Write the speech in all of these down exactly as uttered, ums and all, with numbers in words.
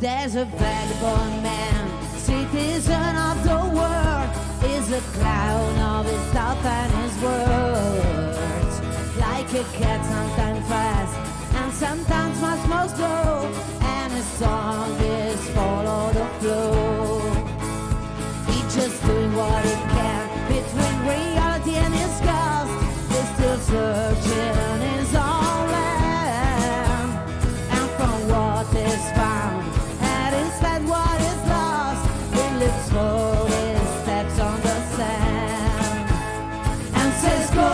There's a vagabond man, citizen of the world, is a clown of his thought and his words. Like a cat, sometimes fast and sometimes much more slow, and his song is follow the flow. He's just doing what he can between reality and his ghost. He's still searching in his own land, and from what is found and instead what is lost, he looks for his steps on the sand and says go,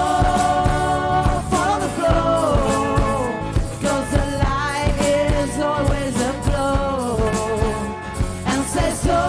follow the flow, 'cause the light is always a flow, and says so,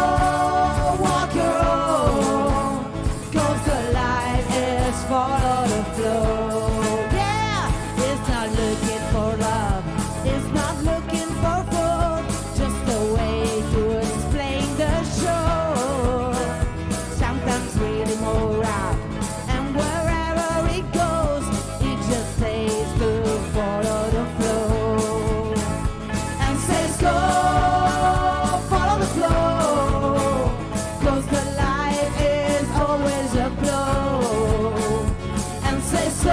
walk your own, 'cause the light is follow the flow. Yeah, it's not looking for love, it's not looking for food, just a way to explain the show. Sometimes really more out, and wherever it goes, it just stays to follow the flow, and says go, follow the flow, 'cause the light is always a flow, and says so,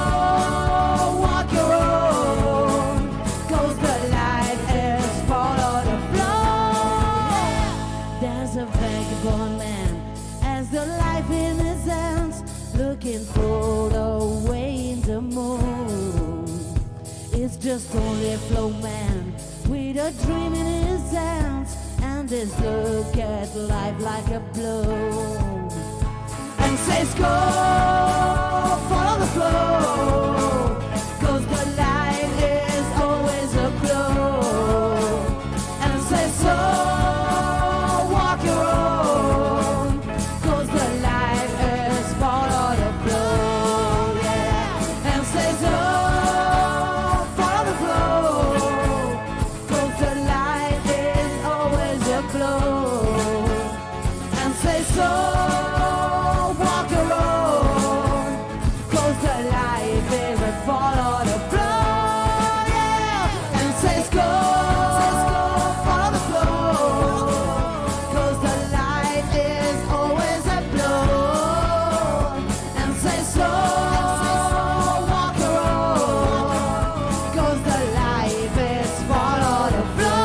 walk your own, 'cause the light is follow the flow. There's a vagabond man, has the life in his hands, looking for the way in the moon. It's just only a flow man with a dream in his hands, and this look at life like a blow, and says go, follow the flow, 'cause the light is always a glow, and says so, walk your own, 'cause the light is follow the flow, yeah, and says oh, follow the flow, 'cause the light is always a glow, and says so, walk your own, 'cause the light is a follow the flow, yeah, and says go, follow the flow, 'cause the light is always a glow, and says so, walk your own, 'cause the light is follow the flow.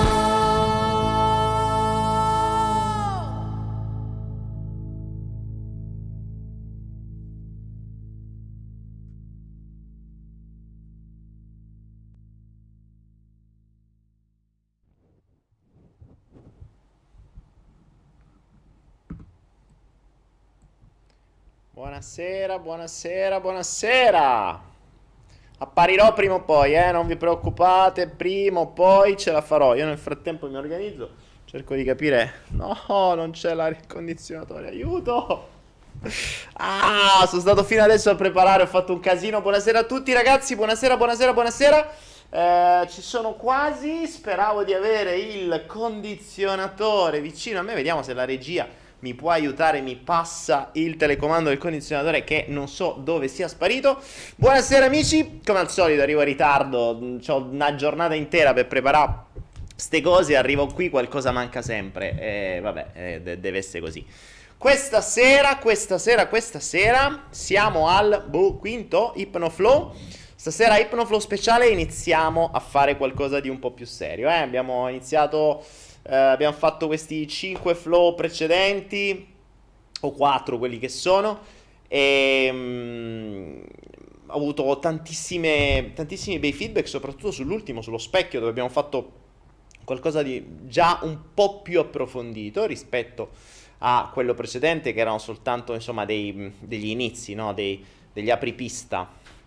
Buonasera, buonasera, buonasera. Apparirò prima o poi, eh, non vi preoccupate, prima o poi ce la farò. Io nel frattempo mi organizzo, cerco di capire. No, non c'è l'aria condizionatore, aiuto! Ah, sono stato fino adesso a preparare, ho fatto un casino. Buonasera a tutti ragazzi, buonasera, buonasera, buonasera. Eh, ci sono quasi, speravo di avere il condizionatore vicino a me. Vediamo se la regia mi può aiutare, mi passa il telecomando del condizionatore che non so dove sia sparito. Buonasera amici, come al solito arrivo in ritardo, ho una giornata intera per preparare ste cose, arrivo qui, qualcosa manca sempre, e eh, vabbè, eh, de- deve essere così. Questa sera, questa sera, questa sera siamo al boh, quinto Hypnoflow. Stasera Hypnoflow speciale, iniziamo a fare qualcosa di un po' più serio, eh? Abbiamo iniziato... Uh, abbiamo fatto questi cinque flow precedenti, o quattro quelli che sono, e um, ho avuto tantissime, tantissimi bei feedback, soprattutto sull'ultimo, sullo specchio, dove abbiamo fatto qualcosa di già un po' più approfondito rispetto a quello precedente, che erano soltanto insomma dei, degli inizi, no? dei, degli apripista.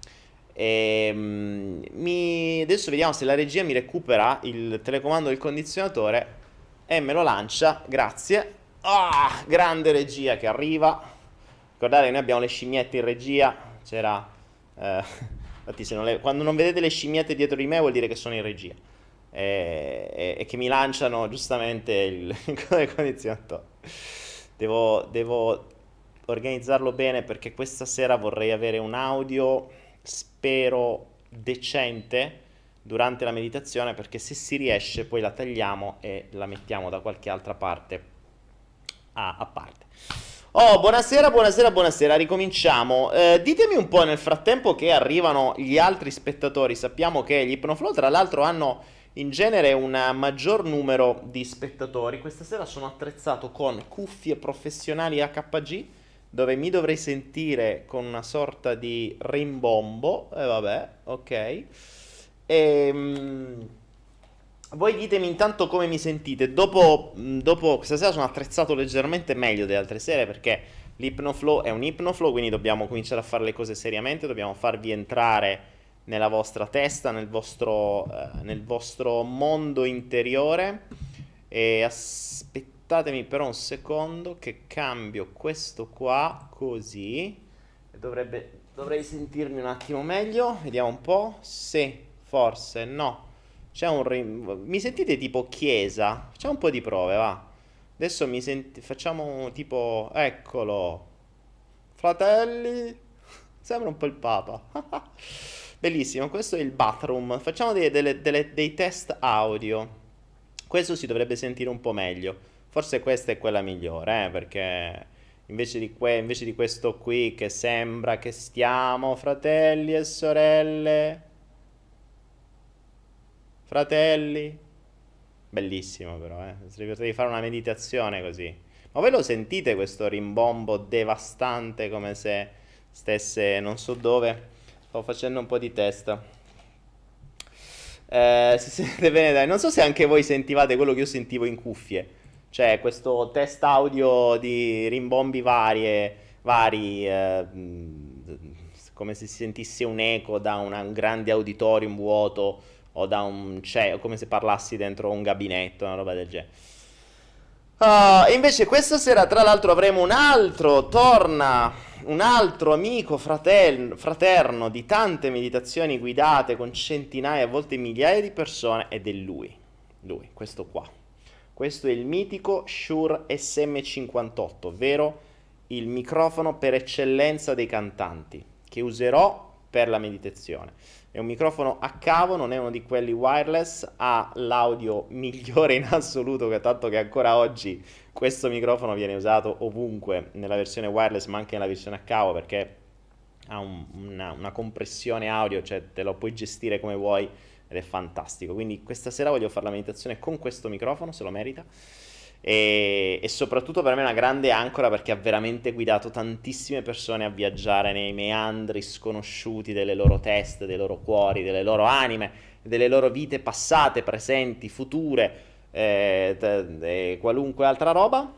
E, um, mi... adesso vediamo se la regia mi recupera il telecomando del condizionatore e me lo lancia, grazie. Ah, grande regia che arriva. Ricordate che noi abbiamo le scimmiette in regia, c'era eh, infatti se non le... quando non vedete le scimmiette dietro di me vuol dire che sono in regia e, e, e che mi lanciano giustamente il, il condizionatore. Devo, devo organizzarlo bene, perché questa sera vorrei avere un audio, spero, decente, durante la meditazione, perché se si riesce poi la tagliamo e la mettiamo da qualche altra parte a, a parte. Oh, buonasera, buonasera, buonasera, ricominciamo. Eh, ditemi un po' nel frattempo che arrivano gli altri spettatori. Sappiamo che gli Ipnoflow, tra l'altro, hanno in genere un maggior numero di spettatori. Questa sera sono attrezzato con cuffie professionali A K G, dove mi dovrei sentire con una sorta di rimbombo. E eh, vabbè, ok. E... Voi ditemi intanto come mi sentite. Dopo, dopo questa sera sono attrezzato leggermente meglio delle altre sere, perché l'Ipnoflow è un Ipnoflow, quindi dobbiamo cominciare a fare le cose seriamente, dobbiamo farvi entrare nella vostra testa, nel vostro, eh, nel vostro mondo interiore. E aspettatemi però un secondo che cambio questo qua, così. Dovrebbe, dovrei sentirmi un attimo meglio, vediamo un po'. Sì, forse no. C'è un rim... Mi sentite tipo chiesa? Facciamo un po' di prove, va. Adesso mi senti... facciamo tipo... Eccolo. Fratelli. Sembra un po' il Papa. Bellissimo, questo è il bathroom. Facciamo dei, delle- delle- dei test audio. Questo si dovrebbe sentire un po' meglio. Forse questa è quella migliore, eh, perché invece di, que- invece di questo qui che sembra che stiamo fratelli e sorelle... Fratelli, bellissimo però, eh. Potrei fare una meditazione così. Ma voi lo sentite questo rimbombo devastante come se stesse non so dove? Sto facendo un po' di testa. Eh, si sente bene, dai. Non so se anche voi sentivate quello che io sentivo in cuffie. Cioè questo test audio di rimbombi varie, vari, eh, mh, come se si sentisse un eco da una- un grande auditorium vuoto o da un cioè, come se parlassi dentro un gabinetto, una roba del genere. Ah, e invece questa sera, tra l'altro, avremo un altro, torna un altro amico fratel- fraterno di tante meditazioni guidate con centinaia, a volte migliaia di persone, ed è lui, lui, questo qua. Questo è il mitico Shure S M cinquantotto, ovvero il microfono per eccellenza dei cantanti, che userò per la meditazione. È un microfono a cavo, non è uno di quelli wireless, ha l'audio migliore in assoluto, che tanto che ancora oggi questo microfono viene usato ovunque, nella versione wireless ma anche nella versione a cavo, perché ha un- una, una compressione audio, cioè te lo puoi gestire come vuoi ed è fantastico. Quindi questa sera voglio fare la meditazione con questo microfono, se lo merita. E, e soprattutto per me è una grande ancora, perché ha veramente guidato tantissime persone a viaggiare nei meandri sconosciuti delle loro teste, dei loro cuori, delle loro anime, delle loro vite passate, presenti, future, eh, t- e qualunque altra roba.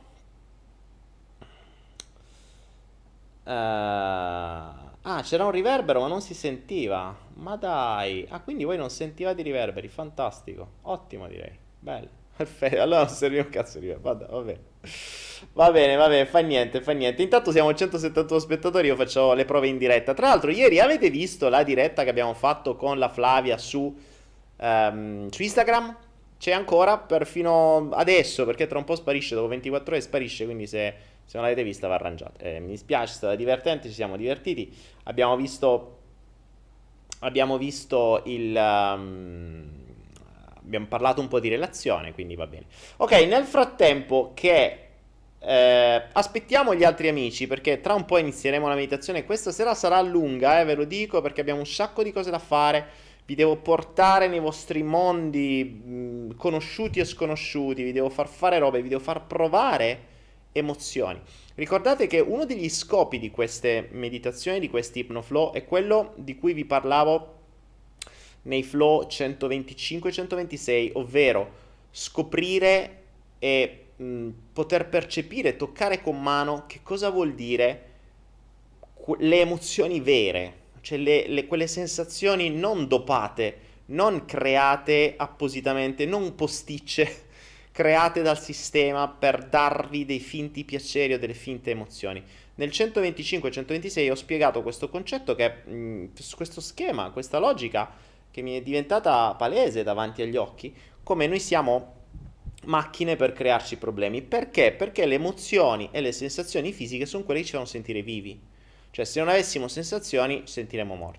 Eh, ah, c'era un riverbero ma non si sentiva. Ma dai. Ah, quindi voi non sentivate i riverberi? Fantastico. Ottimo, direi. Bello. Perfetto. Allora non serviva un cazzo di riverbero. Va, va bene. Va bene, va bene, fa niente, fa niente. Intanto siamo centosettantotto spettatori, io faccio le prove in diretta. Tra l'altro, ieri avete visto la diretta che abbiamo fatto con la Flavia su, ehm, su Instagram? C'è ancora perfino adesso, perché tra un po' sparisce, dopo ventiquattro ore sparisce, quindi se, se non l'avete vista va arrangiata. Eh, mi dispiace, è stata divertente, ci siamo divertiti. Abbiamo visto, abbiamo visto il... um, abbiamo parlato un po' di relazione, quindi va bene. Ok, nel frattempo che eh, aspettiamo gli altri amici, perché tra un po' inizieremo la meditazione. Questa sera sarà lunga, eh, ve lo dico, perché abbiamo un sacco di cose da fare. Vi devo portare nei vostri mondi mh, conosciuti e sconosciuti, vi devo far fare robe, vi devo far provare emozioni. Ricordate che uno degli scopi di queste meditazioni, di questi Ipnoflow, è quello di cui vi parlavo nei flow centoventicinque e centoventisei, ovvero scoprire e mh, poter percepire, toccare con mano che cosa vuol dire que- le emozioni vere, cioè le- le- quelle sensazioni non dopate, non create appositamente, non posticce create dal sistema per darvi dei finti piaceri o delle finte emozioni. Nel centoventicinque e centoventisei ho spiegato questo concetto, che mh, questo schema, questa logica che mi è diventata palese davanti agli occhi, come noi siamo macchine per crearci problemi. Perché? Perché le emozioni e le sensazioni fisiche sono quelle che ci fanno sentire vivi. Cioè, se non avessimo sensazioni, ci sentiremmo morti.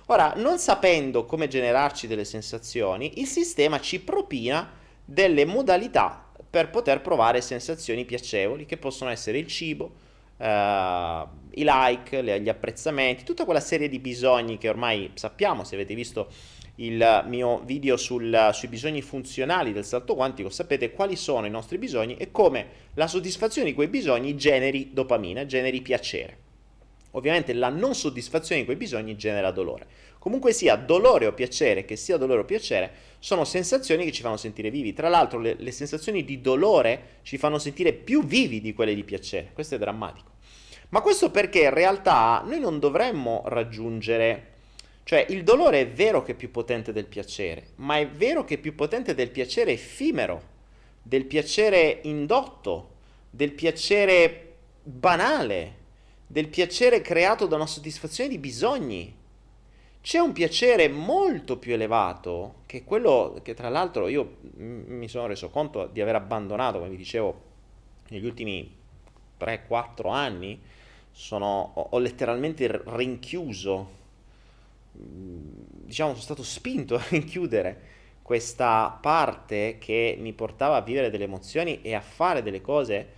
Ora, non sapendo come generarci delle sensazioni, il sistema ci propina delle modalità per poter provare sensazioni piacevoli, che possono essere il cibo, eh, i like, le- gli apprezzamenti, tutta quella serie di bisogni che ormai sappiamo. Se avete visto il mio video sul- sui bisogni funzionali del salto quantico, sapete quali sono i nostri bisogni e come la soddisfazione di quei bisogni generi dopamina, generi piacere. Ovviamente la non soddisfazione di quei bisogni genera dolore. Comunque sia dolore o piacere, che sia dolore o piacere, sono sensazioni che ci fanno sentire vivi. Tra l'altro le, le sensazioni di dolore ci fanno sentire più vivi di quelle di piacere. Questo è drammatico. Ma questo perché in realtà noi non dovremmo raggiungere... Cioè il dolore è vero che è più potente del piacere, ma è vero che è più potente del piacere effimero, del piacere indotto, del piacere banale, del piacere creato da una soddisfazione di bisogni. C'è un piacere molto più elevato, che è quello che tra l'altro io m- mi sono reso conto di aver abbandonato, come vi dicevo, negli ultimi tre quattro anni. Sono, ho, ho letteralmente r- rinchiuso, mm, diciamo, sono stato spinto a rinchiudere questa parte che mi portava a vivere delle emozioni e a fare delle cose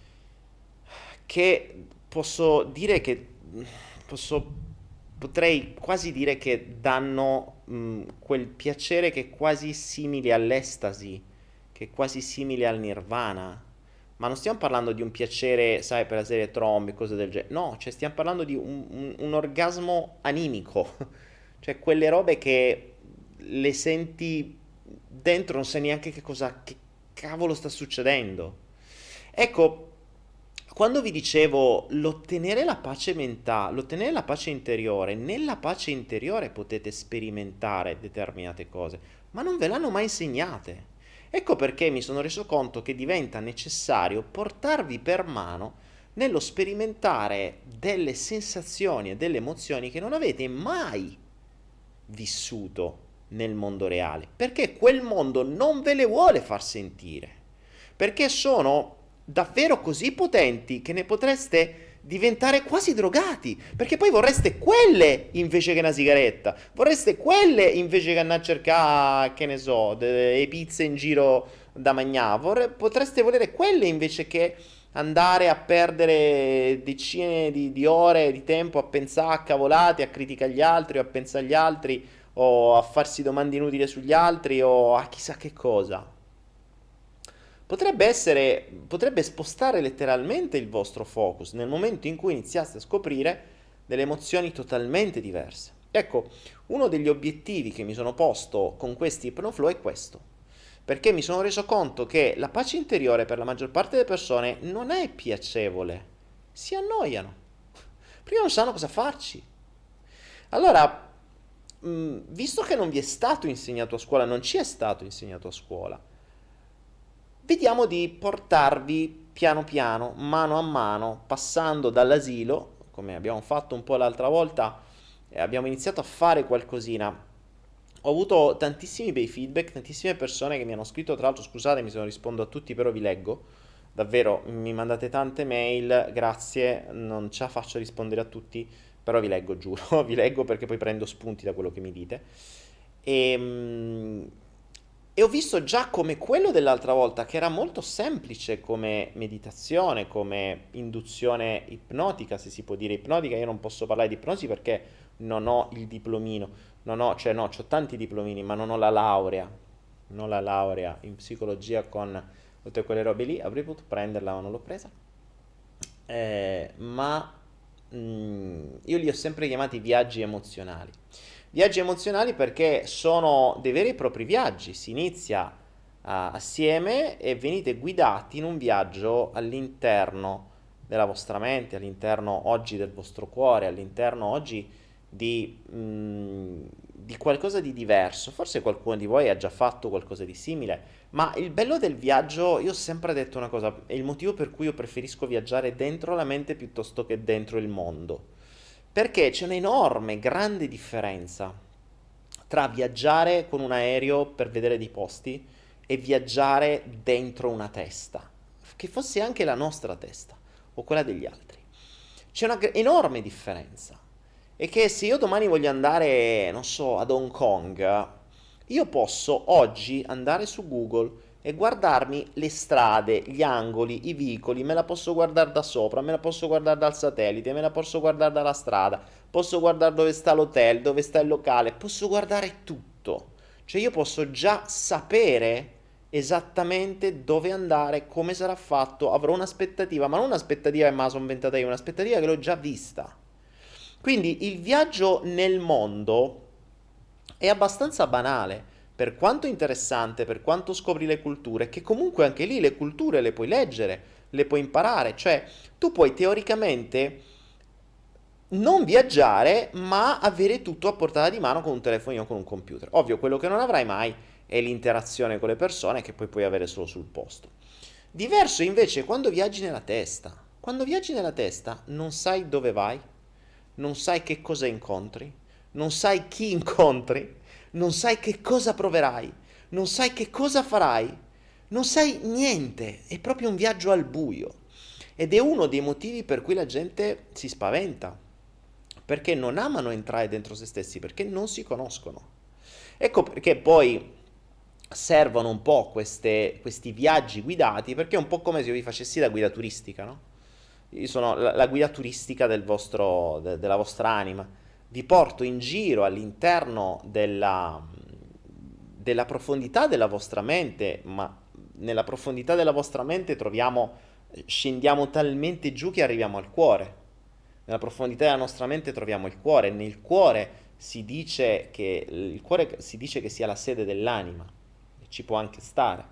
che posso dire che posso potrei quasi dire che danno mh, quel piacere che è quasi simile all'estasi, che è quasi simile al nirvana. Ma non stiamo parlando di un piacere, sai, per la serie Tron e cose del genere. No, cioè stiamo parlando di un, un- un orgasmo animico. Cioè quelle robe che le senti dentro, non sai neanche che cosa, che cavolo sta succedendo. Ecco, quando vi dicevo l'ottenere la pace mentale, l'ottenere la pace interiore, nella pace interiore potete sperimentare determinate cose, ma non ve l'hanno mai insegnate. Ecco perché mi sono reso conto che diventa necessario portarvi per mano nello sperimentare delle sensazioni e delle emozioni che non avete mai vissuto nel mondo reale, perché quel mondo non ve le vuole far sentire, perché sono davvero così potenti che ne potreste diventare quasi drogati, perché poi vorreste quelle invece che una sigaretta, vorreste quelle invece che andare a cercare, che ne so, delle pizze in giro da mangiare, Vorre- potreste volere quelle invece che andare a perdere decine di, di ore di tempo a pensare a cavolate, a criticare gli altri, o a pensare agli altri, o a farsi domande inutili sugli altri, o a chissà che cosa. Potrebbe essere, potrebbe spostare letteralmente il vostro focus nel momento in cui iniziaste a scoprire delle emozioni totalmente diverse. Ecco, uno degli obiettivi che mi sono posto con questi Hypnoflow è questo, perché mi sono reso conto che la pace interiore per la maggior parte delle persone non è piacevole, si annoiano, prima non sanno cosa farci. Allora, mh, visto che non vi è stato insegnato a scuola, non ci è stato insegnato a scuola, vediamo di portarvi piano piano, mano a mano, passando dall'asilo, come abbiamo fatto un po' l'altra volta, e abbiamo iniziato a fare qualcosina. Ho avuto tantissimi bei feedback, tantissime persone che mi hanno scritto, tra l'altro scusatemi se non rispondo a tutti, però vi leggo. Davvero, mi mandate tante mail, grazie, non ce la faccio a rispondere a tutti, però vi leggo, giuro, vi leggo perché poi prendo spunti da quello che mi dite. E, mm, e ho visto già come quello dell'altra volta, che era molto semplice come meditazione, come induzione ipnotica, se si può dire ipnotica. Io non posso parlare di ipnosi perché non ho il diplomino, non ho, cioè no, ho tanti diplomini, ma non ho la laurea, non ho la laurea in psicologia con tutte quelle robe lì. Avrei potuto prenderla, ma non l'ho presa. Eh, ma mm, io li ho sempre chiamati viaggi emozionali. Viaggi emozionali perché sono dei veri e propri viaggi. Si inizia ah, assieme e venite guidati in un viaggio all'interno della vostra mente, all'interno oggi del vostro cuore, all'interno oggi di, mm, di qualcosa di diverso. Forse qualcuno di voi ha già fatto qualcosa di simile, ma il bello del viaggio, io ho sempre detto una cosa, è il motivo per cui io preferisco viaggiare dentro la mente piuttosto che dentro il mondo. Perché c'è un'enorme, grande differenza tra viaggiare con un aereo per vedere dei posti e viaggiare dentro una testa, che fosse anche la nostra testa o quella degli altri. C'è una gr- enorme differenza. è che se io domani voglio andare, non so, ad Hong Kong, io posso oggi andare su Google e guardarmi le strade, gli angoli, i vicoli, me la posso guardare da sopra, me la posso guardare dal satellite, me la posso guardare dalla strada, posso guardare dove sta l'hotel, dove sta il locale, posso guardare tutto. Cioè io posso già sapere esattamente dove andare, come sarà fatto, avrò un'aspettativa, ma non un'aspettativa che me la sono inventata io, un'aspettativa che l'ho già vista. Quindi il viaggio nel mondo è abbastanza banale, per quanto interessante, per quanto scopri le culture, che comunque anche lì le culture le puoi leggere, le puoi imparare, cioè tu puoi teoricamente non viaggiare, ma avere tutto a portata di mano con un telefonino o con un computer. Ovvio, quello che non avrai mai è l'interazione con le persone che poi puoi avere solo sul posto. Diverso invece quando viaggi nella testa. Quando viaggi nella testa non sai dove vai, non sai che cosa incontri, non sai chi incontri, non sai che cosa proverai, non sai che cosa farai, non sai niente, è proprio un viaggio al buio. Ed è uno dei motivi per cui la gente si spaventa, perché non amano entrare dentro se stessi, perché non si conoscono. Ecco perché poi servono un po' queste- questi viaggi guidati, perché è un po' come se io vi facessi da guida turistica, no? Io sono la, la guida turistica del vostro, de- della vostra anima. Vi porto in giro all'interno della, della profondità della vostra mente, ma nella profondità della vostra mente troviamo, scendiamo talmente giù che arriviamo al cuore. Nella profondità della nostra mente troviamo il cuore. Nel cuore si dice che il cuore si dice che sia la sede dell'anima, e ci può anche stare.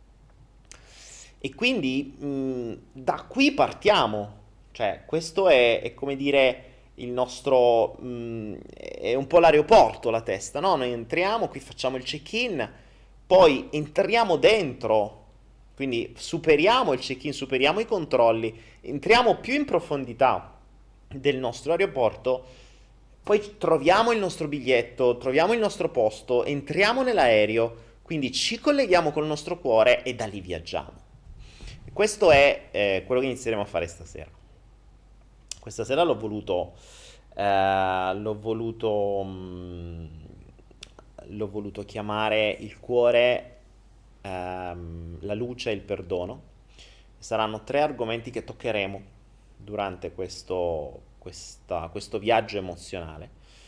E quindi mh, da qui partiamo, cioè questo è, è come dire il nostro, mh, è un po' l'aeroporto la testa, no? Noi entriamo, qui facciamo il check-in, poi entriamo dentro, quindi superiamo il check-in, superiamo i controlli, entriamo più in profondità del nostro aeroporto, poi troviamo il nostro biglietto, troviamo il nostro posto, entriamo nell'aereo, quindi ci colleghiamo col nostro cuore e da lì viaggiamo. Questo è eh, quello che inizieremo a fare stasera. Questa sera l'ho voluto, eh, l'ho voluto, mm, l'ho voluto chiamare il cuore, ehm, la luce e il perdono. Saranno tre argomenti che toccheremo durante questo, questa- questo viaggio emozionale.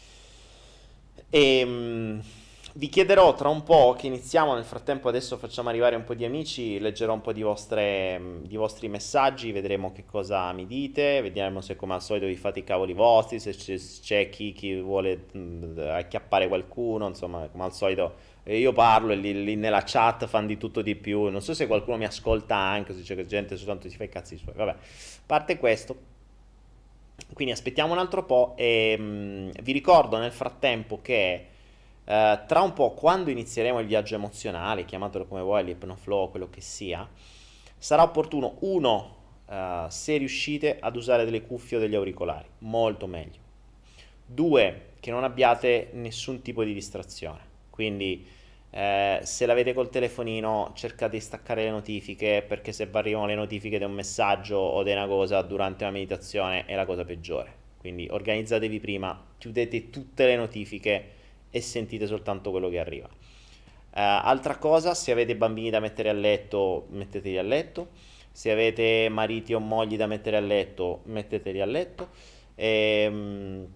E mm, vi chiederò tra un po' che iniziamo, nel frattempo adesso facciamo arrivare un po' di amici, leggerò un po' di vostre, mm, di vostri messaggi, vedremo che cosa mi dite, vediamo se come al solito vi fate i cavoli vostri, se c'è, c'è chi, chi vuole mm, acchiappare qualcuno, insomma come al solito eh, io parlo e lì, lì nella chat fanno di tutto di più, non so se qualcuno mi ascolta anche, se c'è gente soltanto si fa i cazzi suoi, vabbè, a parte questo. Quindi aspettiamo un altro po' e mm, vi ricordo nel frattempo che eh, tra un po', quando inizieremo il viaggio emozionale, chiamatelo come vuoi, l'ipnoflow, quello che sia, sarà opportuno, uno, eh, se riuscite ad usare delle cuffie o degli auricolari, molto meglio. Due, che non abbiate nessun tipo di distrazione. Quindi eh, se l'avete col telefonino cercate di staccare le notifiche, perché se vi arrivano le notifiche di un messaggio o di una cosa durante una meditazione è la cosa peggiore. Quindi organizzatevi prima, chiudete tutte le notifiche e sentite soltanto quello che arriva. Eh, altra cosa, se avete bambini da mettere a letto, metteteli a letto. Se avete mariti o mogli da mettere a letto, metteteli a letto. Ehm,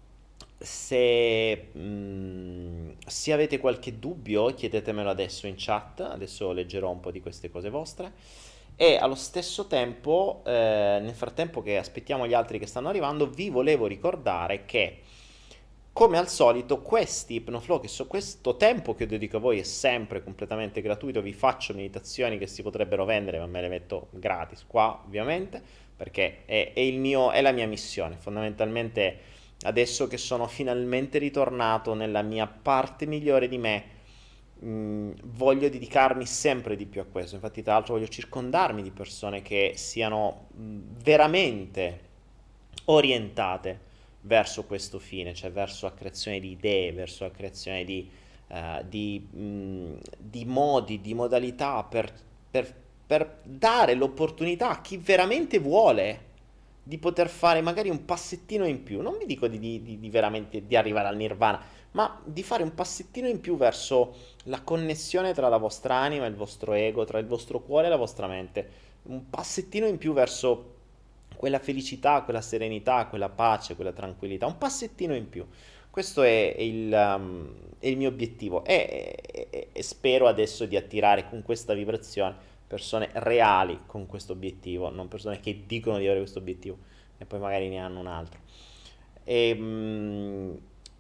se, mm, se avete qualche dubbio, chiedetemelo adesso in chat, adesso leggerò un po' di queste cose vostre. E allo stesso tempo, eh, nel frattempo che aspettiamo gli altri che stanno arrivando, vi volevo ricordare che, come al solito, questi Hypnoflow, che so, questo tempo che io dedico a voi è sempre completamente gratuito, vi faccio meditazioni che si potrebbero vendere, ma me le metto gratis qua, ovviamente, perché è, è il mio, è la mia missione. Fondamentalmente, adesso che sono finalmente ritornato nella mia parte migliore di me, mh, voglio dedicarmi sempre di più a questo. Infatti, tra l'altro, voglio circondarmi di persone che siano mh, veramente orientate verso questo fine, cioè verso la creazione di idee, verso la creazione di, eh, di, mh, di modi, di modalità per, per- per dare l'opportunità a chi veramente vuole di poter fare magari un passettino in più, non vi dico di, di, di veramente di arrivare al nirvana, ma di fare un passettino in più verso la connessione tra la vostra anima e il vostro ego, tra il vostro cuore e la vostra mente, un passettino in più verso quella felicità, quella serenità, quella pace, quella tranquillità, un passettino in più. Questo è il, um, è il mio obiettivo e, e- e spero adesso di attirare con questa vibrazione persone reali con questo obiettivo, non persone che dicono di avere questo obiettivo e poi magari ne hanno un altro. E, mm,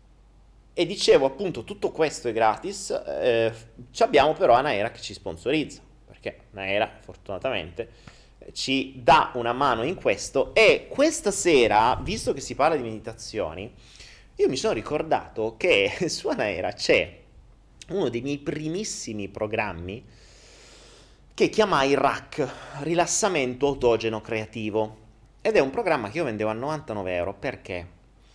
e dicevo appunto tutto questo è gratis, eh, ci abbiamo però Anaera che ci sponsorizza, perché Anaera fortunatamente eh, ci dà una mano in questo e questa sera, visto che si parla di meditazioni, io mi sono ricordato che su Anaera c'è uno dei miei primissimi programmi che chiamai R A C, Rilassamento Autogeno Creativo, ed è un programma che io vendevo a novantanove euro perché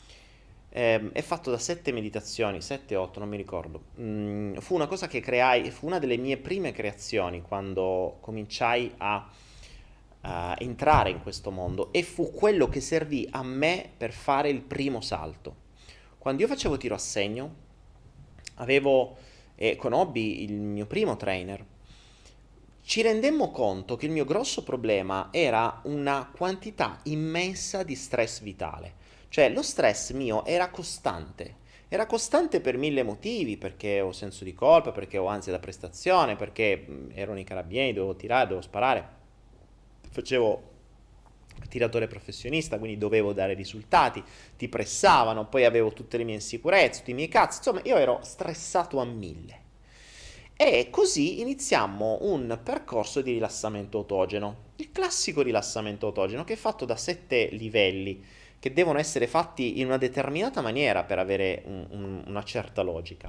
ehm, è fatto da sette meditazioni, sette otto, non mi ricordo. Mm, fu una cosa che creai, fu una delle mie prime creazioni quando cominciai a a entrare in questo mondo e fu quello che servì a me per fare il primo salto. Quando io facevo tiro a segno, avevo e conobbi il mio primo trainer, ci rendemmo conto che il mio grosso problema era una quantità immensa di stress vitale. Cioè lo stress mio era costante. Era costante per mille motivi, perché ho senso di colpa, perché ho ansia da prestazione, perché mh, ero nei carabinieri, dovevo tirare, dovevo sparare. Facevo tiratore professionista, quindi dovevo dare risultati, ti pressavano, poi avevo tutte le mie insicurezze, tutti i miei cazzi, insomma io ero stressato a mille. E così iniziammo un percorso di rilassamento autogeno, il classico rilassamento autogeno che è fatto da sette livelli che devono essere fatti in una determinata maniera per avere un- un- una certa logica.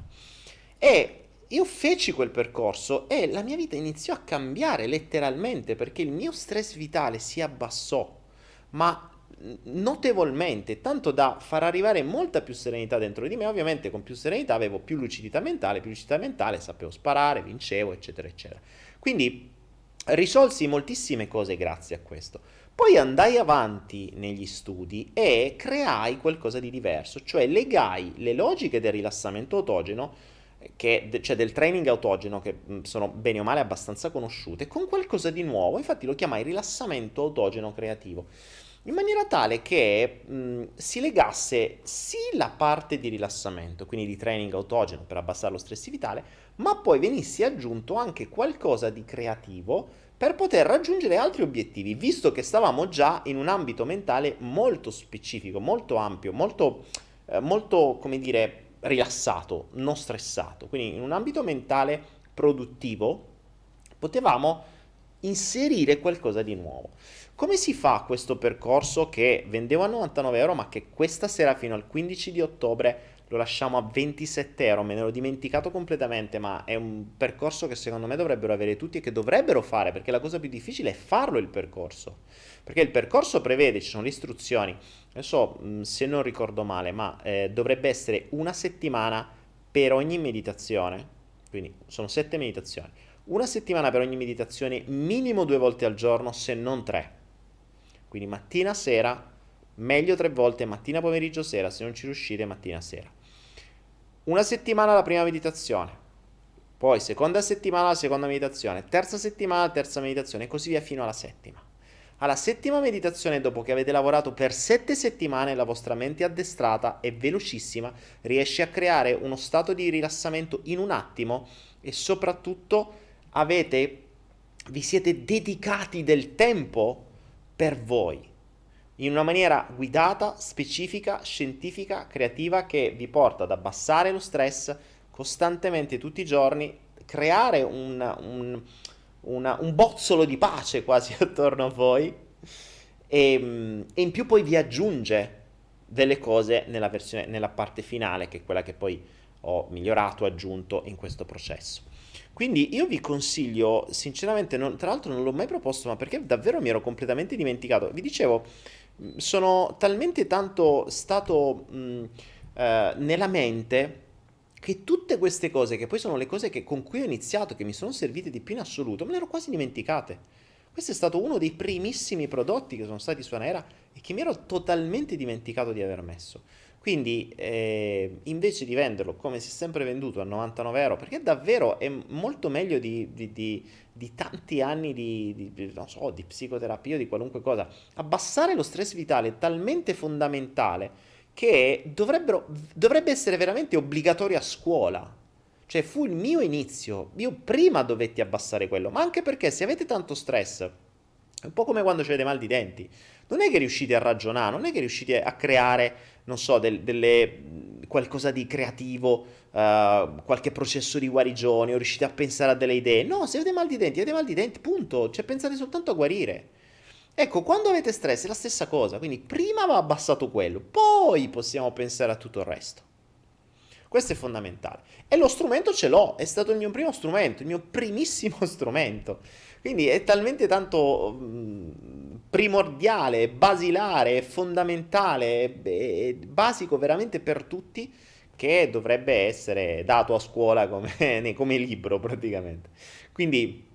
E io feci quel percorso e la mia vita iniziò a cambiare letteralmente perché il mio stress vitale si abbassò, ma notevolmente, tanto da far arrivare molta più serenità dentro di me. Ovviamente con più serenità avevo più lucidità mentale, più lucidità mentale sapevo sparare, vincevo, eccetera, eccetera. Quindi risolsi moltissime cose grazie a questo. Poi andai avanti negli studi e creai qualcosa di diverso, cioè legai le logiche del rilassamento autogeno, che, cioè del training autogeno, che mh, sono bene o male abbastanza conosciute, con qualcosa di nuovo. Infatti lo chiamai rilassamento autogeno creativo, in maniera tale che mh, si legasse sì la parte di rilassamento, quindi di training autogeno per abbassare lo stress vitale, ma poi venisse aggiunto anche qualcosa di creativo per poter raggiungere altri obiettivi, visto che stavamo già in un ambito mentale molto specifico, molto ampio, molto, eh, molto, come dire, rilassato, non stressato. Quindi in un ambito mentale produttivo potevamo inserire qualcosa di nuovo. Come si fa questo percorso che vendevo a novantanove euro, ma che questa sera fino al quindici di ottobre lo lasciamo a ventisette euro? Me ne ero dimenticato completamente, ma è un percorso che secondo me dovrebbero avere tutti e che dovrebbero fare, perché la cosa più difficile è farlo il percorso. Perché il percorso prevede, ci sono le istruzioni, adesso mh, se non ricordo male, ma eh, dovrebbe essere una settimana per ogni meditazione, quindi sono sette meditazioni, una settimana per ogni meditazione, minimo due volte al giorno, se non tre. Quindi mattina, sera, meglio tre volte, mattina, pomeriggio, sera, se non ci riuscite, mattina, sera. Una settimana la prima meditazione, poi seconda settimana la seconda meditazione, terza settimana la terza meditazione e così via fino alla settima. Alla settima meditazione, dopo che avete lavorato per sette settimane, la vostra mente è addestrata, è velocissima, riesce a creare uno stato di rilassamento in un attimo e soprattutto avete, vi siete dedicati del tempo per voi, in una maniera guidata, specifica, scientifica, creativa, che vi porta ad abbassare lo stress costantemente tutti i giorni, creare un, un, una- un bozzolo di pace quasi attorno a voi e, e in più poi vi aggiunge delle cose nella versione, nella parte finale, che è quella che poi ho migliorato, aggiunto in questo processo. Quindi io vi consiglio, sinceramente, non- tra l'altro non l'ho mai proposto, ma perché davvero mi ero completamente dimenticato. Vi dicevo, mh, sono talmente tanto stato mh, eh, nella mente che tutte queste cose, che poi sono le cose che- con cui ho iniziato, che mi sono servite di più in assoluto, me le ero quasi dimenticate. Questo è stato uno dei primissimi prodotti che sono stati su Anaera e che mi ero totalmente dimenticato di aver messo. Quindi, eh, invece di venderlo come si è sempre venduto a novantanove euro, perché davvero è molto meglio di, di- di- di tanti anni di, di- di- non so, di psicoterapia o di qualunque cosa, abbassare lo stress vitale è talmente fondamentale che dovrebbero, dovrebbe essere veramente obbligatorio a scuola. Cioè, fu il mio inizio. Io prima dovetti abbassare quello, ma anche perché se avete tanto stress, è un po' come quando avete mal di denti. Non è che riuscite a ragionare, non è che riuscite a creare, non so, del- delle, qualcosa di creativo, eh, qualche processo di guarigione, o riuscite a pensare a delle idee. No, se avete mal di denti, avete mal di denti, punto. Cioè, pensate soltanto a guarire. Ecco, quando avete stress è la stessa cosa, quindi prima va abbassato quello, poi possiamo pensare a tutto il resto. Questo è fondamentale. E lo strumento ce l'ho, è stato il mio primo strumento, il mio primissimo strumento. Quindi è talmente tanto mh, primordiale, basilare, fondamentale, e basico veramente per tutti che dovrebbe essere dato a scuola come, come libro praticamente. Quindi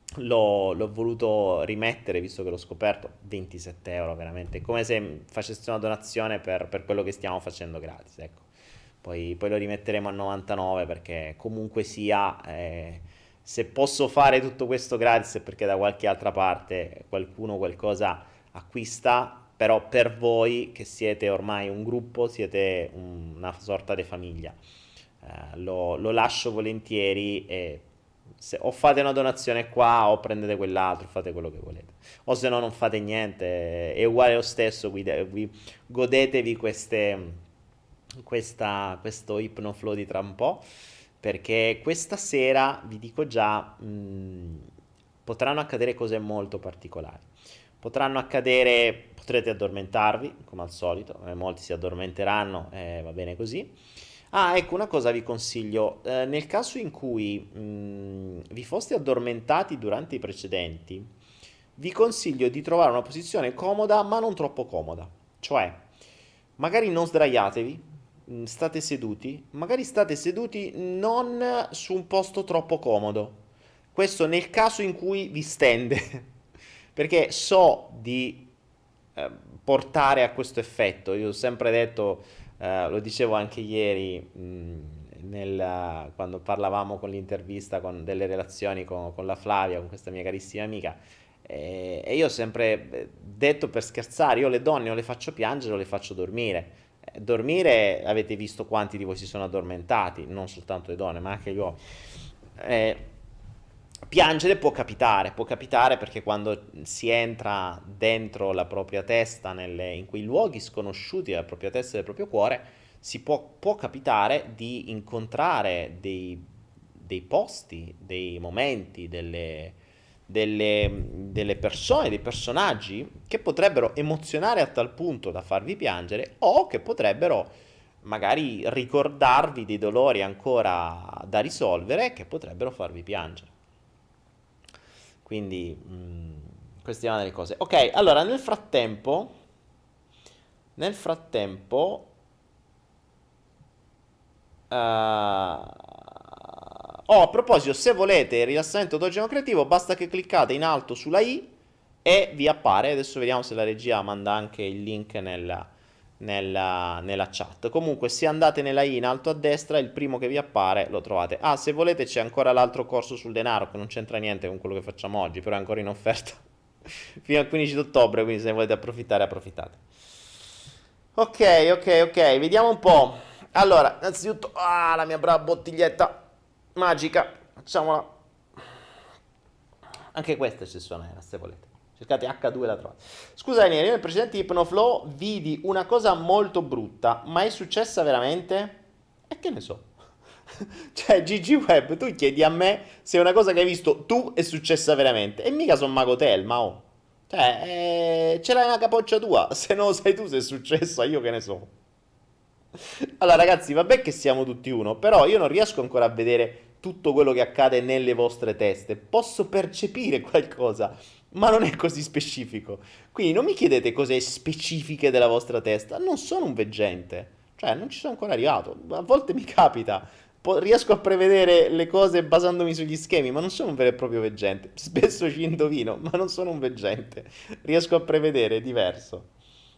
l'ho, l'ho voluto rimettere visto che l'ho scoperto. ventisette euro veramente, come se facessi una donazione per, per quello che stiamo facendo gratis, ecco. Poi, poi lo rimetteremo a novantanove perché comunque sia, eh, se posso fare tutto questo gratis è perché da qualche altra parte qualcuno qualcosa acquista, però per voi che siete ormai un gruppo, siete un- una sorta di famiglia. Eh, lo, lo lascio volentieri e se, o fate una donazione qua o prendete quell'altro, fate quello che volete. O se no non fate niente, è uguale lo stesso, guide- vi- godetevi queste questa, questo ipnoflow di tra un po', perché questa sera vi dico già, mh, potranno accadere cose molto particolari. Potranno accadere, potrete addormentarvi, come al solito, eh, molti si addormenteranno, eh, va bene così. Ah, ecco una cosa vi consiglio, eh, nel caso in cui mh, vi foste addormentati durante i precedenti, vi consiglio di trovare una posizione comoda, ma non troppo comoda. Cioè, magari non sdraiatevi, mh, state seduti, magari state seduti non su un posto troppo comodo. Questo nel caso in cui vi stende, perché so di eh, portare a questo effetto. Io ho sempre detto, eh, lo dicevo anche ieri, mh, nel- quando parlavamo con l'intervista con delle relazioni con, con la Flavia, con questa mia carissima amica, e, e io ho sempre eh, detto per scherzare, io le donne o le faccio piangere o le faccio dormire. Eh, Dormire, avete visto quanti di voi si sono addormentati, non soltanto le donne, ma anche gli uomini. Eh, Piangere può capitare, può capitare perché quando si entra dentro la propria testa, nelle- in quei luoghi sconosciuti della propria testa e del proprio cuore, si può, può capitare di incontrare dei, dei posti, dei momenti, delle, delle, delle persone, dei personaggi che potrebbero emozionare a tal punto da farvi piangere o che potrebbero magari ricordarvi dei dolori ancora da risolvere che potrebbero farvi piangere. Quindi, mh, queste sono delle cose. Ok, allora nel frattempo, nel frattempo, eh, oh, a proposito, se volete il rilassamento autogeno creativo, basta che cliccate in alto sulla i e vi appare. Adesso vediamo se la regia manda anche il link nella, nella, nella chat. Comunque, se andate nella i in alto a destra, il primo che vi appare lo trovate. Ah, se volete c'è ancora l'altro corso sul denaro, che non c'entra niente con quello che facciamo oggi, però è ancora in offerta fino al quindici ottobre, quindi se ne volete approfittare, approfittate. Ok, ok, ok, vediamo un po'. Allora, innanzitutto, ah, la mia brava bottiglietta magica, facciamola. Anche questa ci suona, se volete. Cercate acca due e la trovate. Scusa Daniele, io nel precedente Hypnoflow vidi una cosa molto brutta, ma è successa veramente? E che ne so. Cioè, Gigi Web, tu chiedi a me se una cosa che hai visto tu è successa veramente. E mica sono Magotel, ma oh. Cioè, eh, ce l'hai una capoccia tua. Se non lo sai tu se è successo, io che ne so. Allora, ragazzi, vabbè che siamo tutti uno, però io non riesco ancora a vedere tutto quello che accade nelle vostre teste. Posso percepire qualcosa, ma non è così specifico. Quindi non mi chiedete cose specifiche della vostra testa. Non sono un veggente. Cioè, non ci sono ancora arrivato. A volte mi capita. po- riesco a prevedere le cose basandomi sugli schemi, ma non sono un vero e proprio veggente. Spesso ci indovino, ma non sono un veggente. Riesco a prevedere, è diverso.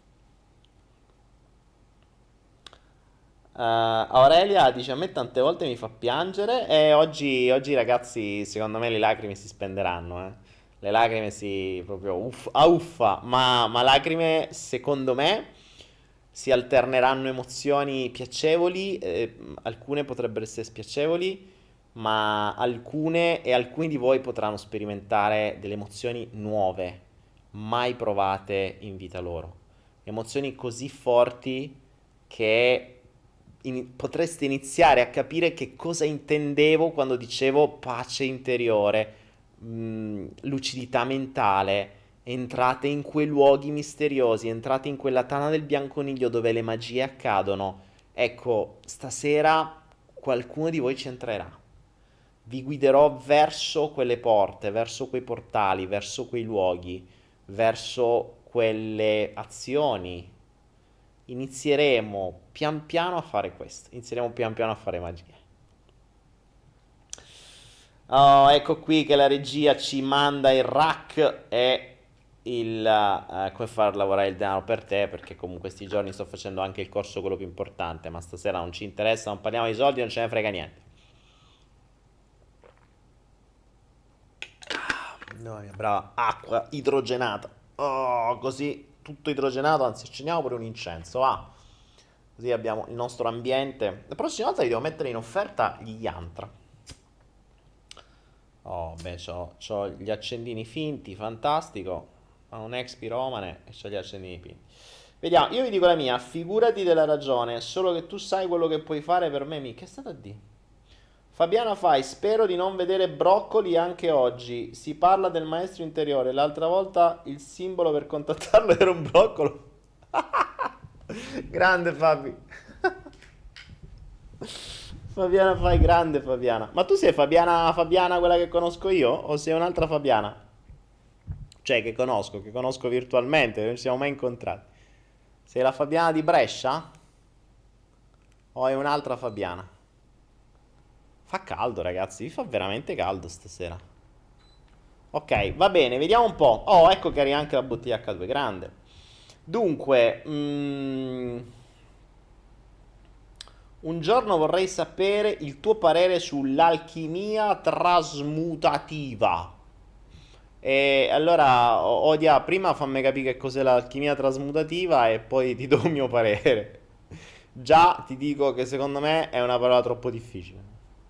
Uh, Aurelia dice: a me tante volte mi fa piangere. E oggi, oggi, ragazzi, secondo me le lacrime si spenderanno. Eh. Le lacrime si proprio uff, a uffa. Ma, ma lacrime, secondo me, si alterneranno emozioni piacevoli. Eh, alcune potrebbero essere spiacevoli, ma alcune e alcuni di voi potranno sperimentare delle emozioni nuove, mai provate in vita loro. Emozioni così forti che in- potreste iniziare a capire che cosa intendevo quando dicevo pace interiore, mh, lucidità mentale. Entrate in quei luoghi misteriosi, entrate in quella tana del bianconiglio dove le magie accadono. Ecco, stasera qualcuno di voi ci entrerà. Vi guiderò verso quelle porte, verso quei portali, verso quei luoghi, verso quelle azioni. Inizieremo pian piano a fare questo. Inizieremo pian piano a fare magia. Oh, ecco qui che la regia ci manda il rack e il eh, come far lavorare il denaro per te, perché comunque questi giorni sto facendo anche il corso quello più importante, ma stasera non ci interessa, non parliamo di soldi, non ce ne frega niente. No, mia brava acqua idrogenata. Oh, così tutto idrogenato, anzi accendiamo pure un incenso, va. Così abbiamo il nostro ambiente. La prossima volta vi devo mettere in offerta gli yantra. Oh, beh, c'ho, c'ho gli accendini finti, fantastico. Ho un ex piromane e c'ho gli accendini finti. Vediamo, io vi dico la mia, figurati della ragione, solo che tu sai quello che puoi fare per me, mi. Che è stato a dire? Fabiana Fai, spero di non vedere broccoli anche oggi. Si parla del maestro interiore. L'altra volta il simbolo per contattarlo era un broccolo. Grande Fabi. Fabiana Fai, grande Fabiana. Ma tu sei Fabiana, Fabiana quella che conosco io? O sei un'altra Fabiana? Cioè, che conosco, che conosco virtualmente, non ci siamo mai incontrati. Sei la Fabiana di Brescia? O è un'altra Fabiana? Fa caldo, ragazzi, vi fa veramente caldo stasera. Ok, va bene, vediamo un po'. Oh, ecco che arriva anche la bottiglia acca due, grande. Dunque, mm, un giorno vorrei sapere il tuo parere sull'alchimia trasmutativa. E allora, o- Odia, prima fammi capire che cos'è l'alchimia trasmutativa e poi ti do il mio parere. Già ti dico che secondo me è una parola troppo difficile.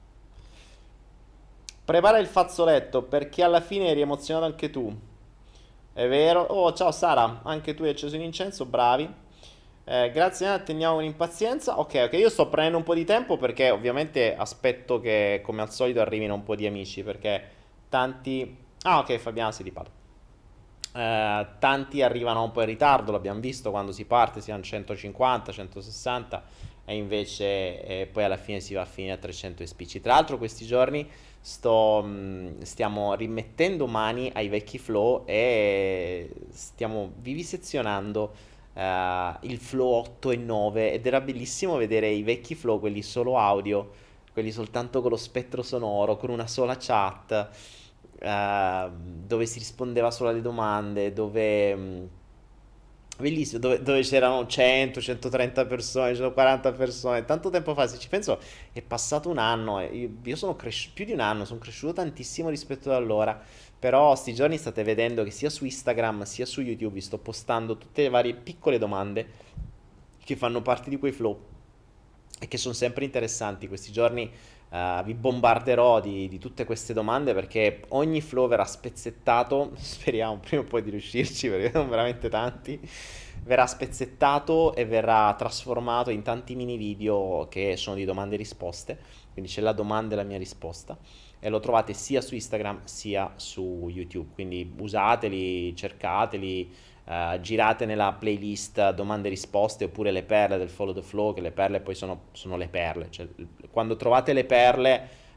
Prepara il fazzoletto perché alla fine eri emozionato anche tu. È vero? Oh, ciao Sara, anche tu hai acceso l'incenso, bravi. Eh, grazie, Anna, teniamo con impazienza. Ok, ok, io sto prendendo un po' di tempo perché ovviamente aspetto che come al solito arrivino un po' di amici perché tanti... Ah, ok, Fabiana si riparte. Eh, tanti arrivano un po' in ritardo, l'abbiamo visto quando si parte, si hanno centocinquanta, centosessanta e invece eh, poi alla fine si va a finire a trecento e spicci. Tra l'altro questi giorni sto, mh, stiamo rimettendo mani ai vecchi flow e stiamo vivisezionando eh, il flow otto e nove ed era bellissimo vedere i vecchi flow, quelli solo audio, quelli soltanto con lo spettro sonoro, con una sola chat eh, dove si rispondeva solo alle domande, dove... mh, bellissimo, dove, dove c'erano cento, centotrenta persone, centoquaranta persone. Tanto tempo fa, se ci penso, è passato un anno. E io, io sono cresciuto più di un anno, sono cresciuto tantissimo rispetto ad allora. Però, sti giorni state vedendo che sia su Instagram sia su YouTube vi sto postando tutte le varie piccole domande che fanno parte di quei flow e che sono sempre interessanti. Questi giorni eh, vi bombarderò di, di tutte queste domande perché ogni flow verrà spezzettato, speriamo prima o poi di riuscirci perché sono veramente tanti, verrà spezzettato e verrà trasformato in tanti mini video che sono di domande e risposte, quindi c'è la domanda e la mia risposta e lo trovate sia su Instagram sia su YouTube, quindi usateli, cercateli, eh, girate nella playlist domande e risposte oppure le perle del Follow the Flow, che le perle poi sono, sono le perle, cioè quando trovate le perle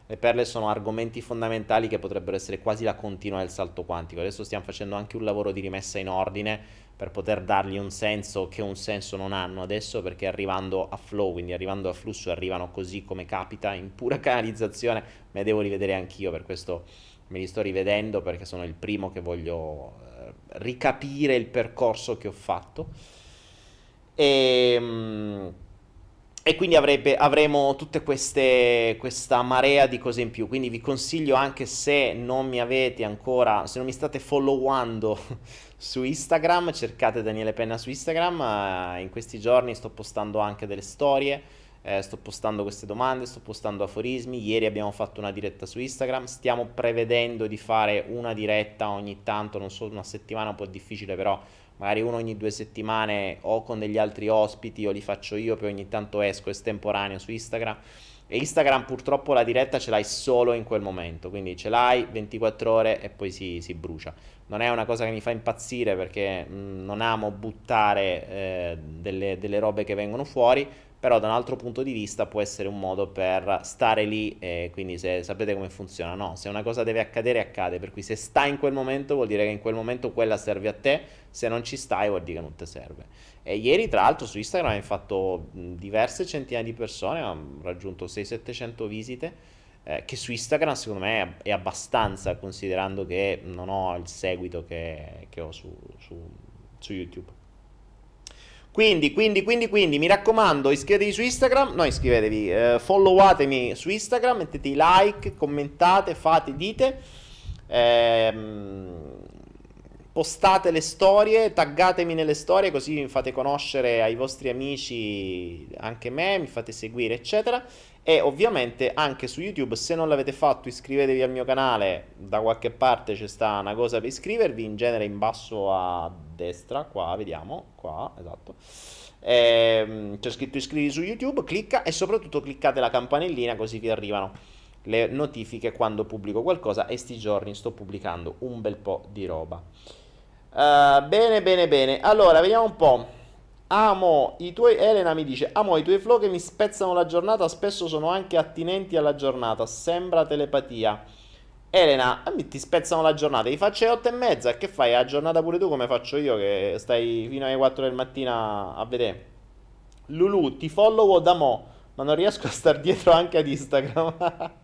Le perle sono argomenti fondamentali che potrebbero essere quasi la continua del salto quantico. Adesso stiamo facendo anche un lavoro di rimessa in ordine per poter dargli un senso che un senso non hanno adesso, perché arrivando a flow, quindi arrivando a flusso, arrivano così come capita, in pura canalizzazione. Me devo rivedere anch'io, per questo me li sto rivedendo, perché sono il primo che voglio eh, ricapire il percorso che ho fatto. E... mm, e quindi avrebbe, avremo tutte queste, questa marea di cose in più. Quindi vi consiglio, anche se non mi avete ancora, se non mi state followando su Instagram, cercate Daniele Penna su Instagram. Eh, in questi giorni sto postando anche delle storie, eh, sto postando queste domande, sto postando aforismi. Ieri abbiamo fatto una diretta su Instagram. Stiamo prevedendo di fare una diretta ogni tanto, non so, una settimana un po' difficile, però magari uno ogni due settimane, o con degli altri ospiti, o li faccio io, poi ogni tanto esco estemporaneo su Instagram. E Instagram purtroppo la diretta ce l'hai solo in quel momento, quindi ce l'hai ventiquattro ore e poi si, si brucia. Non è una cosa che mi fa impazzire, perché mh, non amo buttare eh, delle, delle robe che vengono fuori, però da un altro punto di vista può essere un modo per stare lì. E quindi, se sapete come funziona, no? Se una cosa deve accadere, accade, per cui se stai in quel momento vuol dire che in quel momento quella serve a te, se non ci stai vuol dire che non ti serve. E ieri tra l'altro su Instagram abbiamo fatto mh, diverse centinaia di persone, abbiamo raggiunto seicento settecento visite, eh, che su Instagram secondo me è, è abbastanza, considerando che non ho il seguito che, che ho su, su, su YouTube. Quindi, quindi, quindi, quindi, mi raccomando, iscrivetevi su Instagram, no, iscrivetevi, eh, followatemi su Instagram, mettete i like, commentate, fate, dite, ehm, postate le storie, taggatemi nelle storie, così mi fate conoscere ai vostri amici anche me, mi fate seguire, eccetera. E ovviamente anche su YouTube, se non l'avete fatto, iscrivetevi al mio canale. Da qualche parte c'è sta una cosa per iscrivervi, in genere in basso a destra, qua, vediamo, qua, esatto. Ehm, c'è scritto iscriviti su YouTube, clicca, e soprattutto cliccate la campanellina, così vi arrivano le notifiche quando pubblico qualcosa, e sti giorni sto pubblicando un bel po' di roba. Uh, bene, bene, bene. Allora, vediamo un po'. Amo i tuoi... Elena mi dice: amo i tuoi flow che mi spezzano la giornata, spesso sono anche attinenti alla giornata, sembra telepatia. Elena, a me ti spezzano la giornata, ti faccio alle otto e mezza, e che fai? La giornata pure tu, come faccio io, che stai fino alle quattro del mattino a vedere. Lulu, ti follow da mo', ma non riesco a star dietro anche ad Instagram.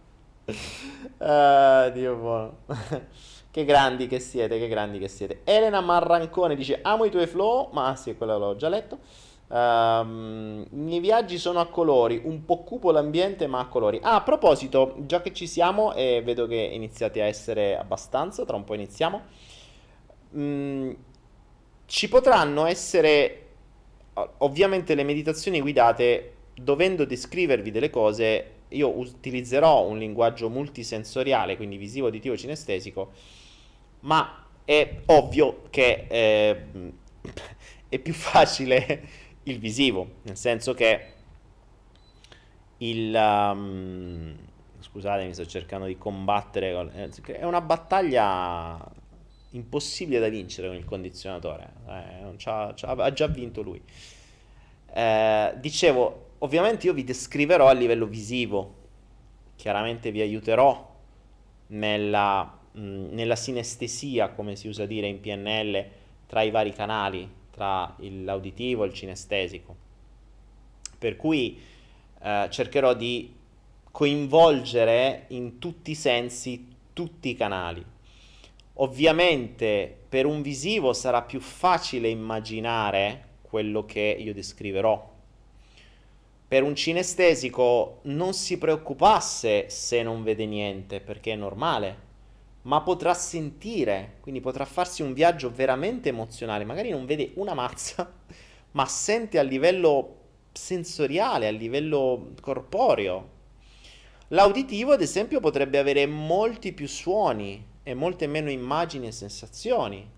Ah, Dio buono. Che grandi che siete, che grandi che siete. Elena Marrancone dice: amo i tuoi flow, ma sì, quello l'ho già letto. Ehm, I miei viaggi sono a colori, un po' cupo l'ambiente, ma a colori. Ah, a proposito, già che ci siamo, e vedo che iniziate a essere abbastanza, tra un po' iniziamo. Mm, ci potranno essere, o- ovviamente, le meditazioni guidate. Dovendo descrivervi delle cose, io utilizzerò un linguaggio multisensoriale, quindi visivo, uditivo, cinestesico, ma è ovvio che eh, è più facile il visivo, nel senso che il... um, scusatemi, sto cercando di combattere, col- eh, è una battaglia impossibile da vincere con il condizionatore, eh, non c'ha- c'ha- ha già vinto lui. Eh, dicevo, ovviamente io vi descriverò a livello visivo, chiaramente vi aiuterò nella, mh, nella sinestesia, come si usa dire in P N L, tra i vari canali, tra il- l'auditivo e il cinestesico. Per cui eh, cercherò di coinvolgere in tutti i sensi tutti i canali. Ovviamente per un visivo sarà più facile immaginare quello che io descriverò. Per un cinestesico non si preoccupasse se non vede niente, perché è normale, ma potrà sentire, quindi potrà farsi un viaggio veramente emozionale. Magari non vede una mazza, ma sente a livello sensoriale, a livello corporeo. L'auditivo, ad esempio, potrebbe avere molti più suoni e molte meno immagini e sensazioni.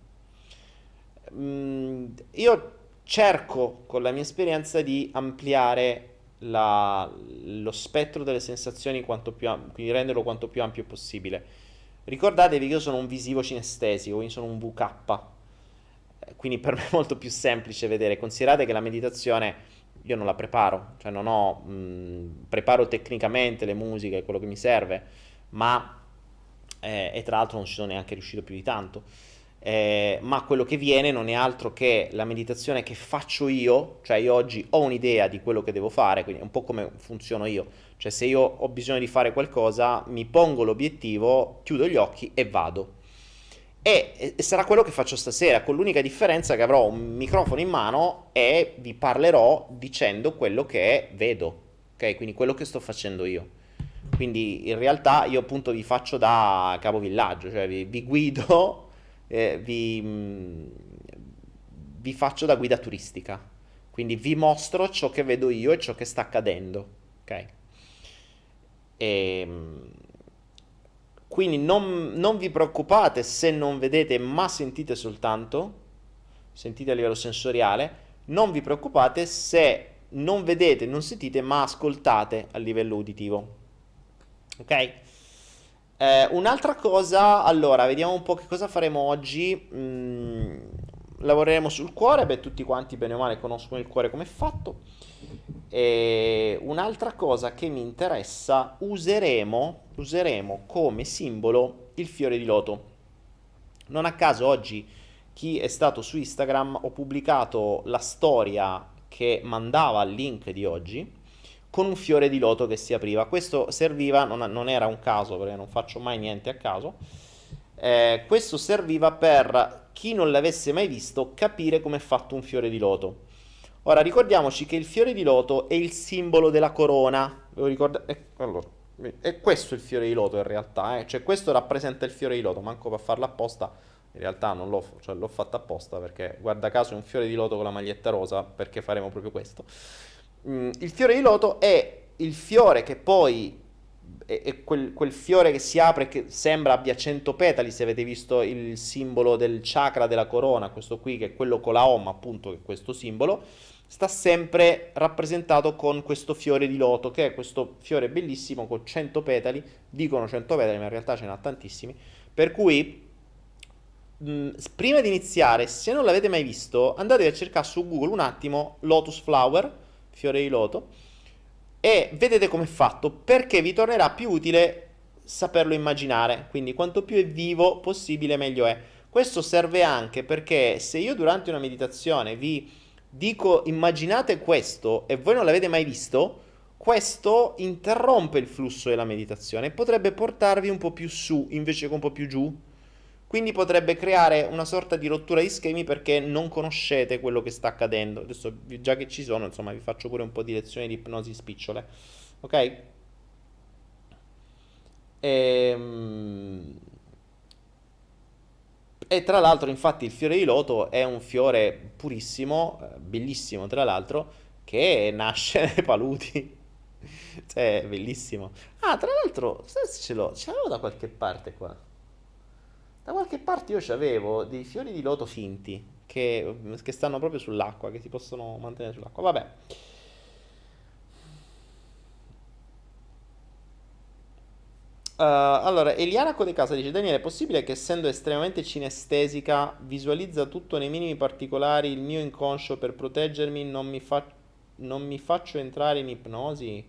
Mm, io cerco con la mia esperienza di ampliare la- lo spettro delle sensazioni quanto più am- quindi renderlo quanto più ampio possibile. Ricordatevi che io sono un visivo cinestesico, quindi sono un V K, eh, quindi per me è molto più semplice vedere. Considerate che la meditazione io non la preparo, cioè non ho, mh, preparo tecnicamente le musiche, quello che mi serve, ma eh, e tra l'altro non ci sono neanche riuscito più di tanto. Eh, ma quello che viene non è altro che la meditazione che faccio io, cioè io oggi ho un'idea di quello che devo fare, quindi è un po' come funziono io, cioè se io ho bisogno di fare qualcosa, mi pongo l'obiettivo, chiudo gli occhi e vado. E, e sarà quello che faccio stasera, con l'unica differenza che avrò un microfono in mano e vi parlerò dicendo quello che vedo, ok? Quindi quello che sto facendo io. Quindi in realtà io appunto vi faccio da capovillaggio, cioè vi, vi guido, eh, vi, mh, vi faccio da guida turistica. Quindi vi mostro ciò che vedo io e ciò che sta accadendo, ok? E, mh, quindi non, non vi preoccupate se non vedete ma sentite soltanto, sentite a livello sensoriale, non vi preoccupate se non vedete, non sentite ma ascoltate a livello uditivo. Ok? Eh, un'altra cosa, allora, vediamo un po' che cosa faremo oggi. Mm, lavoreremo sul cuore, beh, tutti quanti bene o male conoscono il cuore come è fatto. E un'altra cosa che mi interessa, useremo, useremo come simbolo il fiore di loto. Non a caso oggi chi è stato su Instagram ho pubblicato la storia che mandava il link di oggi con un fiore di loto che si apriva. Questo serviva, non, non era un caso perché non faccio mai niente a caso, eh, questo serviva per chi non l'avesse mai visto capire come è fatto un fiore di loto. Ora ricordiamoci che il fiore di loto è il simbolo della corona. Ve lo ricorda- eh, allora, è questo il fiore di loto in realtà, eh? Cioè questo rappresenta il fiore di loto, manco per farlo apposta. In realtà non l'ho, cioè, l'ho fatto apposta perché guarda caso è un fiore di loto con la maglietta rosa perché faremo proprio questo. Mm, il fiore di loto è il fiore che poi è, è quel, quel fiore che si apre che sembra abbia cento petali, se avete visto il simbolo del chakra della corona, questo qui che è quello con la Om appunto, che è questo simbolo, sta sempre rappresentato con questo fiore di loto, che è questo fiore bellissimo con cento petali, dicono cento petali ma in realtà ce ne ha tantissimi, per cui mh, prima di iniziare, se non l'avete mai visto, andate a cercare su Google un attimo Lotus Flower, fiore di loto, e vedete com'è fatto, perché vi tornerà più utile saperlo immaginare, quindi quanto più è vivo possibile meglio è. Questo serve anche perché se io durante una meditazione vi dico immaginate questo e voi non l'avete mai visto, questo interrompe il flusso della meditazione e potrebbe portarvi un po' più su invece che un po' più giù. Quindi potrebbe creare una sorta di rottura di schemi perché non conoscete quello che sta accadendo. Adesso, già che ci sono, insomma, vi faccio pure un po' di lezioni di ipnosi spicciole. Ok? Ehm... E tra l'altro, infatti, il fiore di loto è un fiore purissimo, eh, bellissimo tra l'altro, che nasce nei paludi. Cioè, è bellissimo. Ah, tra l'altro, sai se ce l'ho, ce l'avevo da qualche parte qua. Da qualche parte io c'avevo dei fiori di loto finti che, che stanno proprio sull'acqua, che si possono mantenere sull'acqua. Vabbè. Uh, allora, Eliana Codecasa dice: Daniele, è possibile che essendo estremamente cinestesica visualizza tutto nei minimi particolari il mio inconscio per proteggermi, non mi fa- non mi faccio entrare in ipnosi?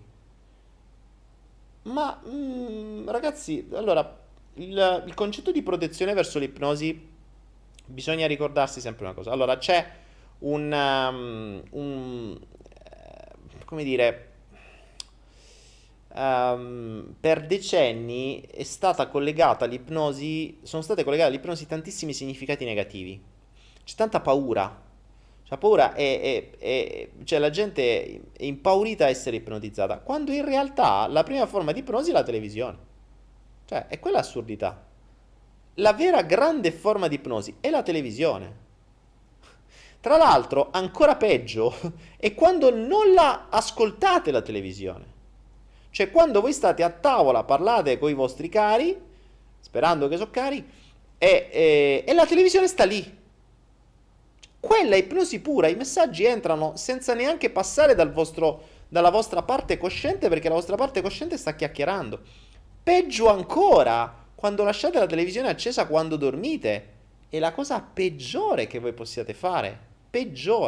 Ma mm, ragazzi, allora il, il concetto di protezione verso l'ipnosi bisogna ricordarsi sempre una cosa. Allora, c'è un, um, un eh, come dire, um, per decenni è stata collegata all'ipnosi, sono state collegate all'ipnosi tantissimi significati negativi. C'è tanta paura. La paura è, è- è- cioè la gente è impaurita a essere ipnotizzata, quando in realtà la prima forma di ipnosi è la televisione. Cioè, è quella l'assurdità. La vera grande forma di ipnosi è la televisione. Tra l'altro, ancora peggio è quando non la ascoltate la televisione. Cioè, quando voi state a tavola, parlate con i vostri cari, sperando che so cari, e, e- e la televisione sta lì. Quella è ipnosi pura, i messaggi entrano senza neanche passare dal vostro, dalla vostra parte cosciente perché la vostra parte cosciente sta chiacchierando. Peggio ancora, quando lasciate la televisione accesa quando dormite, è la cosa peggiore che voi possiate fare. Peggiore.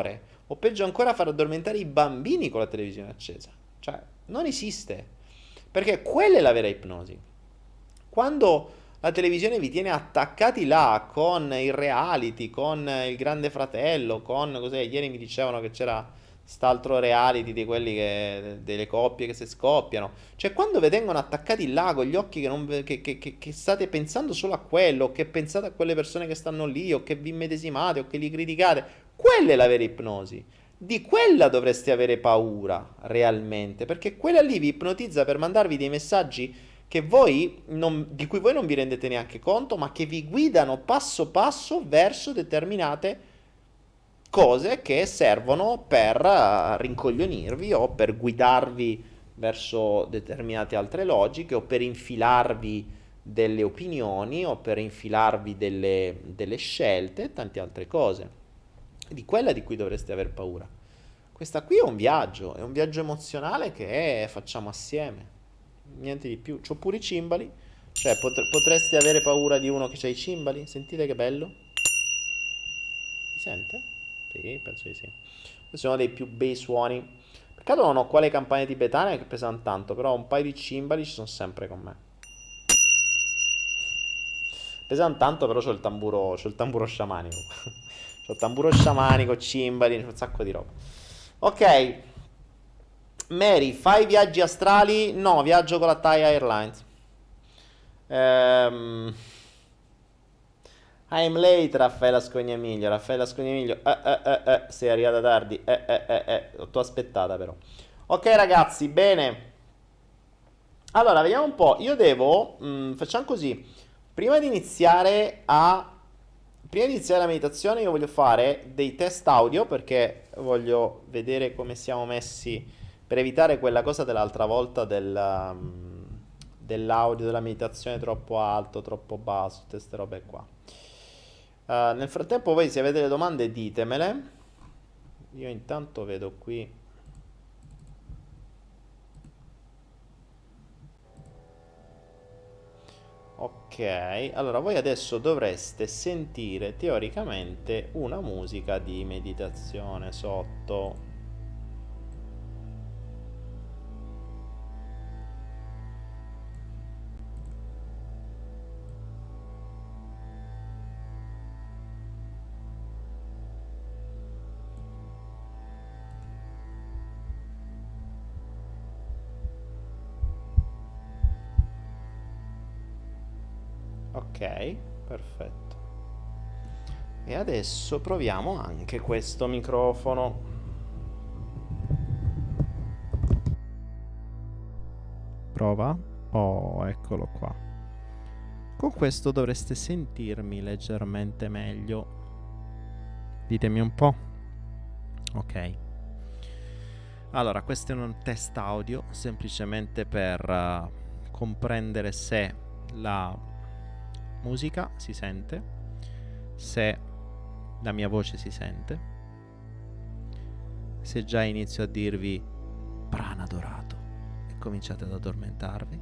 o peggio ancora far addormentare i bambini con la televisione accesa. Cioè, non esiste. Perché quella è la vera ipnosi. Quando la televisione vi tiene attaccati là con il reality, con il Grande Fratello, con cos'è? Ieri mi dicevano che c'era st'altro reality di quelli che, delle coppie che si scoppiano. Cioè, quando vi tengono attaccati là con gli occhi che, non, ve- che, che- che- che state pensando solo a quello, o che pensate a quelle persone che stanno lì, o che vi immedesimate, o che li criticate, quella è la vera ipnosi. Di quella dovreste avere paura realmente, perché quella lì vi ipnotizza per mandarvi dei messaggi che voi non- di cui voi non vi rendete neanche conto, ma che vi guidano passo passo verso determinate cose che servono per eh, rincoglionirvi o per guidarvi verso determinate altre logiche o per infilarvi delle opinioni o per infilarvi delle, delle scelte e tante altre cose. Di quella di cui dovreste aver paura. Questa qui è un viaggio, è un viaggio emozionale che facciamo assieme. Niente di più. C'ho pure i cimbali. Cioè, pot- potreste avere paura di uno che ha i cimbali? Sentite che bello. Si sente? Sì, penso di sì. Questi sono dei più bei suoni. Peccato non ho qua le campane tibetane che pesano tanto, però un paio di cimbali ci sono sempre con me. Pesano tanto, però c'ho il tamburo, c'ho il tamburo sciamanico. C'ho il tamburo sciamanico, cimbali, c'ho un sacco di roba. Ok, Mary, fai viaggi astrali? No, viaggio con la Thai Airlines. Ehm... I'm late, Raffaella Scognamiglio. Raffaella Scognamiglio, eh, eh, eh, eh, sei arrivata tardi. Eh, eh, eh, eh, t'ho aspettata però. Ok, ragazzi, bene. Allora, vediamo un po'. Io devo, mm, facciamo così. Prima di iniziare a, prima di iniziare la meditazione, io voglio fare dei test audio perché voglio vedere come siamo messi per evitare quella cosa dell'altra volta del, mm, dell'audio della meditazione troppo alto, troppo basso, tutte queste robe qua. Uh, nel frattempo voi se avete le domande ditemele. Io intanto vedo qui. Ok, allora voi adesso dovreste sentire teoricamente una musica di meditazione sotto. Ok, perfetto. E adesso proviamo anche questo microfono. Prova. Oh, eccolo qua. Con questo dovreste sentirmi leggermente meglio. Ditemi un po'. Ok. Allora, questo è un test audio semplicemente per uh, comprendere se la musica si sente, se la mia voce si sente, se già inizio a dirvi prana dorato e cominciate ad addormentarvi.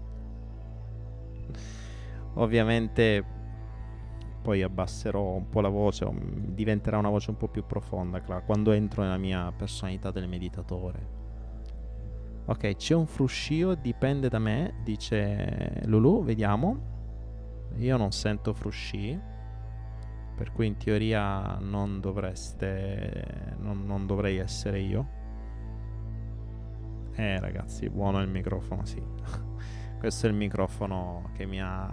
Ovviamente poi abbasserò un po' la voce, diventerà una voce un po' più profonda quando entro nella mia personalità del meditatore. Ok, c'è un fruscio, dipende da me, dice Lulu, vediamo. Io non sento frusci, per cui in teoria non dovreste, non, non dovrei essere io. Eh ragazzi, buono il microfono, sì. Questo è il microfono che mi ha...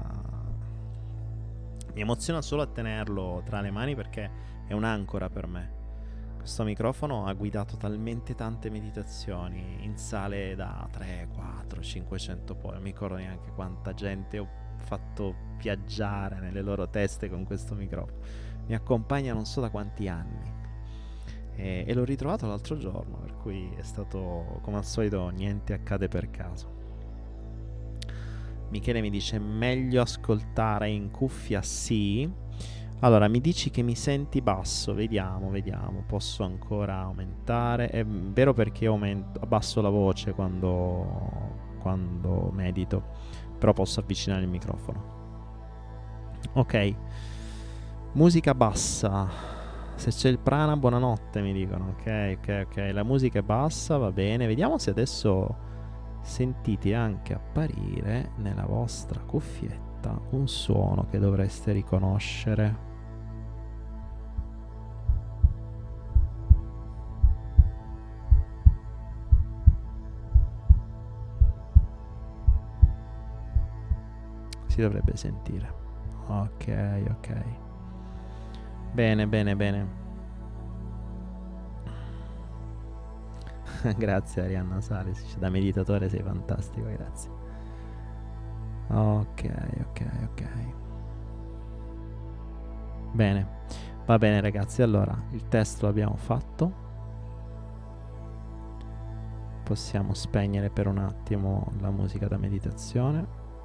mi emoziona solo a tenerlo tra le mani perché è un'ancora per me. Questo microfono ha guidato talmente tante meditazioni in sale da tre, quattro, cinquecento poi, non mi ricordo neanche quanta gente ho fatto viaggiare nelle loro teste con questo microfono. Mi accompagna non so da quanti anni e, e l'ho ritrovato l'altro giorno, per cui è stato, come al solito, niente accade per caso. Michele mi dice meglio ascoltare in cuffia, sì. Allora, mi dici che mi senti basso, vediamo, vediamo, posso ancora aumentare. È vero, perché aumento, abbasso la voce quando, quando medito, però posso avvicinare il microfono. Ok, musica bassa, Se c'è il prana, buonanotte, mi dicono. Ok, ok, ok. La musica è bassa, va bene. Vediamo se adesso sentite anche apparire nella vostra cuffietta un suono che dovreste riconoscere. Si dovrebbe sentire. Ok, ok. Bene, bene, bene. Grazie Arianna Salis, da meditatore sei fantastico, grazie. Ok, ok, ok. Bene, va bene ragazzi, allora il test lo abbiamo fatto. Possiamo spegnere per un attimo la musica da meditazione.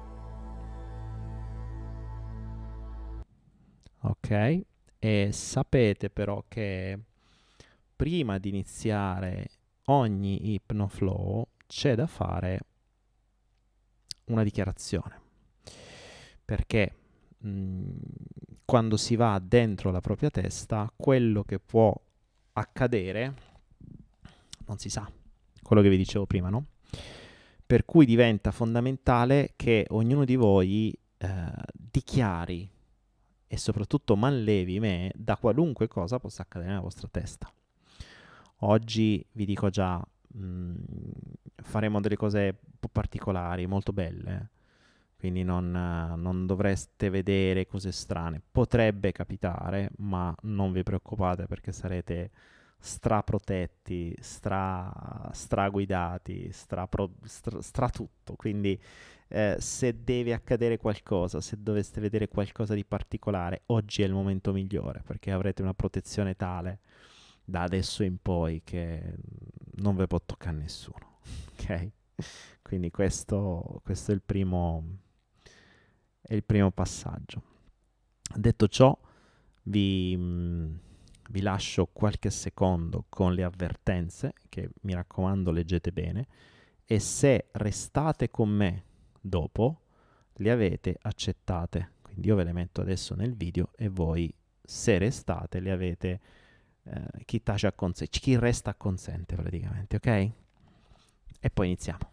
Ok, e sapete però che prima di iniziare ogni ipnoflow c'è da fare una dichiarazione, perché mh, quando si va dentro la propria testa, quello che può accadere non si sa, quello che vi dicevo prima, no? Per cui diventa fondamentale che ognuno di voi eh, dichiari e soprattutto manlevi me da qualunque cosa possa accadere nella vostra testa. Oggi vi dico già, mh, faremo delle cose un po' particolari, molto belle, quindi non, uh, non dovreste vedere cose strane. Potrebbe capitare, ma non vi preoccupate perché sarete straprotetti, stra, straguidati, stra, stra, stra tutto. Quindi eh, se deve accadere qualcosa, se doveste vedere qualcosa di particolare, oggi è il momento migliore perché avrete una protezione tale da adesso in poi che non vi può toccare nessuno, ok? Quindi questo, questo è il primo, è il primo passaggio. Detto ciò, vi, mh, vi lascio qualche secondo con le avvertenze, che mi raccomando leggete bene, e se restate con me dopo, le avete accettate. Quindi io ve le metto adesso nel video e voi, se restate, le avete... Uh, chi tace acconsente, chi resta acconsente praticamente, ok? E poi iniziamo.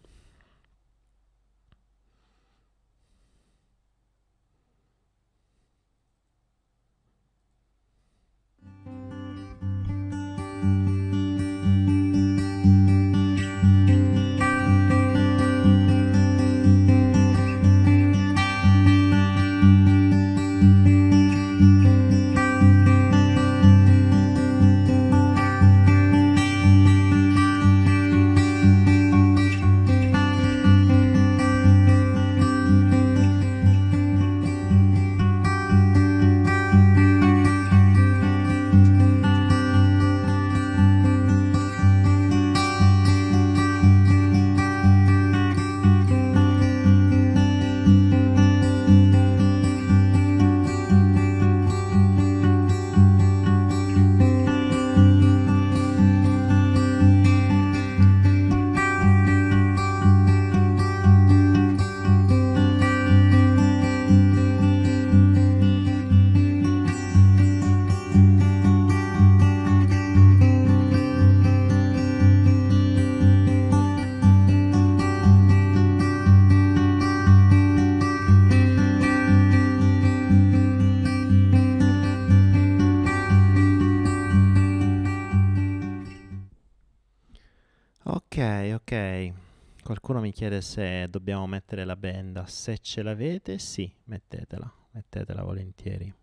Ok, ok. Qualcuno mi chiede se dobbiamo mettere la benda. Se ce l'avete, sì, mettetela. Mettetela volentieri.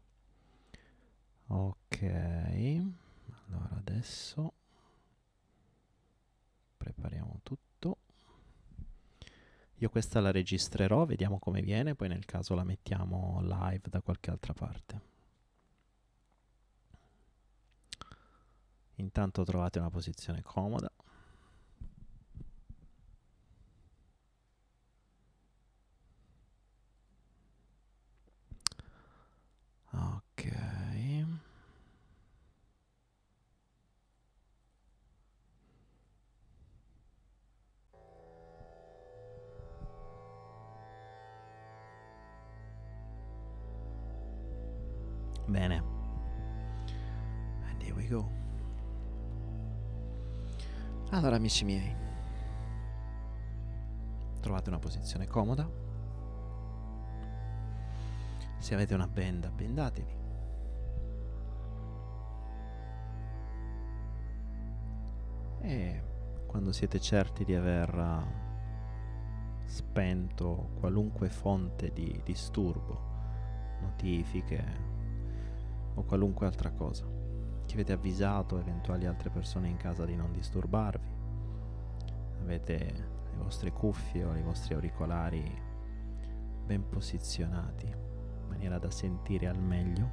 Ok. Allora adesso prepariamo tutto. Io questa la registrerò, vediamo come viene, poi nel caso la mettiamo live da qualche altra parte. Intanto trovate una posizione comoda. Ok. Bene. And here go. Allora, amici miei, trovate una posizione comoda. Se avete una benda, bendatevi. E quando siete certi di aver uh, spento qualunque fonte di disturbo, notifiche o qualunque altra cosa, che avete avvisato eventuali altre persone in casa di non disturbarvi, avete le vostre cuffie o i vostri auricolari ben posizionati in maniera da sentire al meglio,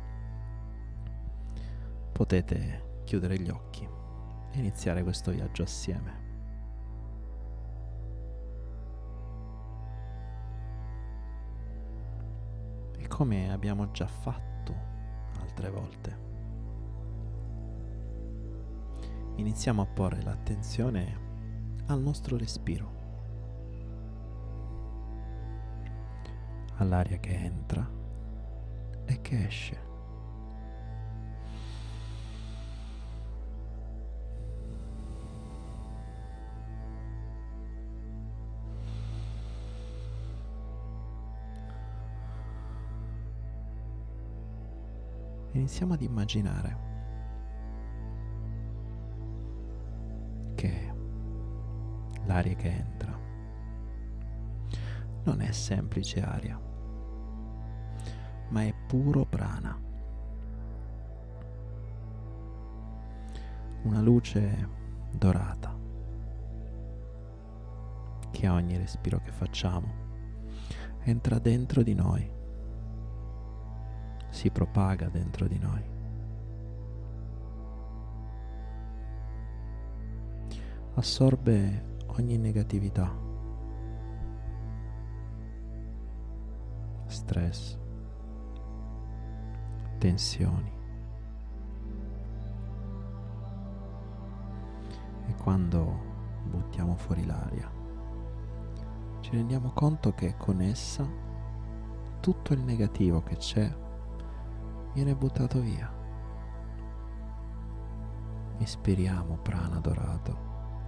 potete chiudere gli occhi e iniziare questo viaggio assieme. E come abbiamo già fatto altre volte, iniziamo a porre l'attenzione al nostro respiro, all'aria che entra e che esce. Iniziamo ad immaginare che l'aria che entra non è semplice aria, ma è puro prana. Una luce dorata che a ogni respiro che facciamo entra dentro di noi, si propaga dentro di noi. Assorbe ogni negatività, stress, tensioni. E quando buttiamo fuori l'aria, ci rendiamo conto che con essa tutto il negativo che c'è viene buttato via. Ispiriamo prana dorato.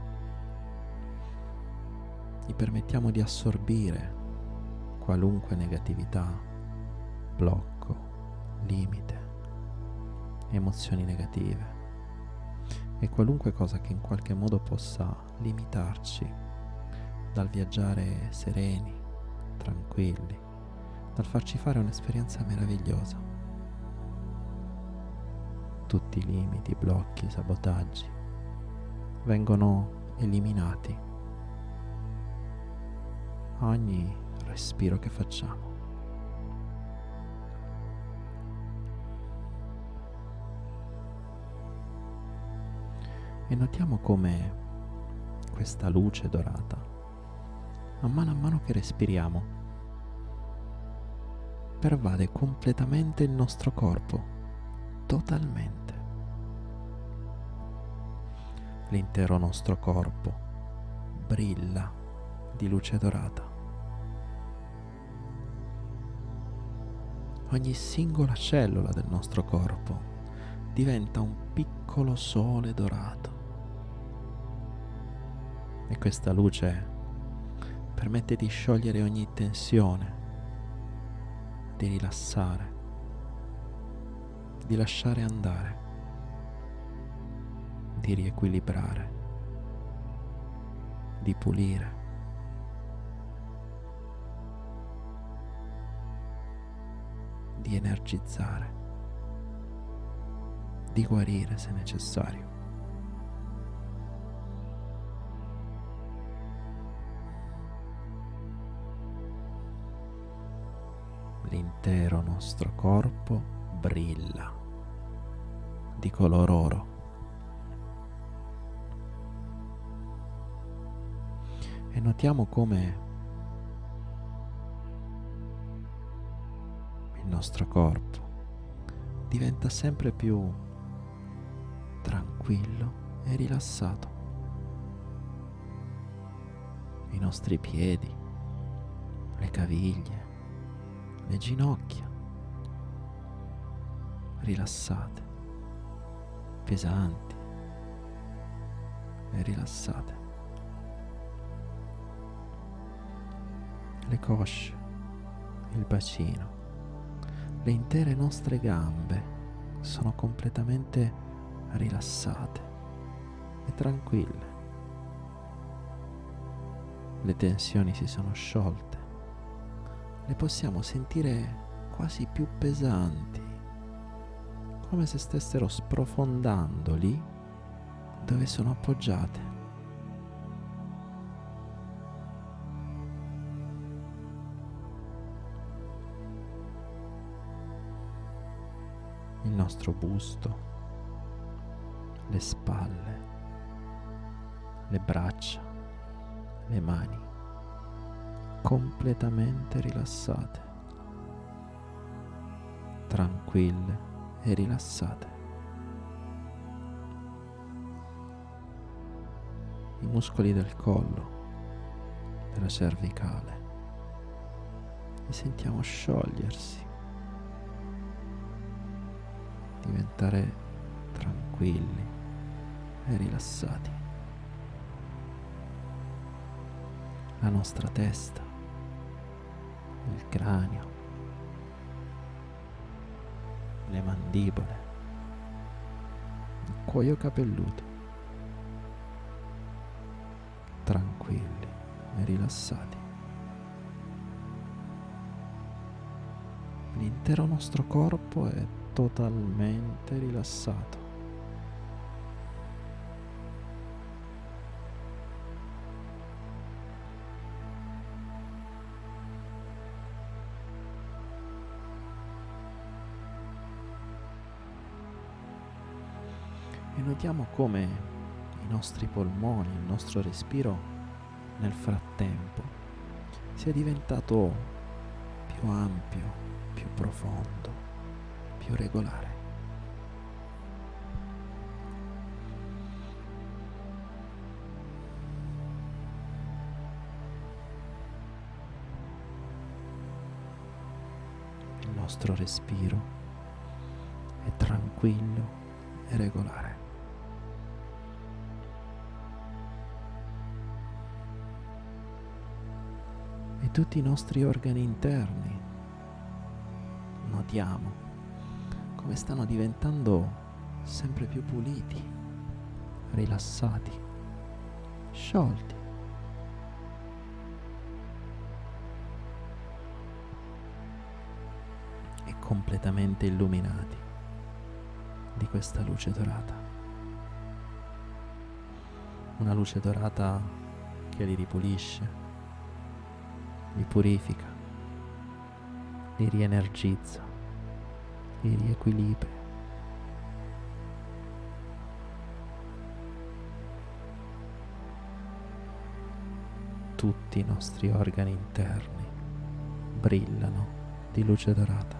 Gli permettiamo di assorbire qualunque negatività, blocco, limite, emozioni negative e qualunque cosa che in qualche modo possa limitarci dal viaggiare sereni, tranquilli, dal farci fare un'esperienza meravigliosa. Tutti i limiti, blocchi, sabotaggi vengono eliminati a ogni respiro che facciamo. E notiamo come questa luce dorata, a mano a mano che respiriamo, pervade completamente il nostro corpo. Totalmente. L'intero nostro corpo brilla di luce dorata. Ogni singola cellula del nostro corpo diventa un piccolo sole dorato. E questa luce permette di sciogliere ogni tensione, di rilassare, di lasciare andare, di riequilibrare, di pulire, di energizzare, di guarire se necessario. L'intero nostro corpo brilla di color oro. E notiamo come il nostro corpo diventa sempre più tranquillo e rilassato. I nostri piedi, le caviglie, le ginocchia rilassate, pesanti e rilassate. Le cosce, il bacino, le intere nostre gambe sono completamente rilassate e tranquille. Le tensioni si sono sciolte, le possiamo sentire quasi più pesanti, come se stessero sprofondando lì dove sono appoggiate. Il nostro busto, le spalle, le braccia, le mani, completamente rilassate, tranquille e rilassate. I muscoli del collo, della cervicale, li sentiamo sciogliersi, diventare tranquilli e rilassati. La nostra testa, il cranio, le mandibole, il cuoio capelluto, tranquilli e rilassati. L'intero nostro corpo è totalmente rilassato. E notiamo come i nostri polmoni, il nostro respiro nel frattempo sia diventato più ampio, più profondo, più regolare. Il nostro respiro è tranquillo e regolare. E tutti i nostri organi interni, notiamo come stanno diventando sempre più puliti, rilassati, sciolti. E completamente illuminati di questa luce dorata. Una luce dorata che li ripulisce, li purifica, li rienergizza, li riequilibra. Tutti i nostri organi interni brillano di luce dorata.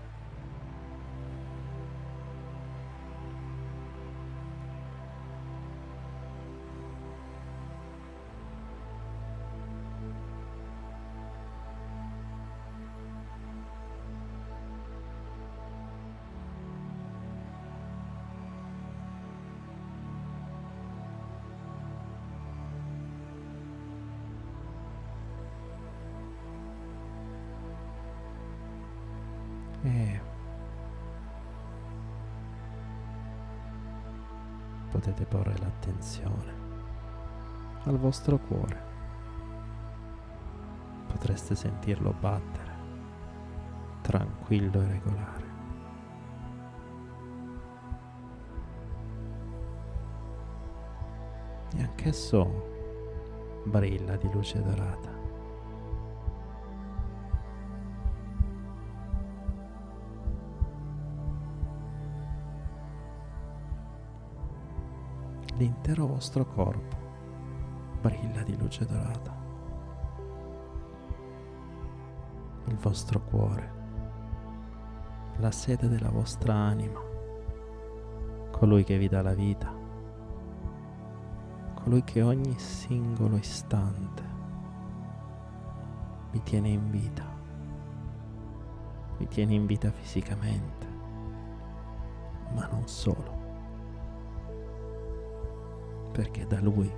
E potete porre l'attenzione al vostro cuore. Potreste sentirlo battere, tranquillo e regolare. E anch'esso brilla di luce dorata. L'intero vostro corpo brilla di luce dorata. Il vostro cuore, la sede della vostra anima, colui che vi dà la vita, colui che ogni singolo istante vi tiene in vita, vi tiene in vita fisicamente, ma non solo. perché è da Lui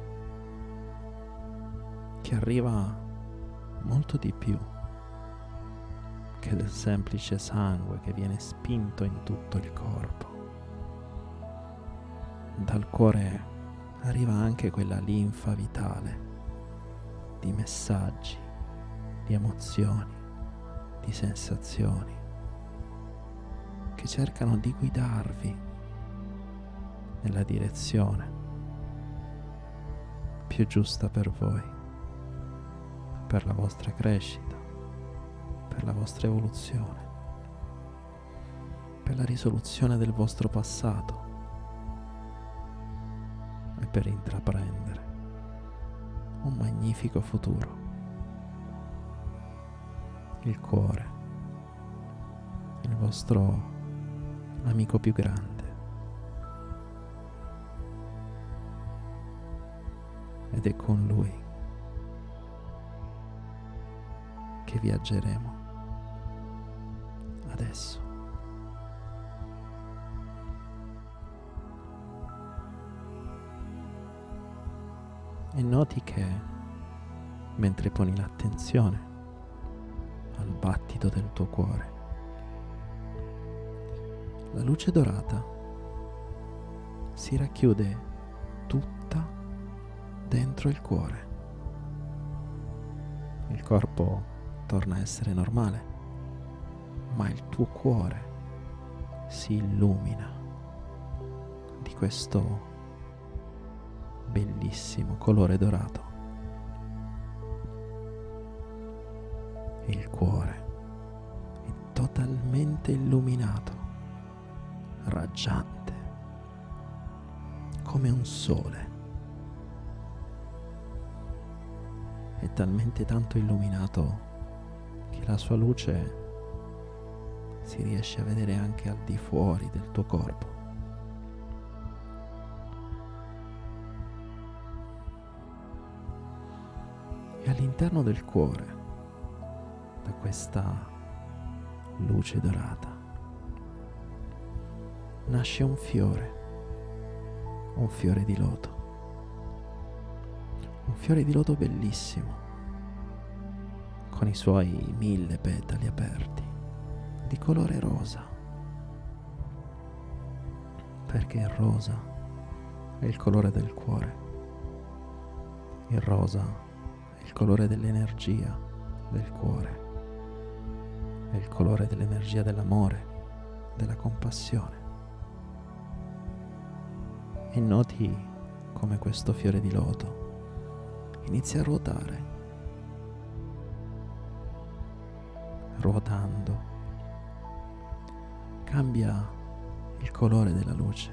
che arriva molto di più che del semplice sangue che viene spinto in tutto il corpo. Dal cuore arriva anche quella linfa vitale di messaggi, di emozioni, di sensazioni che cercano di guidarvi nella direzione più giusta per voi, per la vostra crescita, per la vostra evoluzione, per la risoluzione del vostro passato e per intraprendere un magnifico futuro. Il cuore, il vostro amico più grande, ed è con Lui che viaggeremo adesso. E noti che mentre poni l'attenzione al battito del tuo cuore, la luce dorata si racchiude tutta dentro il cuore. Il corpo torna a essere normale, ma il tuo cuore si illumina di questo bellissimo colore dorato. Il cuore è totalmente illuminato, raggiante, come un sole. È talmente tanto illuminato che la sua luce si riesce a vedere anche al di fuori del tuo corpo. E all'interno del cuore, da questa luce dorata, nasce un fiore, un fiore di loto, un fiore di loto bellissimo, con i suoi mille petali aperti, di colore rosa, perché il rosa è il colore del cuore, il rosa è il colore dell'energia del cuore, è il colore dell'energia dell'amore, della compassione. E noti come questo fiore di loto inizia a ruotare, ruotando cambia il colore della luce.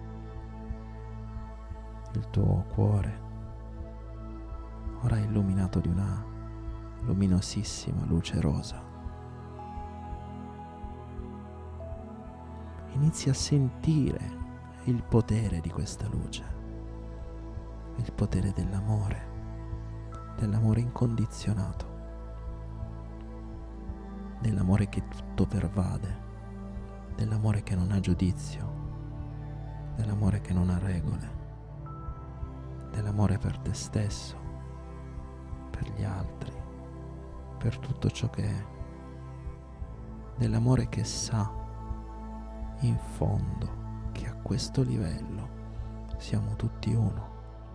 Il tuo cuore ora è illuminato di una luminosissima luce rosa. Inizi a sentire il potere di questa luce, il potere dell'amore, dell'amore incondizionato, dell'amore che tutto pervade, dell'amore che non ha giudizio, dell'amore che non ha regole, dell'amore per te stesso, per gli altri, per tutto ciò che è, dell'amore che sa in fondo che a questo livello siamo tutti uno.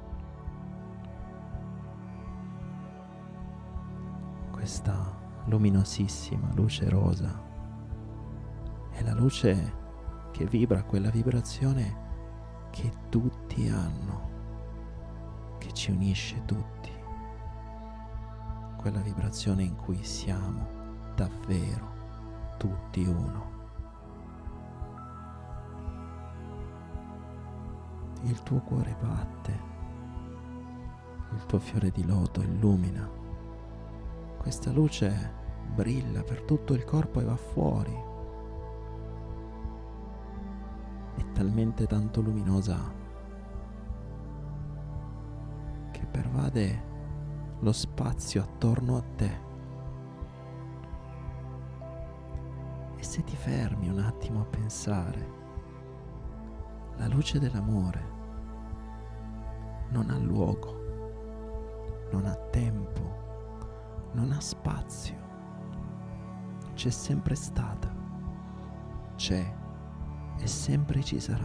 Questa luminosissima luce rosa è la luce che vibra quella vibrazione che tutti hanno, che ci unisce tutti, quella vibrazione in cui siamo davvero tutti uno. Il tuo cuore batte, il tuo fiore di loto illumina, questa luce brilla per tutto il corpo e va fuori. È talmente tanto luminosa che pervade lo spazio attorno a te. E se ti fermi un attimo a pensare, la luce dell'amore non ha luogo, non ha tempo, non ha spazio. C'è sempre stata, c'è e sempre ci sarà.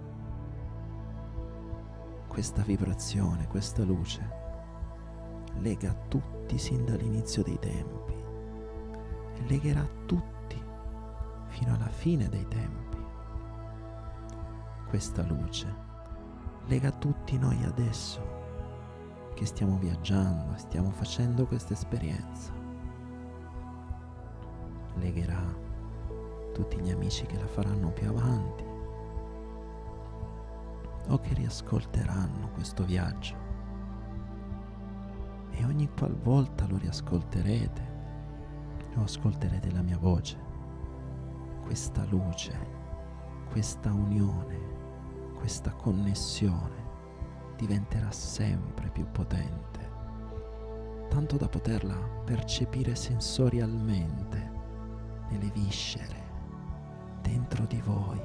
Questa vibrazione, questa luce lega tutti sin dall'inizio dei tempi e legherà tutti fino alla fine dei tempi. Questa luce lega tutti noi adesso che stiamo viaggiando e stiamo facendo questa esperienza. Legherà tutti gli amici che la faranno più avanti o che riascolteranno questo viaggio. E ogni qualvolta lo riascolterete o ascolterete la mia voce, questa luce, questa unione, questa connessione diventerà sempre più potente, tanto da poterla percepire sensorialmente nelle viscere, dentro di voi.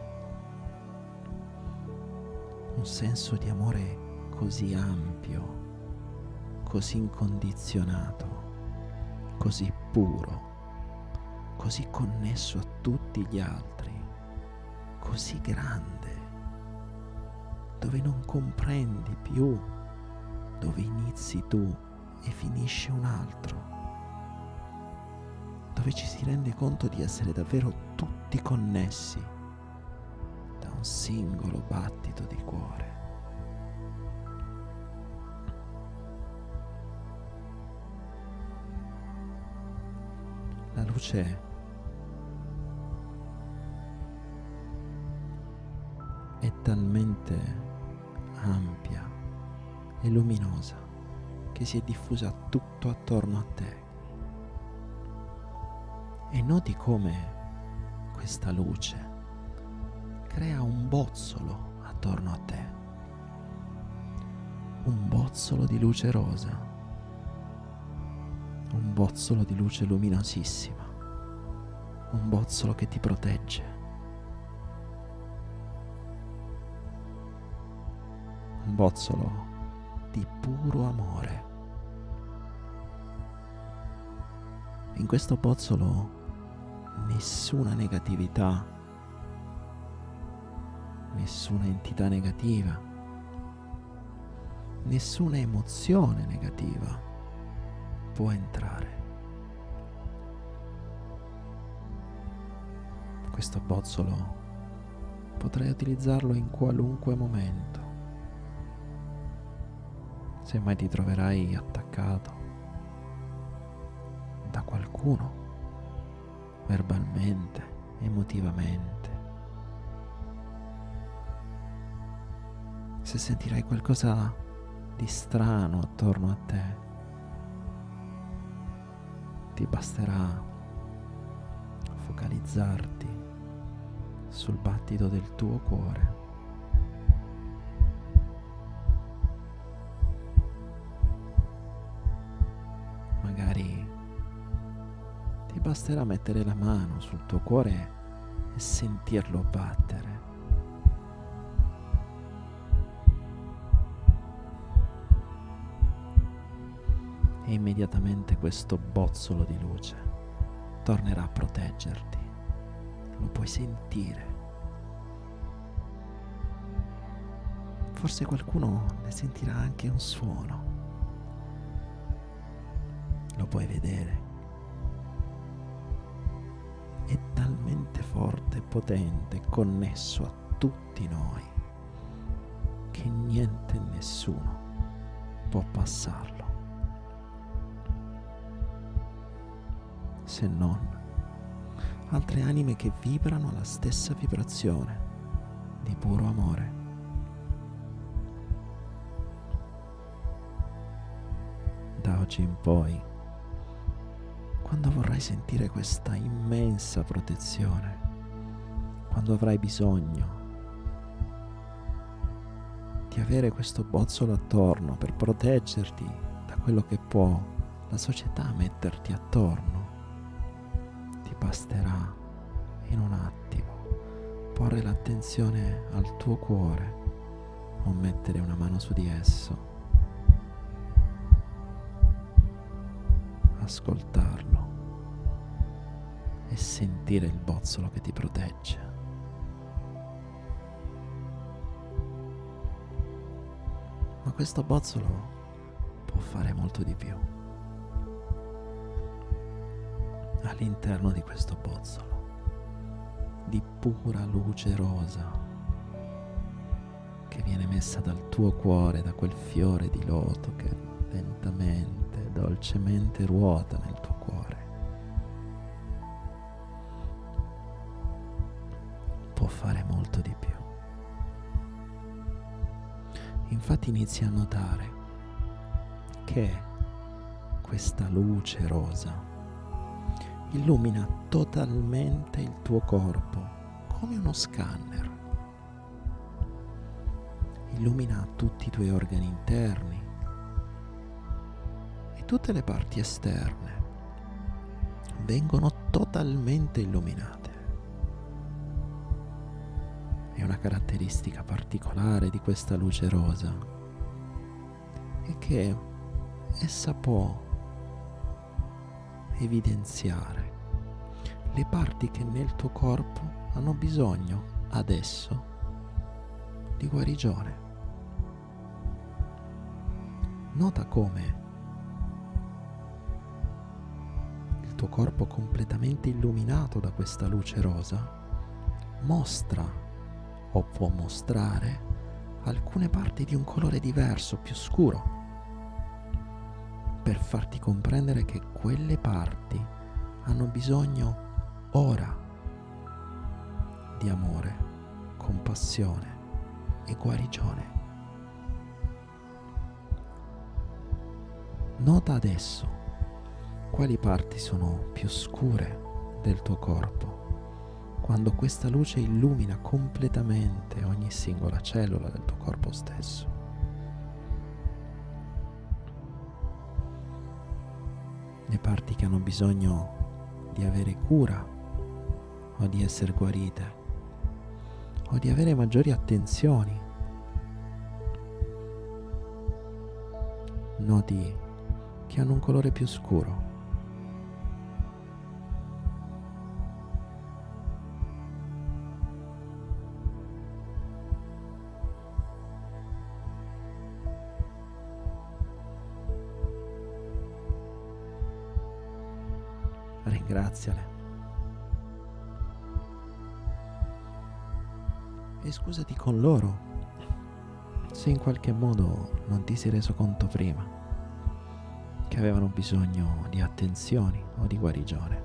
Un senso di amore così ampio, così incondizionato, così puro, così connesso a tutti gli altri, così grande, dove non comprendi più dove inizi tu e finisce un altro, dove ci si rende conto di essere davvero tutti connessi da un singolo battito di cuore. La luce è talmente ampia e luminosa che si è diffusa tutto attorno a te. E noti come questa luce crea un bozzolo attorno a te, un bozzolo di luce rosa, un bozzolo di luce luminosissima, un bozzolo che ti protegge, un bozzolo di puro amore. In questo bozzolo nessuna negatività, nessuna entità negativa, nessuna emozione negativa può entrare. Questo bozzolo potrai utilizzarlo in qualunque momento. Se mai ti troverai attaccato da qualcuno, verbalmente, emotivamente, se sentirai qualcosa di strano attorno a te, ti basterà focalizzarti sul battito del tuo cuore. Magari ti basterà mettere la mano sul tuo cuore e sentirlo battere. E immediatamente questo bozzolo di luce tornerà a proteggerti. Lo puoi sentire. Forse qualcuno ne sentirà anche un suono. Lo puoi vedere. È talmente forte, potente, connesso a tutti noi che niente e nessuno può passarlo, se non altre anime che vibrano alla stessa vibrazione di puro amore. Da oggi in poi, quando vorrai sentire questa immensa protezione, quando avrai bisogno di avere questo bozzolo attorno per proteggerti da quello che può la società metterti attorno, ti basterà in un attimo porre l'attenzione al tuo cuore o mettere una mano su di esso ascoltarlo e sentire il bozzolo che ti protegge. Ma questo bozzolo può fare molto di più. All'interno di questo bozzolo di pura luce rosa che viene messa dal tuo cuore, da quel fiore di loto che lentamente, dolcemente ruota nel tuo cuore, può fare molto di più. Infatti inizi a notare che questa luce rosa illumina totalmente il tuo corpo come uno scanner. Illumina tutti i tuoi organi interni e tutte le parti esterne vengono totalmente illuminate. È una caratteristica particolare di questa luce rosa è che essa può evidenziare le parti che nel tuo corpo hanno bisogno adesso di guarigione. Nota come il tuo corpo completamente illuminato da questa luce rosa mostra o può mostrare alcune parti di un colore diverso, più scuro, per farti comprendere che quelle parti hanno bisogno ora di amore, compassione e guarigione. Nota adesso quali parti sono più scure del tuo corpo quando questa luce illumina completamente ogni singola cellula del tuo corpo stesso. Le parti che hanno bisogno di avere cura o di essere guarite o di avere maggiori attenzioni. Noti che hanno un colore più scuro. Ringraziale e scusati con loro se in qualche modo non ti sei reso conto prima che avevano bisogno di attenzioni o di guarigione.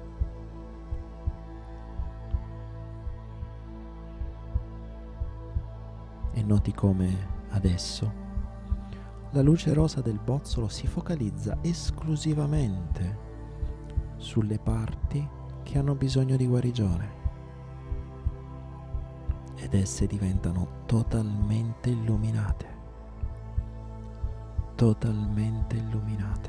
E noti come adesso la luce rosa del bozzolo si focalizza esclusivamente sulle parti che hanno bisogno di guarigione ed esse diventano totalmente illuminate, totalmente illuminate.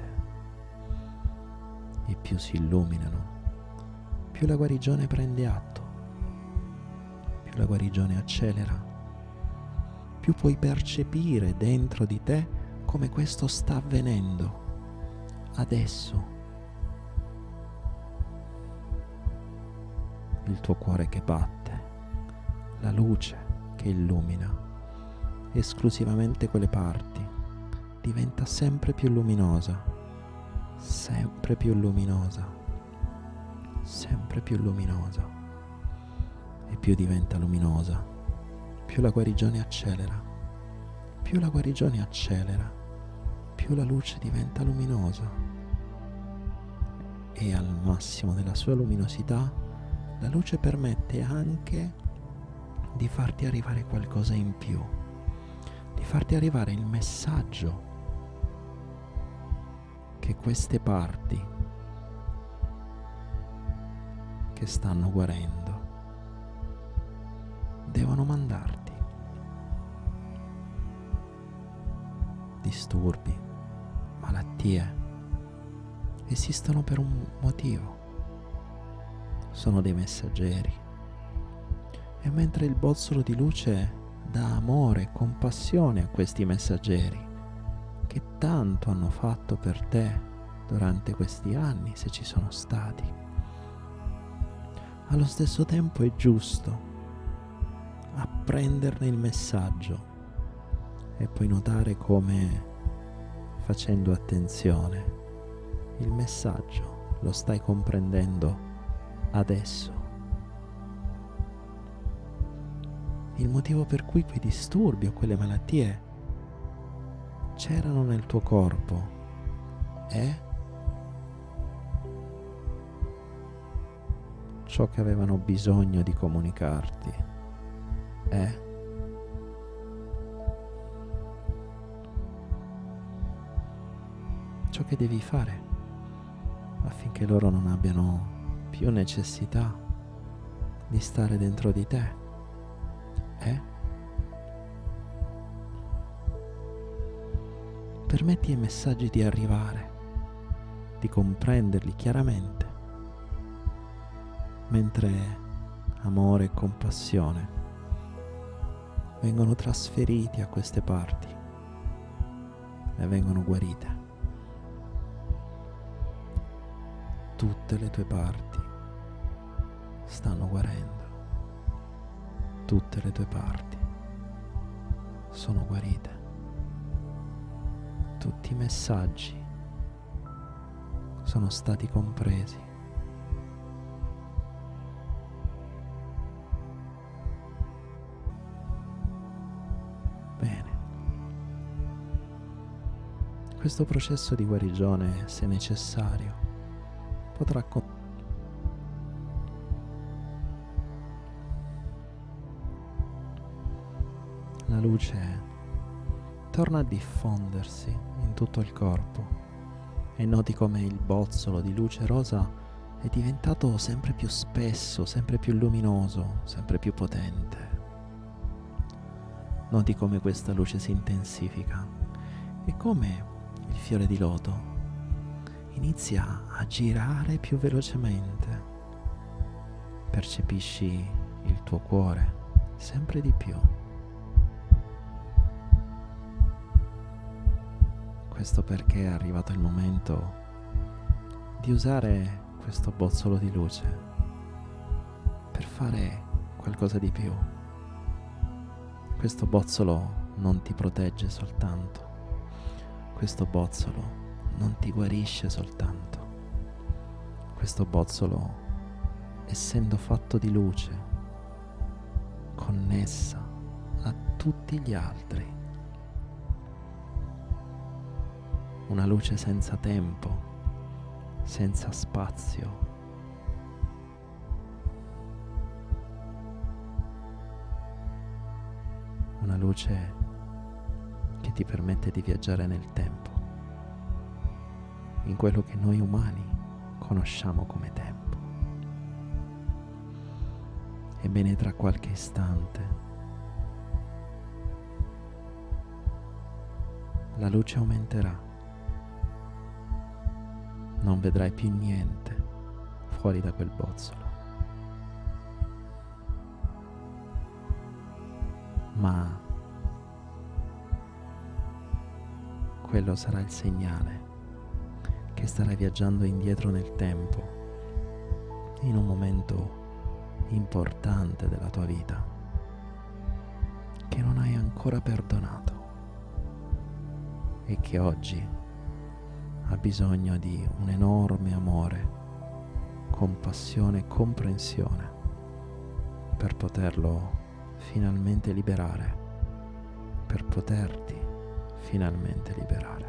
E più si illuminano, più la guarigione prende atto, più la guarigione accelera, più puoi percepire dentro di te come questo sta avvenendo adesso. Il tuo cuore che batte, la luce che illumina esclusivamente quelle parti diventa sempre più luminosa, sempre più luminosa, sempre più luminosa, e più diventa luminosa, più la guarigione accelera, più la guarigione accelera, più la luce diventa luminosa, e al massimo della sua luminosità la luce permette anche di farti arrivare qualcosa in più, di farti arrivare il messaggio che queste parti che stanno guarendo devono mandarti. Disturbi, malattie esistono per un motivo, sono dei messaggeri, e mentre il bozzolo di luce dà amore e compassione a questi messaggeri che tanto hanno fatto per te durante questi anni, se ci sono stati. Allo stesso tempo è giusto apprenderne il messaggio e poi notare come, facendo attenzione, il messaggio lo stai comprendendo adesso. Il motivo per cui quei disturbi o quelle malattie c'erano nel tuo corpo è ciò che avevano bisogno di comunicarti, è ciò che devi fare affinché loro non abbiano più necessità di stare dentro di te, è permetti ai messaggi di arrivare, di comprenderli chiaramente, mentre amore e compassione vengono trasferiti a queste parti e vengono guarite. Tutte le tue parti stanno guarendo, tutte le tue parti sono guarite, tutti i messaggi sono stati compresi. Bene. Questo processo di guarigione, se necessario, potrà con- la luce torna a diffondersi in tutto il corpo e noti come il bozzolo di luce rosa è diventato sempre più spesso, sempre più luminoso, sempre più potente. Noti come questa luce si intensifica e come il fiore di loto inizia a girare più velocemente. Percepisci il tuo cuore sempre di più. Questo perché è arrivato il momento di usare questo bozzolo di luce per fare qualcosa di più. Questo bozzolo non ti protegge soltanto. Questo bozzolo non ti guarisce soltanto. Questo bozzolo, essendo fatto di luce, connessa a tutti gli altri, una luce senza tempo, senza spazio, una luce che ti permette di viaggiare nel tempo, in quello che noi umani conosciamo come tempo. Ebbene, tra qualche istante la luce aumenterà. Non vedrai più niente fuori da quel bozzolo, ma quello sarà il segnale che starai viaggiando indietro nel tempo, in un momento importante della tua vita, che non hai ancora perdonato e che oggi ha bisogno di un enorme amore, compassione e comprensione per poterlo finalmente liberare, per poterti finalmente liberare.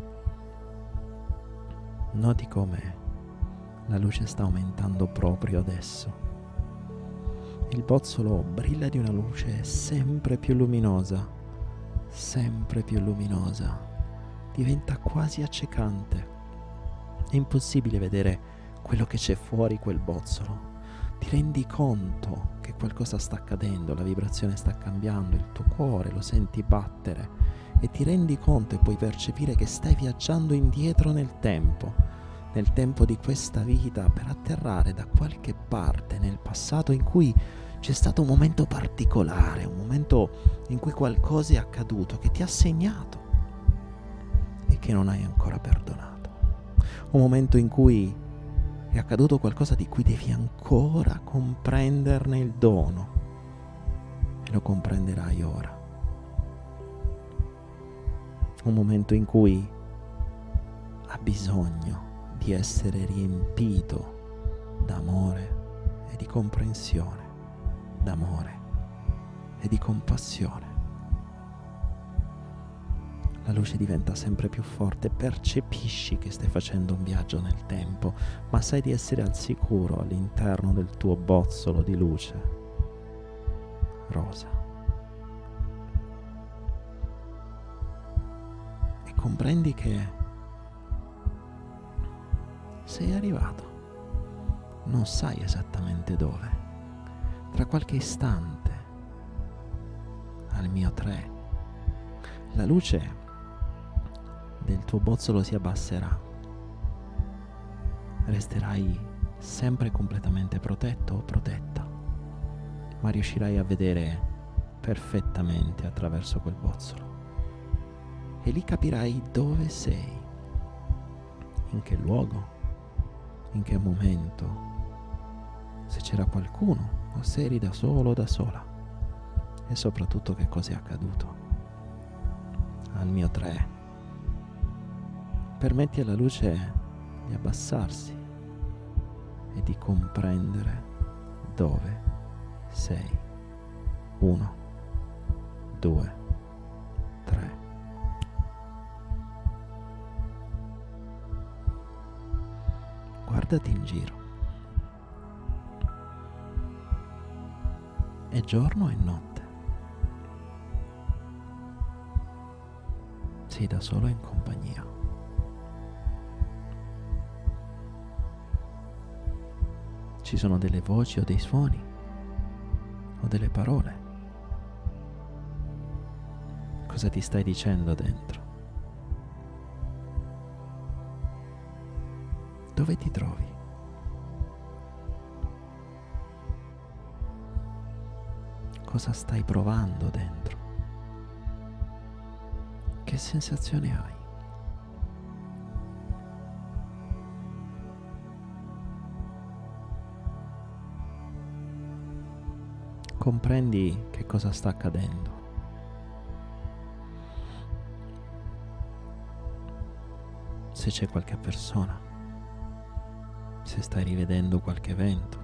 Noti come la luce sta aumentando proprio adesso. Il bozzolo brilla di una luce sempre più luminosa, sempre più luminosa. Diventa quasi accecante. È impossibile vedere quello che c'è fuori quel bozzolo. Ti rendi conto che qualcosa sta accadendo, la vibrazione sta cambiando, il tuo cuore lo senti battere e ti rendi conto e puoi percepire che stai viaggiando indietro nel tempo, nel tempo di questa vita, per atterrare da qualche parte nel passato in cui c'è stato un momento particolare, un momento in cui qualcosa è accaduto che ti ha segnato e che non hai ancora perdonato. un momento in cui è accaduto qualcosa di cui devi ancora comprenderne il dono, e lo comprenderai ora. Un momento in cui ha bisogno di essere riempito d'amore e di comprensione, d'amore e di compassione. La luce diventa sempre più forte, percepisci che stai facendo un viaggio nel tempo, ma sai di essere al sicuro all'interno del tuo bozzolo di luce rosa. E comprendi che sei arrivato, non sai esattamente dove. Tra qualche istante, al mio tre, la luce del tuo bozzolo si abbasserà. Resterai sempre completamente protetto o protetta, ma riuscirai a vedere perfettamente attraverso quel bozzolo. E lì capirai dove sei, in che luogo, in che momento, se c'era qualcuno o se eri da solo o da sola, e soprattutto che cosa è accaduto. Al mio tre, permetti alla luce di abbassarsi e di comprendere dove sei. Uno, due, tre. Guardati in giro. È giorno e notte. Sei da solo in compagnia. Ci sono delle voci o dei suoni o delle parole. Cosa ti stai dicendo dentro? Dove ti trovi? Cosa stai provando dentro? Che sensazione hai? Comprendi che cosa sta accadendo. Se c'è qualche persona, se stai rivedendo qualche evento,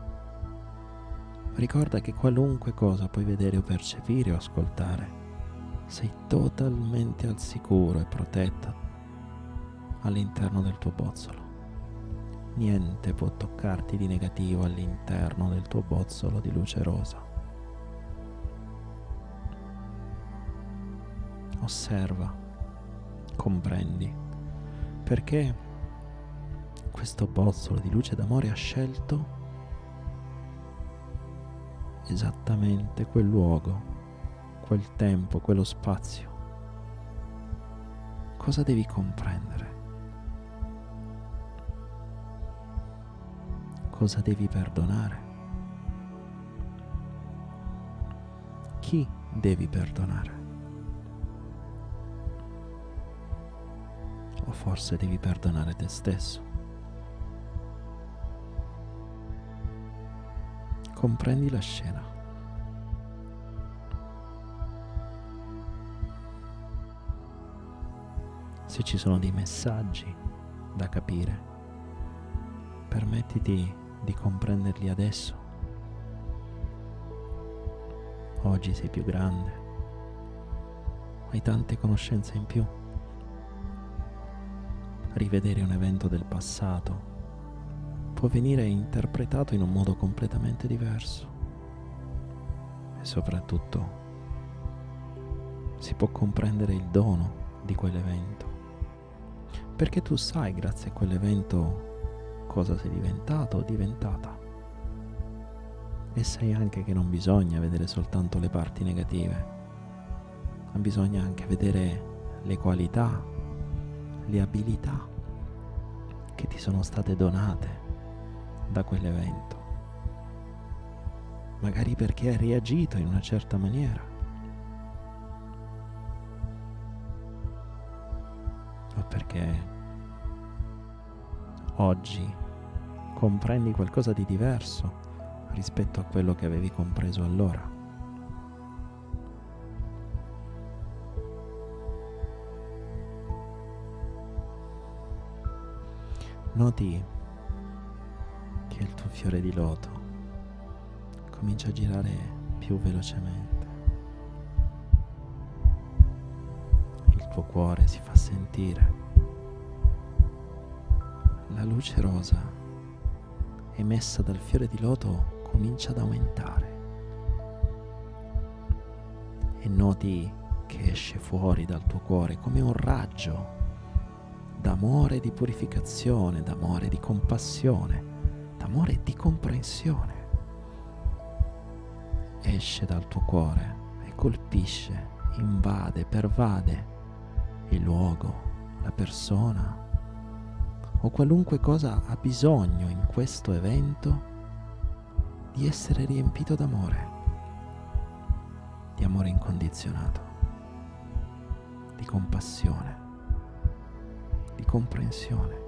ricorda che qualunque cosa puoi vedere o percepire o ascoltare, sei totalmente al sicuro e protetta all'interno del tuo bozzolo. Niente può toccarti di negativo all'interno del tuo bozzolo di luce rosa. Osserva, comprendi, perché questo bozzolo di luce d'amore ha scelto esattamente quel luogo, quel tempo, quello spazio. Cosa devi comprendere? Cosa devi perdonare? Chi devi perdonare? O forse devi perdonare te stesso? Comprendi la scena. Se ci sono dei messaggi da capire, permettiti di comprenderli adesso. Oggi sei più grande, hai tante conoscenze in più. Rivedere un evento del passato può venire interpretato in un modo completamente diverso e soprattutto si può comprendere il dono di quell'evento, perché tu sai grazie a quell'evento cosa sei diventato o diventata, e sai anche che non bisogna vedere soltanto le parti negative, ma bisogna anche vedere le qualità, le abilità che ti sono state donate da quell'evento, magari perché hai reagito in una certa maniera, o perché oggi comprendi qualcosa di diverso rispetto a quello che avevi compreso allora. Noti che il tuo fiore di loto comincia a girare più velocemente. Il tuo cuore si fa sentire. La luce rosa emessa dal fiore di loto comincia ad aumentare. E noti che esce fuori dal tuo cuore come un raggio d'amore e di purificazione, d'amore e di compassione, d'amore e di comprensione. Esce dal tuo cuore e colpisce, invade, pervade il luogo, la persona o qualunque cosa ha bisogno in questo evento di essere riempito d'amore, di amore incondizionato, di compassione, di comprensione.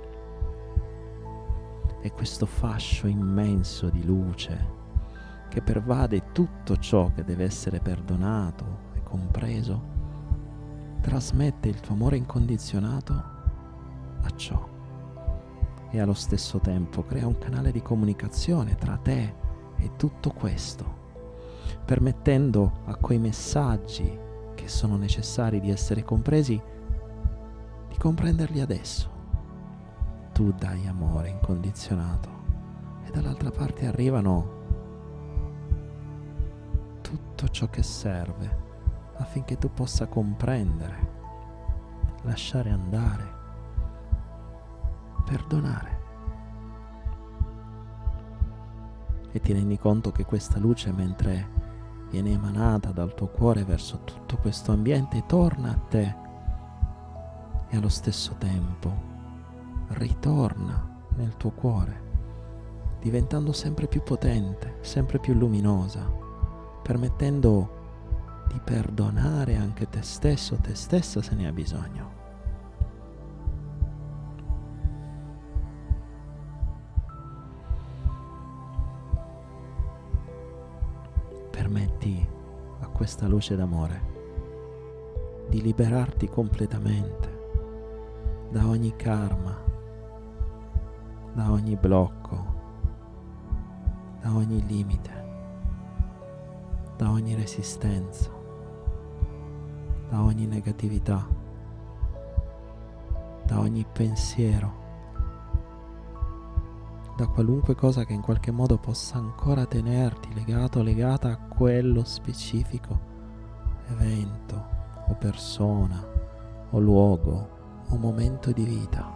E questo fascio immenso di luce che pervade tutto ciò che deve essere perdonato e compreso, trasmette il tuo amore incondizionato a ciò e allo stesso tempo crea un canale di comunicazione tra te e tutto questo, permettendo a quei messaggi che sono necessari di essere compresi di comprenderli adesso. Tu dai amore incondizionato e dall'altra parte arrivano tutto ciò che serve affinché tu possa comprendere, lasciare andare, perdonare. E ti rendi conto che questa luce, mentre viene emanata dal tuo cuore verso tutto questo ambiente, torna a te e allo stesso tempo ritorna nel tuo cuore, diventando sempre più potente, sempre più luminosa, permettendo di perdonare anche te stesso, te stessa se ne ha bisogno. Permetti a questa luce d'amore di liberarti completamente da ogni karma, da ogni blocco, da ogni limite, da ogni resistenza, da ogni negatività, da ogni pensiero, da qualunque cosa che in qualche modo possa ancora tenerti legato o legata a quello specifico evento o persona o luogo o momento di vita.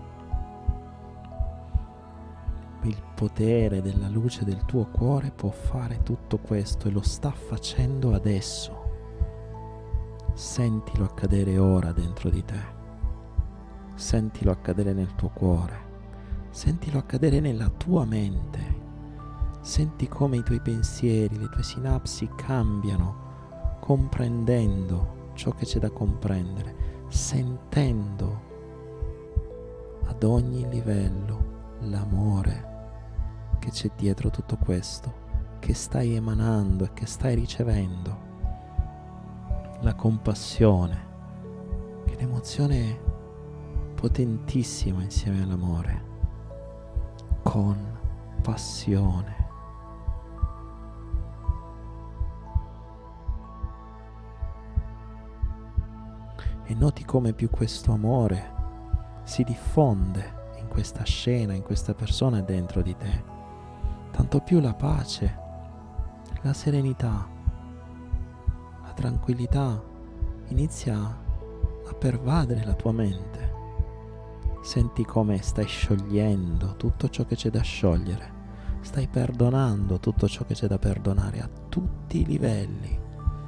Il potere della luce del tuo cuore può fare tutto questo e lo sta facendo adesso. Sentilo accadere ora dentro di te. Sentilo accadere nel tuo cuore. Sentilo accadere nella tua mente. Senti come i tuoi pensieri, le tue sinapsi cambiano, comprendendo ciò che c'è da comprendere, sentendo ad ogni livello l'amore che c'è dietro tutto questo, che stai emanando e che stai ricevendo, la compassione, che è un'emozione potentissima insieme all'amore, con passione. E noti come più questo amore si diffonde in questa scena, in questa persona dentro di te, tanto più la pace, la serenità, la tranquillità inizia a pervadere la tua mente. Senti come stai sciogliendo tutto ciò che c'è da sciogliere, stai perdonando tutto ciò che c'è da perdonare a tutti i livelli: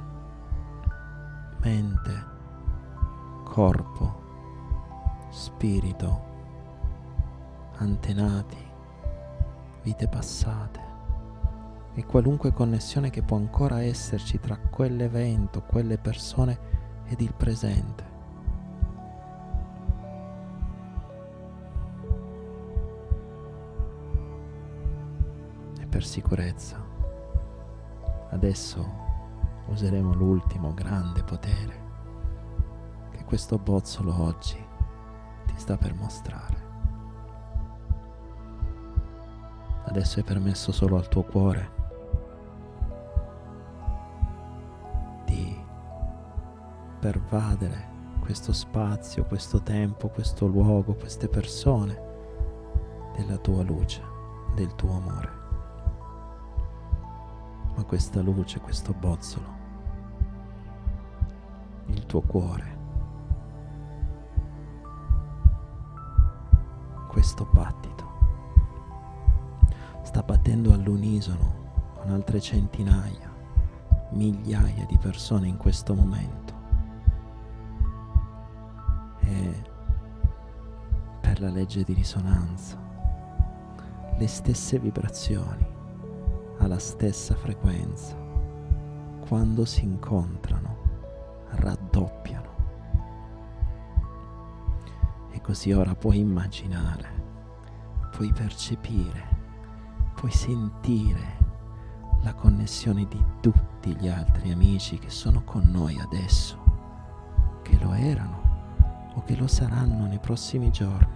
mente, corpo, spirito, antenati, vite passate e qualunque connessione che può ancora esserci tra quell'evento, quelle persone ed il presente. per sicurezza, adesso useremo l'ultimo grande potere che questo bozzolo oggi ti sta per mostrare. Adesso è permesso solo al tuo cuore di pervadere questo spazio, questo tempo, questo luogo, queste persone della tua luce, del tuo amore. Ma questa luce, questo bozzolo, il tuo cuore, questo battito, sta battendo all'unisono con altre centinaia, migliaia di persone in questo momento. E per la legge di risonanza, le stesse vibrazioni alla stessa frequenza, quando si incontrano, raddoppiano. E così ora puoi immaginare, puoi percepire, puoi sentire la connessione di tutti gli altri amici che sono con noi adesso, che lo erano o che lo saranno nei prossimi giorni.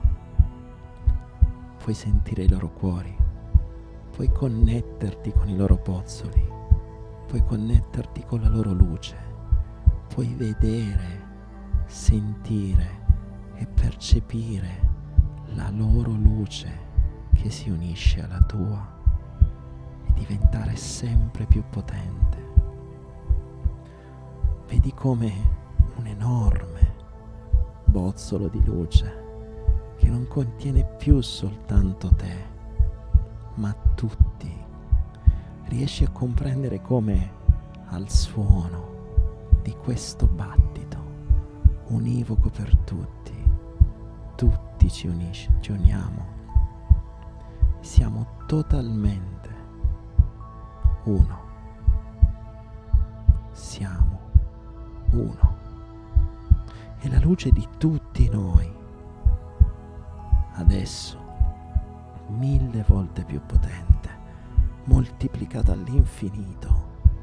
Puoi sentire i loro cuori, puoi connetterti con i loro bozzoli, puoi connetterti con la loro luce, puoi vedere, sentire e percepire la loro luce che si unisce alla tua e diventare sempre più potente. Vedi come un enorme bozzolo di luce che non contiene più soltanto te, ma tutti. Riesci a comprendere come al suono di questo battito univoco per tutti, tutti ci, unisci, ci uniamo. Siamo totalmente uno. Siamo uno. E la luce di tutti noi, adesso, mille volte più potente, moltiplicata all'infinito,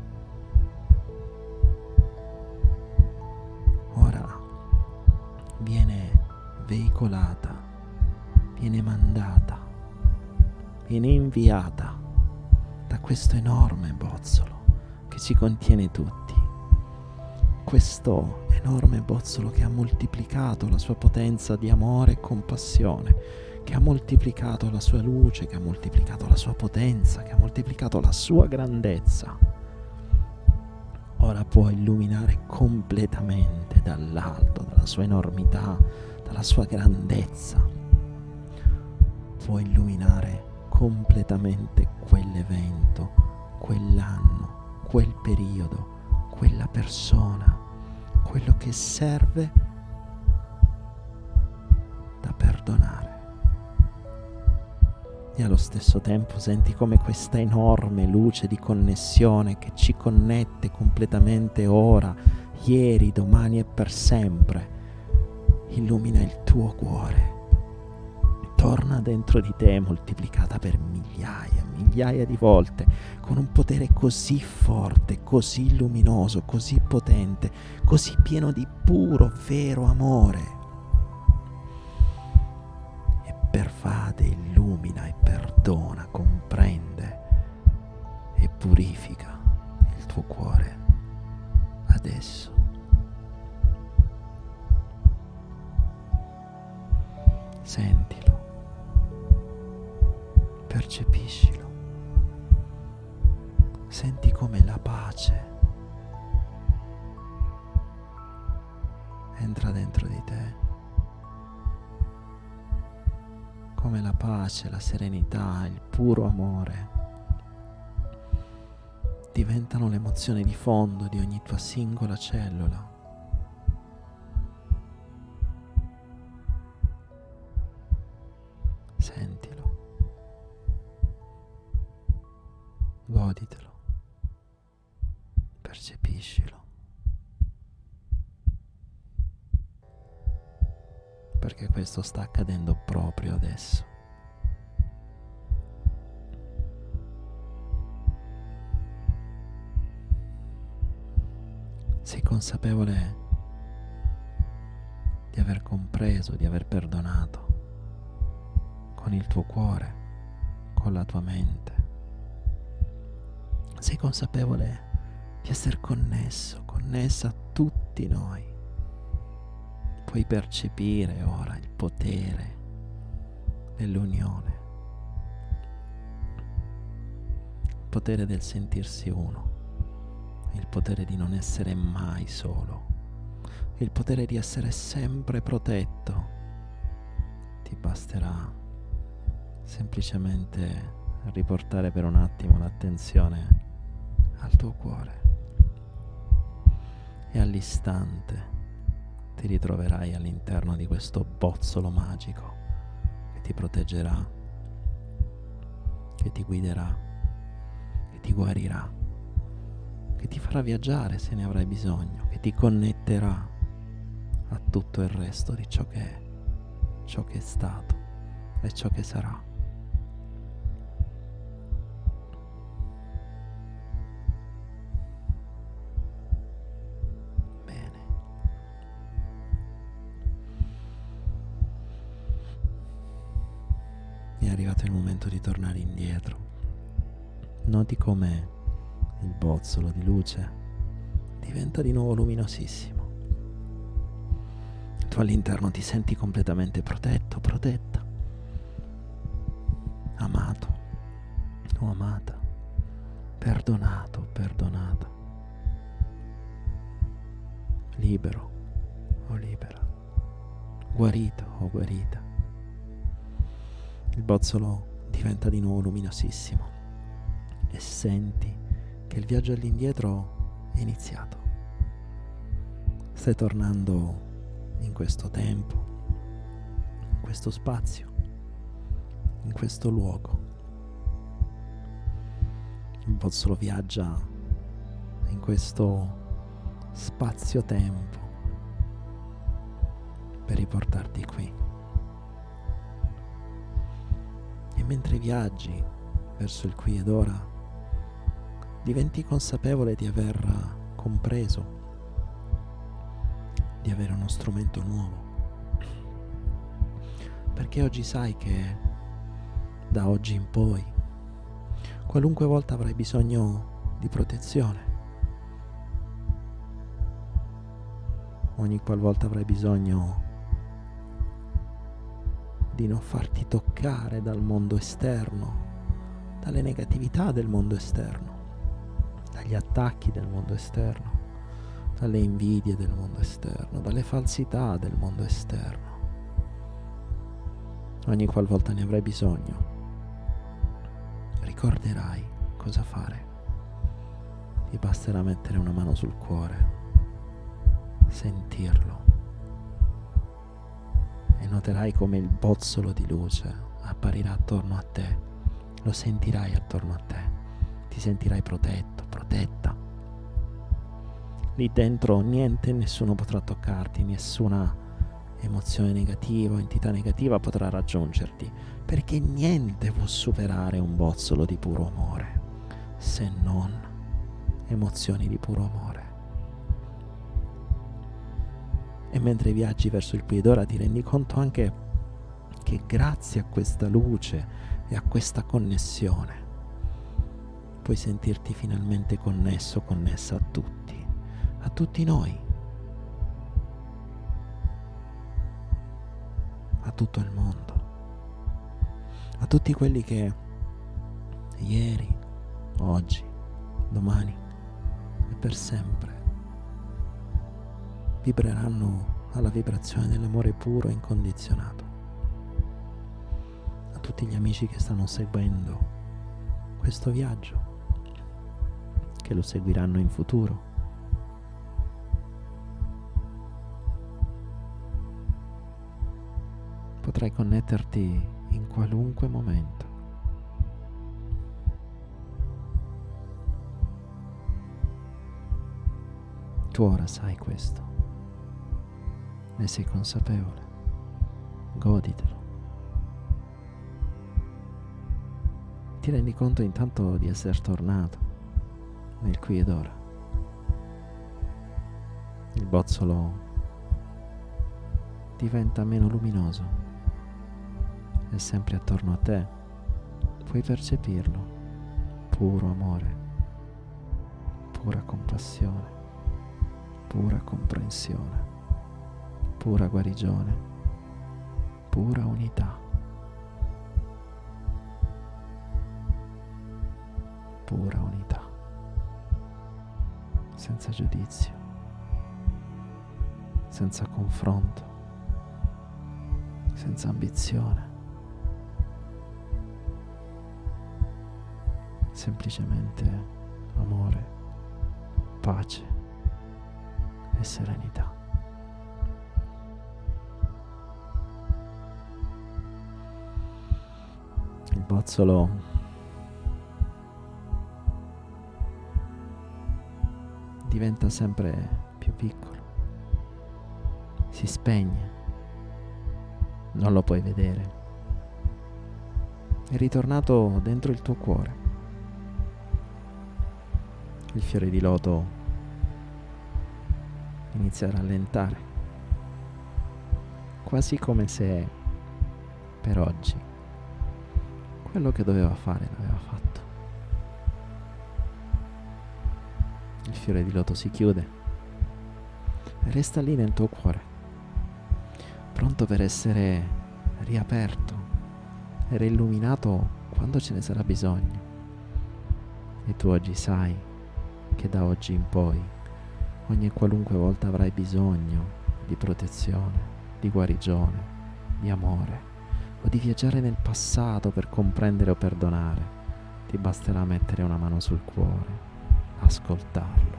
ora viene veicolata, viene mandata, viene inviata da questo enorme bozzolo che ci contiene tutti. Questo enorme bozzolo che ha moltiplicato la sua potenza di amore e compassione, che ha moltiplicato la sua luce, che ha moltiplicato la sua potenza, che ha moltiplicato la sua grandezza. Ora può illuminare completamente dall'alto, dalla sua enormità, dalla sua grandezza. Può illuminare completamente quell'evento, quell'anno, quel periodo, quella persona, quello che serve da perdonare. E allo stesso tempo senti come questa enorme luce di connessione che ci connette completamente ora, ieri, domani e per sempre, illumina il tuo cuore. Torna dentro di te moltiplicata per migliaia, migliaia di volte, con un potere così forte, così luminoso, così potente, così pieno di puro, vero amore. E pervade, illumina e perdona, comprende e purifica il tuo cuore adesso. Sentilo. Percepiscilo. Senti come la pace entra dentro di te, come la pace, la serenità, il puro amore diventano l'emozione di fondo di ogni tua singola cellula. Sentilo. Goditelo, percepiscilo, perché questo sta accadendo proprio adesso. Sei consapevole di aver compreso, di aver perdonato con il tuo cuore, con la tua mente. Sei consapevole di essere connesso, connessa a tutti noi. Puoi percepire ora il potere dell'unione, il potere del sentirsi uno, il potere di non essere mai solo, il potere di essere sempre protetto. Ti basterà semplicemente riportare per un attimo l'attenzione al tuo cuore e all'istante ti ritroverai all'interno di questo bozzolo magico che ti proteggerà, che ti guiderà, che ti guarirà, che ti farà viaggiare se ne avrai bisogno, che ti connetterà a tutto il resto di ciò che è, ciò che è stato e ciò che sarà. Bene. È arrivato il momento di tornare indietro. Noti come il bozzolo di luce diventa di nuovo luminosissimo. Tu all'interno ti senti completamente protetto, protetta, amato o amata, perdonato, perdonata, libero o libera, guarito o guarita. Il bozzolo diventa di nuovo luminosissimo e senti che il viaggio all'indietro è iniziato. Stai tornando in questo tempo, in questo spazio, in questo luogo. Il bozzolo viaggia in questo spazio-tempo per riportarti qui. E mentre viaggi verso il qui ed ora, diventi consapevole di aver compreso, di avere uno strumento nuovo, perché oggi sai che da oggi in poi, qualunque volta avrai bisogno di protezione, ogni qualvolta avrai bisogno di non farti toccare dal mondo esterno, dalle negatività del mondo esterno, dagli attacchi del mondo esterno, dalle invidie del mondo esterno, dalle falsità del mondo esterno. Ogni qualvolta ne avrai bisogno, ricorderai cosa fare. Ti basterà mettere una mano sul cuore, sentirlo, e noterai come il bozzolo di luce apparirà attorno a te. Lo sentirai attorno a te, ti sentirai protetto, protetta. Lì dentro niente e nessuno potrà toccarti, nessuna emozione negativa o entità negativa potrà raggiungerti, perché niente può superare un bozzolo di puro amore, se non emozioni di puro amore. E mentre viaggi verso il qui ed ora ti rendi conto anche che grazie a questa luce e a questa connessione puoi sentirti finalmente connesso, connessa a tutti, a tutti noi, a tutto il mondo, a tutti quelli che ieri, oggi, domani e per sempre vibreranno alla vibrazione dell'amore puro e incondizionato. A tutti gli amici che stanno seguendo questo viaggio, che lo seguiranno in futuro. Potrai connetterti in qualunque momento. Tu ora sai questo. Ne sei consapevole, goditelo. Ti rendi conto intanto di essere tornato nel qui ed ora. il bozzolo diventa meno luminoso. È sempre attorno a te. Puoi percepirlo. Puro amore, pura compassione, pura comprensione, pura guarigione, pura unità, pura unità, senza giudizio, senza confronto, senza ambizione, semplicemente amore, pace e serenità. Il bozzolo diventa sempre più piccolo, si spegne, non lo puoi vedere, è ritornato dentro il tuo cuore. Il fiore di loto inizia a rallentare, quasi come se per oggi quello che doveva fare l'aveva fatto. Il fiore di loto si chiude e resta lì nel tuo cuore, pronto per essere riaperto e reilluminato quando ce ne sarà bisogno. E tu oggi sai che da oggi in poi, ogni e qualunque volta avrai bisogno di protezione, di guarigione, di amore, o di viaggiare nel passato per comprendere o perdonare, ti basterà mettere una mano sul cuore, ascoltarlo,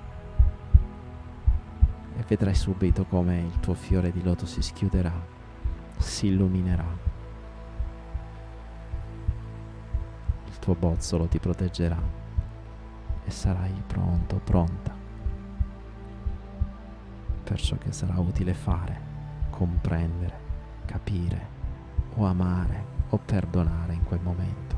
e vedrai subito come il tuo fiore di loto si schiuderà, si illuminerà. Il tuo bozzolo ti proteggerà e sarai pronto, pronta per ciò che sarà utile fare, comprendere, capire o amare o perdonare in quel momento.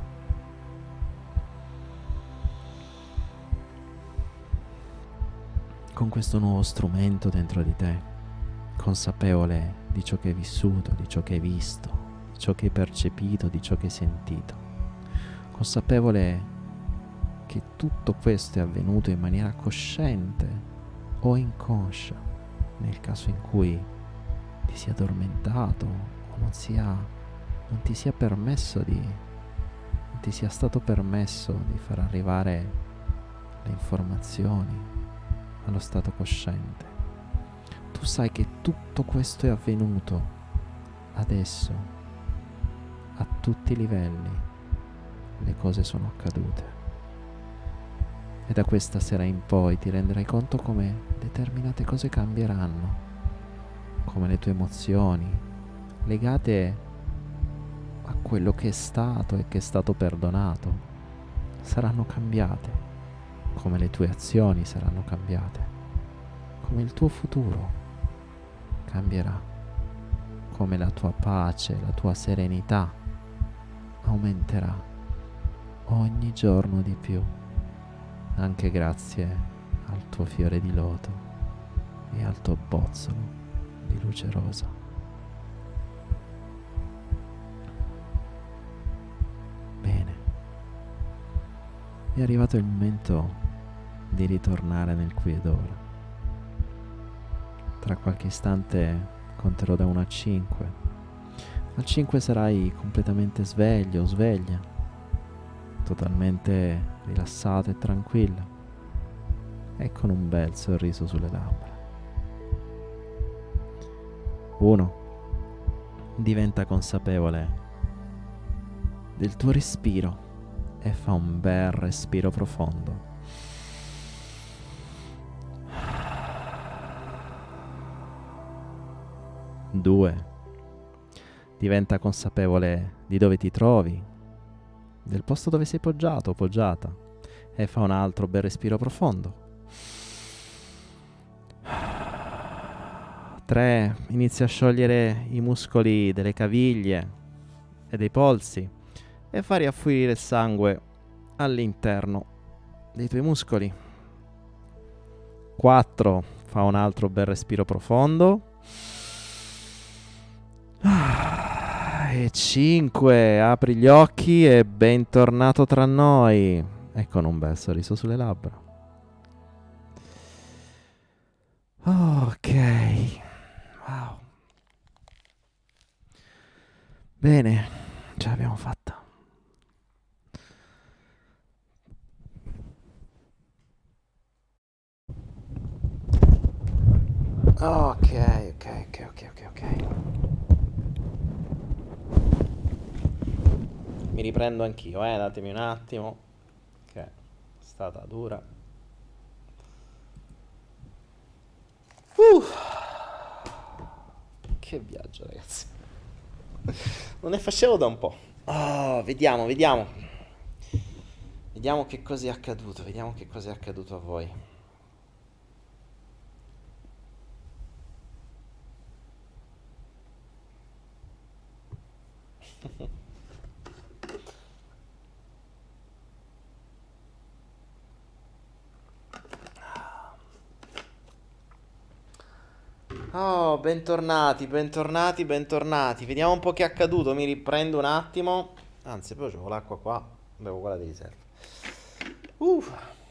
Con questo nuovo strumento dentro di te, consapevole di ciò che hai vissuto, di ciò che hai visto, di ciò che hai percepito, di ciò che hai sentito, consapevole che tutto questo è avvenuto in maniera cosciente o inconscia, nel caso in cui ti sia addormentato o non sia non ti sia permesso di non ti sia stato permesso di far arrivare le informazioni allo stato cosciente. Tu sai che tutto questo è avvenuto adesso, a tutti i livelli. Le cose sono accadute. E da questa sera in poi ti renderai conto come determinate cose cambieranno, come le tue emozioni legate a quello che è stato e che è stato perdonato saranno cambiate, come le tue azioni saranno cambiate, come il tuo futuro cambierà, come la tua pace, la tua serenità aumenterà ogni giorno di più, anche grazie al tuo fiore di loto e al tuo bozzolo di luce rosa. Bene, è arrivato il momento di ritornare nel qui ed ora. Tra qualche istante conterò da uno a cinque. Al cinque sarai completamente sveglio o sveglia, totalmente rilassata e tranquilla e con un bel sorriso sulle labbra. Uno. Diventa consapevole del tuo respiro e fa un bel respiro profondo. Due. Diventa consapevole di dove ti trovi, del posto dove sei poggiato o poggiata, e fa un altro bel respiro profondo. Tre. Inizia a sciogliere i muscoli delle caviglie e dei polsi e fa riaffluire il sangue all'interno dei tuoi muscoli. Quattro. fa un altro bel respiro profondo. Ah, e cinque, apri gli occhi e bentornato tra noi. E con un bel sorriso sulle labbra. Ok, wow. Bene, ce l'abbiamo fatta. Ok, ok, ok, ok, ok, ok. Mi riprendo anch'io, eh, datemi un attimo, che è stata dura. Uh, che viaggio, ragazzi. Non ne facevo da un po'. Oh, vediamo, vediamo. Vediamo che cosa è accaduto, vediamo che cosa è accaduto a voi. Oh, bentornati, bentornati, bentornati. Vediamo un po' che è accaduto. Mi riprendo un attimo. Anzi, poi c'ho l'acqua qua. Bevo quella di riserva. Uh.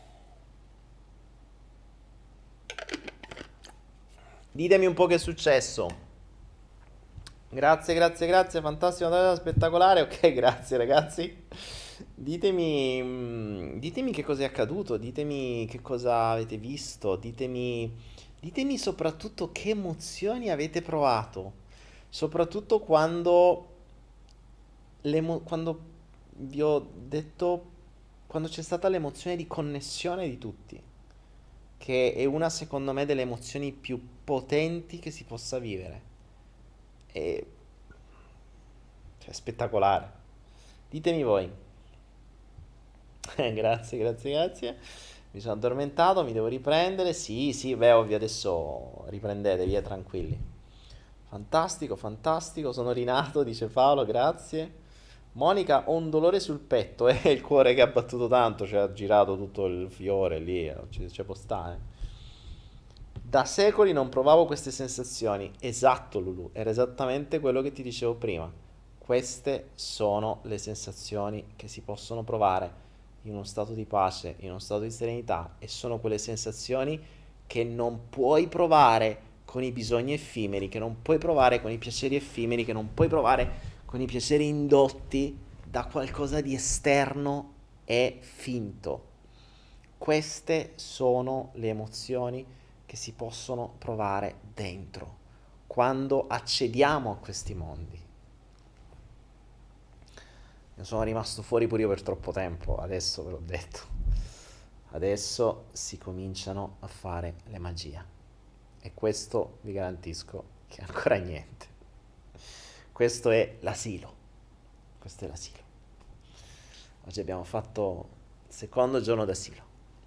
Ditemi un po' che è successo. Grazie, grazie, grazie. Fantastico, spettacolare. Ok, grazie ragazzi. Ditemi, mm, ditemi che cosa è accaduto. Ditemi che cosa avete visto. Ditemi. Ditemi soprattutto che emozioni avete provato, soprattutto quando, l'emo- quando vi ho detto, quando c'è stata l'emozione di connessione di tutti, che è una secondo me delle emozioni più potenti che si possa vivere. È, cioè, spettacolare. Ditemi voi. Grazie, grazie, grazie. Mi sono addormentato, mi devo riprendere. Sì, sì, beh, ovvio, adesso riprendete, via, tranquilli. Fantastico, fantastico, sono rinato, dice Paolo, grazie. Monica, ho un dolore sul petto, è il cuore che ha battuto tanto, ci ha girato tutto il fiore lì, eh, ci, ci può stare. Da secoli non provavo queste sensazioni. Esatto, Lulu, era esattamente quello che ti dicevo prima. Queste sono le sensazioni che si possono provare in uno stato di pace, in uno stato di serenità, e sono quelle sensazioni che non puoi provare con i bisogni effimeri, che non puoi provare con i piaceri effimeri, che non puoi provare con i piaceri indotti da qualcosa di esterno e finto. Queste sono le emozioni che si possono provare dentro quando accediamo a questi mondi. Ne sono rimasto fuori pure io per troppo tempo, adesso ve l'ho detto. Adesso si cominciano a fare le magie. E questo vi garantisco che è ancora niente. Questo è l'asilo. Questo è l'asilo. Oggi abbiamo fatto il secondo giorno d'asilo.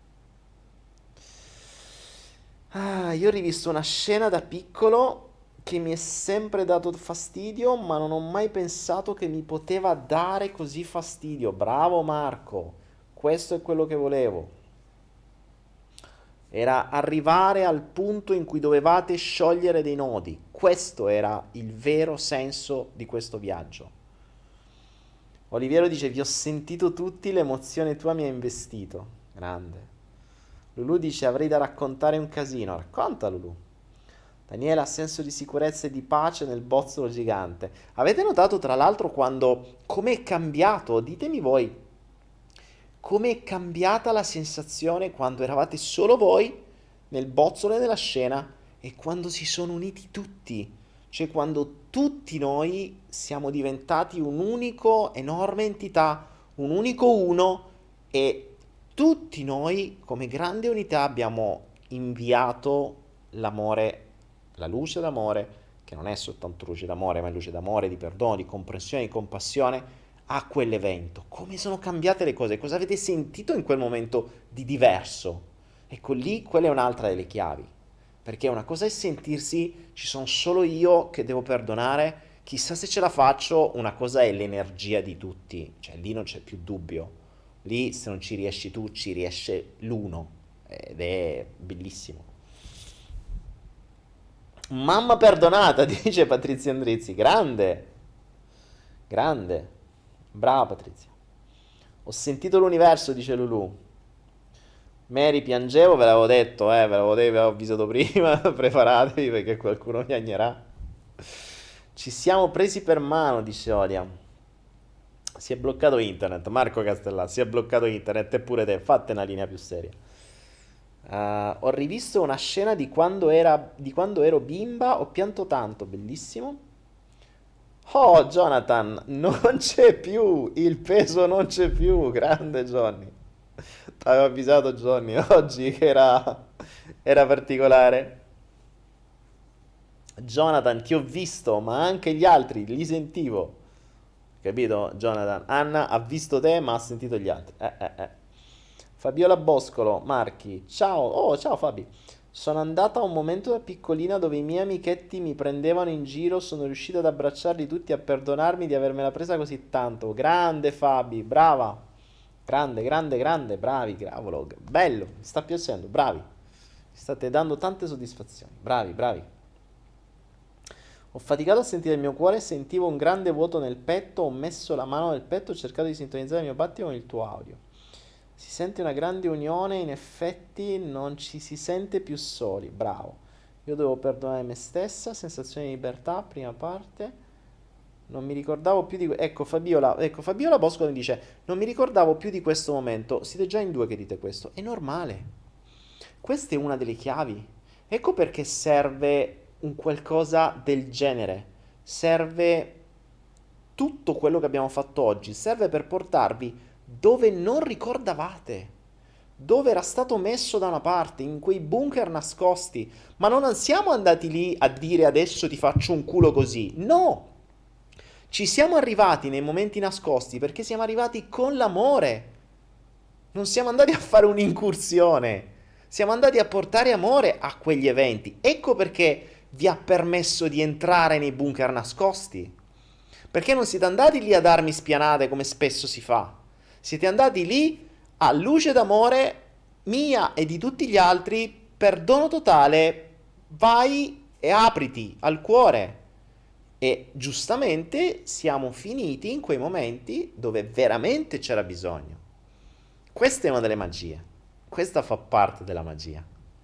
Ah, io ho rivisto una scena da piccolo che mi è sempre dato fastidio, ma non ho mai pensato che mi poteva dare così fastidio. Bravo Marco, questo è quello che volevo. Era arrivare al punto in cui dovevate sciogliere dei nodi. Questo era il vero senso di questo viaggio. Oliviero dice: vi ho sentito tutti, l'emozione tua mi ha investito. Grande. Lulu dice: avrei da raccontare un casino. Racconta, Lulu. Daniela ha senso di sicurezza e di pace nel bozzolo gigante. Avete notato tra l'altro quando com'è cambiato? Ditemi voi. Com'è cambiata la sensazione quando eravate solo voi nel bozzolo e nella scena e quando si sono uniti tutti? Cioè quando tutti noi siamo diventati un unico enorme entità, un unico uno, e tutti noi come grande unità abbiamo inviato l'amore, la luce d'amore, che non è soltanto luce d'amore, ma è luce d'amore, di perdono, di comprensione, di compassione, a quell'evento. Come sono cambiate le cose? Cosa avete sentito in quel momento di diverso? Ecco lì, quella è un'altra delle chiavi. Perché una cosa è sentirsi, ci sono solo io che devo perdonare, chissà se ce la faccio, una cosa è l'energia di tutti, cioè lì non c'è più dubbio. Lì se non ci riesci tu, ci riesce l'uno, ed è bellissimo. Mamma perdonata, dice Patrizia Andrizzi. Grande, grande. Brava Patrizia. Ho sentito l'universo, dice Lulu. Mary, piangevo, ve l'avevo detto, eh, ve l'avevo detto, ve l'avevo avvisato prima, preparatevi perché qualcuno piangerà. Ci siamo presi per mano, dice Olia. Si è bloccato internet, Marco Castellà, si è bloccato internet, eppure te, fatte una linea più seria. Uh, ho rivisto una scena di quando, era, di quando ero bimba, ho pianto tanto, bellissimo. Oh, Jonathan, non c'è più, il peso non c'è più, grande Johnny. T'avevo avvisato Johnny oggi che era, era particolare. Jonathan, ti ho visto, ma anche gli altri, li sentivo. Capito, Jonathan? Anna ha visto te, ma ha sentito gli altri. Eh, eh, eh. Fabiola Boscolo, Marchi. Ciao, oh, ciao Fabi. Sono andata a un momento da piccolina dove i miei amichetti mi prendevano in giro, sono riuscita ad abbracciarli tutti e a perdonarmi di avermela presa così tanto. Grande Fabi, brava. Grande, grande, grande, bravi, cavolo. Bello, mi sta piacendo, bravi. Mi state dando tante soddisfazioni. Bravi, bravi. Ho faticato a sentire il mio cuore, sentivo un grande vuoto nel petto, ho messo la mano nel petto, ho cercato di sintonizzare il mio battito con il tuo audio. Si sente una grande unione, in effetti non ci si sente più soli, bravo. Io devo perdonare me stessa, sensazione di libertà, prima parte. Non mi ricordavo più di... Ecco Fabiola, ecco Fabiola Bosco mi dice, non mi ricordavo più di questo momento. Siete già in due che dite questo, è normale. Questa è una delle chiavi. Ecco perché serve un qualcosa del genere. Serve tutto quello che abbiamo fatto oggi. Serve per portarvi dove non ricordavate. Dove era stato messo da una parte, in quei bunker nascosti. Ma non siamo andati lì a dire adesso ti faccio un culo così. No! Ci siamo arrivati nei momenti nascosti perché siamo arrivati con l'amore. Non siamo andati a fare un'incursione. Siamo andati a portare amore a quegli eventi. Ecco perché vi ha permesso di entrare nei bunker nascosti. Perché non siete andati lì a darmi spianate come spesso si fa. Siete andati lì a luce d'amore mia e di tutti gli altri, perdono totale, vai e apriti al cuore. E giustamente siamo finiti in quei momenti dove veramente c'era bisogno. Questa è una delle magie. Questa fa parte della magia.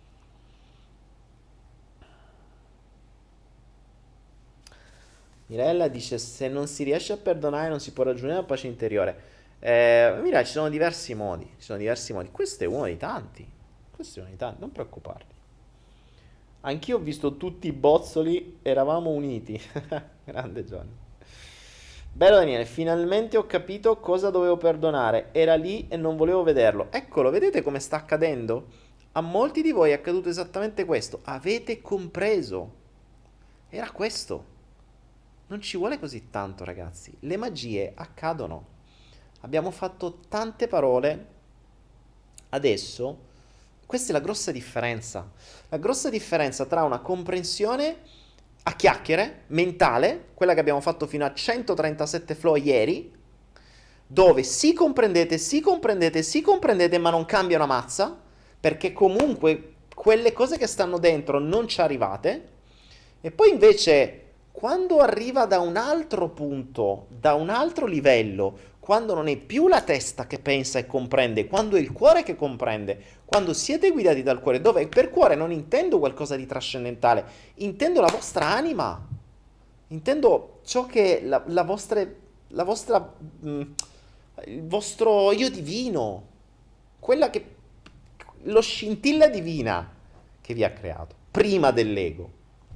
Mirella dice: se non si riesce a perdonare non si può raggiungere la pace interiore. Eh, Mirella, ci sono diversi modi. Ci sono diversi modi. Questo è uno dei tanti. Questo è uno dei tanti. Non preoccuparti. Anch'io ho visto tutti i bozzoli. Eravamo uniti. Grande Johnny. Bello Daniele, finalmente ho capito cosa dovevo perdonare. Era lì e non volevo vederlo. Eccolo, vedete come sta accadendo? A molti di voi è accaduto esattamente questo. Avete compreso. Era questo. Non ci vuole così tanto, ragazzi. Le magie accadono. Abbiamo fatto tante parole. Adesso, questa è la grossa differenza. La grossa differenza tra una comprensione a chiacchiere, mentale, quella che abbiamo fatto fino a centotrentasette flow ieri, dove si comprendete, si comprendete, si comprendete, ma non cambia una mazza, perché comunque quelle cose che stanno dentro non ci arrivate. E poi invece, quando arriva da un altro punto, da un altro livello, quando non è più la testa che pensa e comprende, quando è il cuore che comprende, quando siete guidati dal cuore, dove per cuore non intendo qualcosa di trascendentale, intendo la vostra anima, intendo ciò che la, la vostra, la vostra, mh, il vostro io divino, quella che, lo scintilla divina che vi ha creato, prima dell'ego.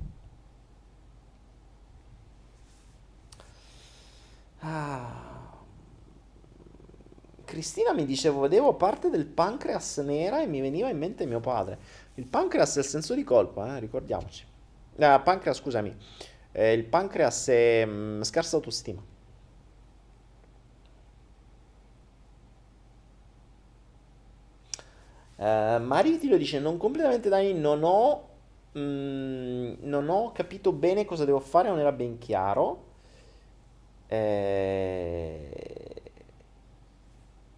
Ah. Cristina mi dicevo, vedevo parte del pancreas nera e mi veniva in mente mio padre. Il pancreas è il senso di colpa, eh, ricordiamoci. Ah, pancreas, scusami. Eh, il pancreas è mm, scarsa autostima. Eh, Mariti lo dice, non completamente Dani, non ho, mm, non ho capito bene cosa devo fare, non era ben chiaro. Eh,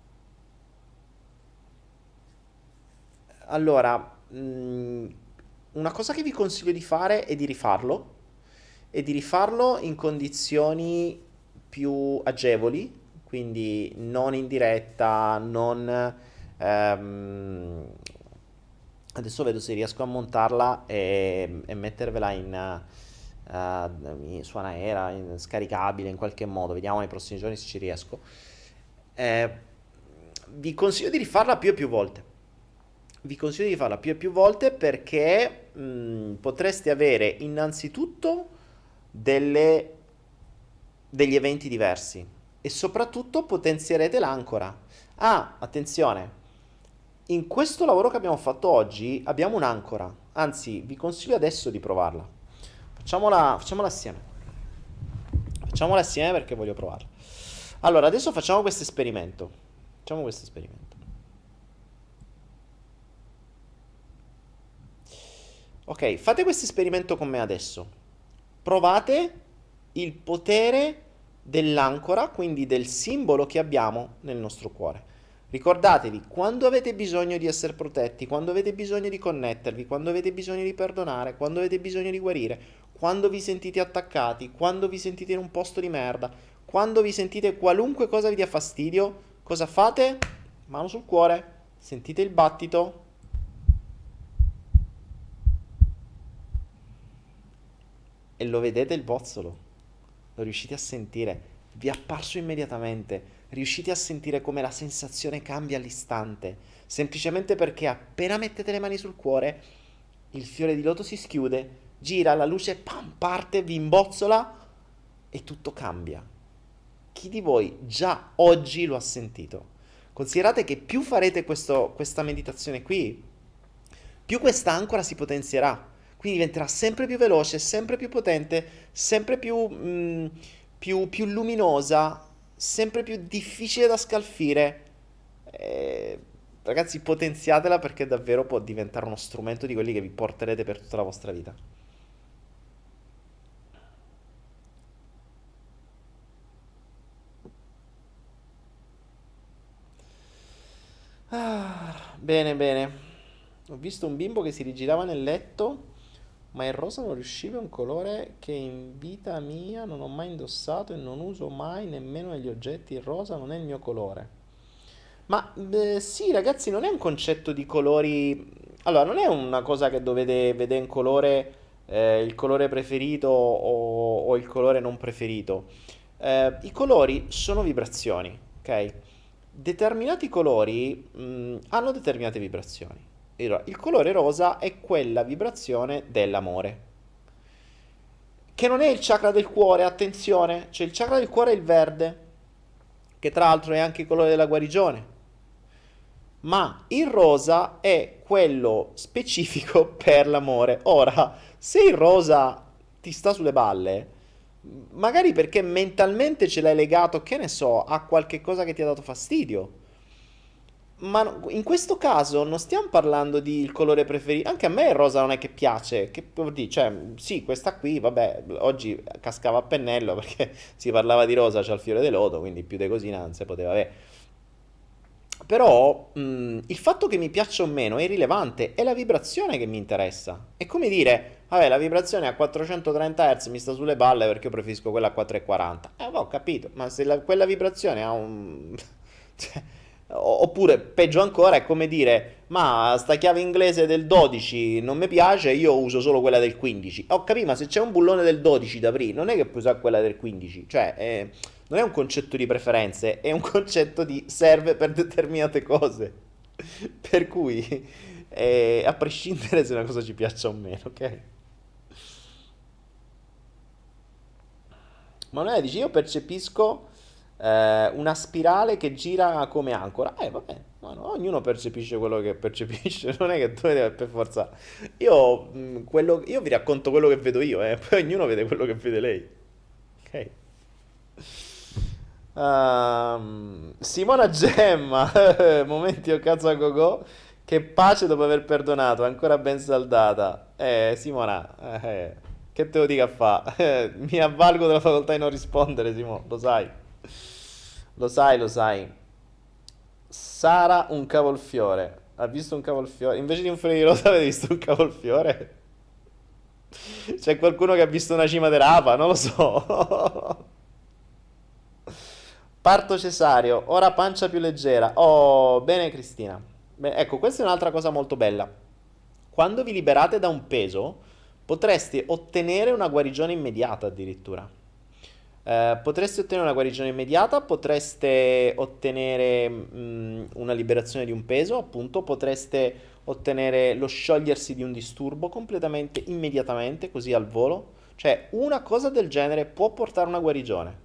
Allora, mh, una cosa che vi consiglio di fare è di rifarlo e di rifarlo in condizioni più agevoli, quindi non in diretta, non... ehm, adesso vedo se riesco a montarla e, e mettervela in, eh, in- su Anaera, in scaricabile in qualche modo, vediamo nei prossimi giorni se ci riesco. Eh, Vi consiglio di rifarla più e più volte. Vi consiglio di farla più e più volte perché mh, potreste avere innanzitutto delle- degli eventi diversi e soprattutto potenzierete l'ancora. Ah, attenzione, in questo lavoro che abbiamo fatto oggi abbiamo un'ancora, anzi vi consiglio adesso di provarla. Facciamola, facciamola assieme. Facciamola assieme perché voglio provarla. Allora, adesso facciamo questo esperimento. Facciamo questo esperimento. Ok, fate questo esperimento con me adesso. Provate il potere dell'ancora, quindi del simbolo che abbiamo nel nostro cuore. Ricordatevi, quando avete bisogno di essere protetti, quando avete bisogno di connettervi, quando avete bisogno di perdonare, quando avete bisogno di guarire, quando vi sentite attaccati, quando vi sentite in un posto di merda, quando vi sentite qualunque cosa vi dia fastidio, cosa fate? Mano sul cuore, sentite il battito e lo vedete il bozzolo. Lo riuscite a sentire, vi è apparso immediatamente, riuscite a sentire come la sensazione cambia all'istante, semplicemente perché appena mettete le mani sul cuore, il fiore di loto si schiude, gira, la luce pam, parte, vi imbozzola e tutto cambia. Chi di voi già oggi lo ha sentito? Considerate che più farete questo- questa meditazione qui, più questa ancora si potenzierà. Quindi diventerà sempre più veloce, sempre più potente, sempre più, mm, più, più luminosa, sempre più difficile da scalfire. Eh, ragazzi, potenziatela perché davvero può diventare uno strumento di quelli che vi porterete per tutta la vostra vita. Ah, bene, bene. Ho visto un bimbo che si rigirava nel letto, ma il rosa non riusciva, è un colore che in vita mia non ho mai indossato e non uso mai nemmeno negli oggetti. Il rosa non è il mio colore. Ma beh, sì, ragazzi, non è un concetto di colori. Allora, non è una cosa che dovete vedere in colore, eh, il colore preferito o, o il colore non preferito. Eh, i colori sono vibrazioni, ok? Determinati colori, mh, hanno determinate vibrazioni. Allora, il colore rosa è quella vibrazione dell'amore, che non è il chakra del cuore, attenzione, cioè il chakra del cuore è il verde, che tra l'altro è anche il colore della guarigione, ma il rosa è quello specifico per l'amore. Ora, se il rosa ti sta sulle balle, magari perché mentalmente ce l'hai legato, che ne so, a qualche cosa che ti ha dato fastidio. Ma no- in questo caso non stiamo parlando di il colore preferito. Anche a me il rosa non è che piace. Che vuol dire? Cioè, sì, questa qui, vabbè, oggi cascava a pennello perché si parlava di rosa, c'ha il fiore di loto, quindi più di così non si poteva avere. Però mh, il fatto che mi piaccia o meno è irrilevante, è la vibrazione che mi interessa. È come dire, vabbè, la vibrazione a quattrocentotrenta hertz mi sta sulle balle perché io preferisco quella a quattrocentoquaranta. Eh, vabbè, ho capito, ma se la- quella vibrazione ha un... cioè, o- oppure, peggio ancora, è come dire, ma sta chiave inglese del dodici non mi piace, io uso solo quella del quindici. Ho capito, ma se c'è un bullone del dodici da aprire, non è che puoi usare quella del quindici. Cioè, eh, non è un concetto di preferenze, è un concetto di serve per determinate cose. Per cui, eh, a prescindere se una cosa ci piaccia o meno, ok? Manuela dice, io percepisco eh, una spirale che gira come ancora. Eh, vabbè, ma no, ognuno percepisce quello che percepisce, non è che tu deve per forza... Io, mh, quello- io vi racconto quello che vedo io, eh, poi ognuno vede quello che vede lei. Ok? Ehm, Simona Gemma, momenti o cazzo a gogo, che pace dopo aver perdonato, ancora ben saldata. Eh, Simona, eh, che te lo dica a fa? Eh, mi avvalgo della facoltà di non rispondere, Simo, lo sai. Lo sai, lo sai. Sara un cavolfiore. Ha visto un cavolfiore? Invece di un fiore di rosa avete visto un cavolfiore? C'è qualcuno che ha visto una cima di rapa? Non lo so. Parto cesareo, ora pancia più leggera. Oh, bene Cristina. Beh, ecco, questa è un'altra cosa molto bella. Quando vi liberate da un peso, potreste ottenere una guarigione immediata addirittura. Eh, potreste ottenere una guarigione immediata, potreste ottenere mh, una liberazione di un peso, appunto, potreste ottenere lo sciogliersi di un disturbo completamente, immediatamente, così al volo. Cioè, una cosa del genere può portare a una guarigione.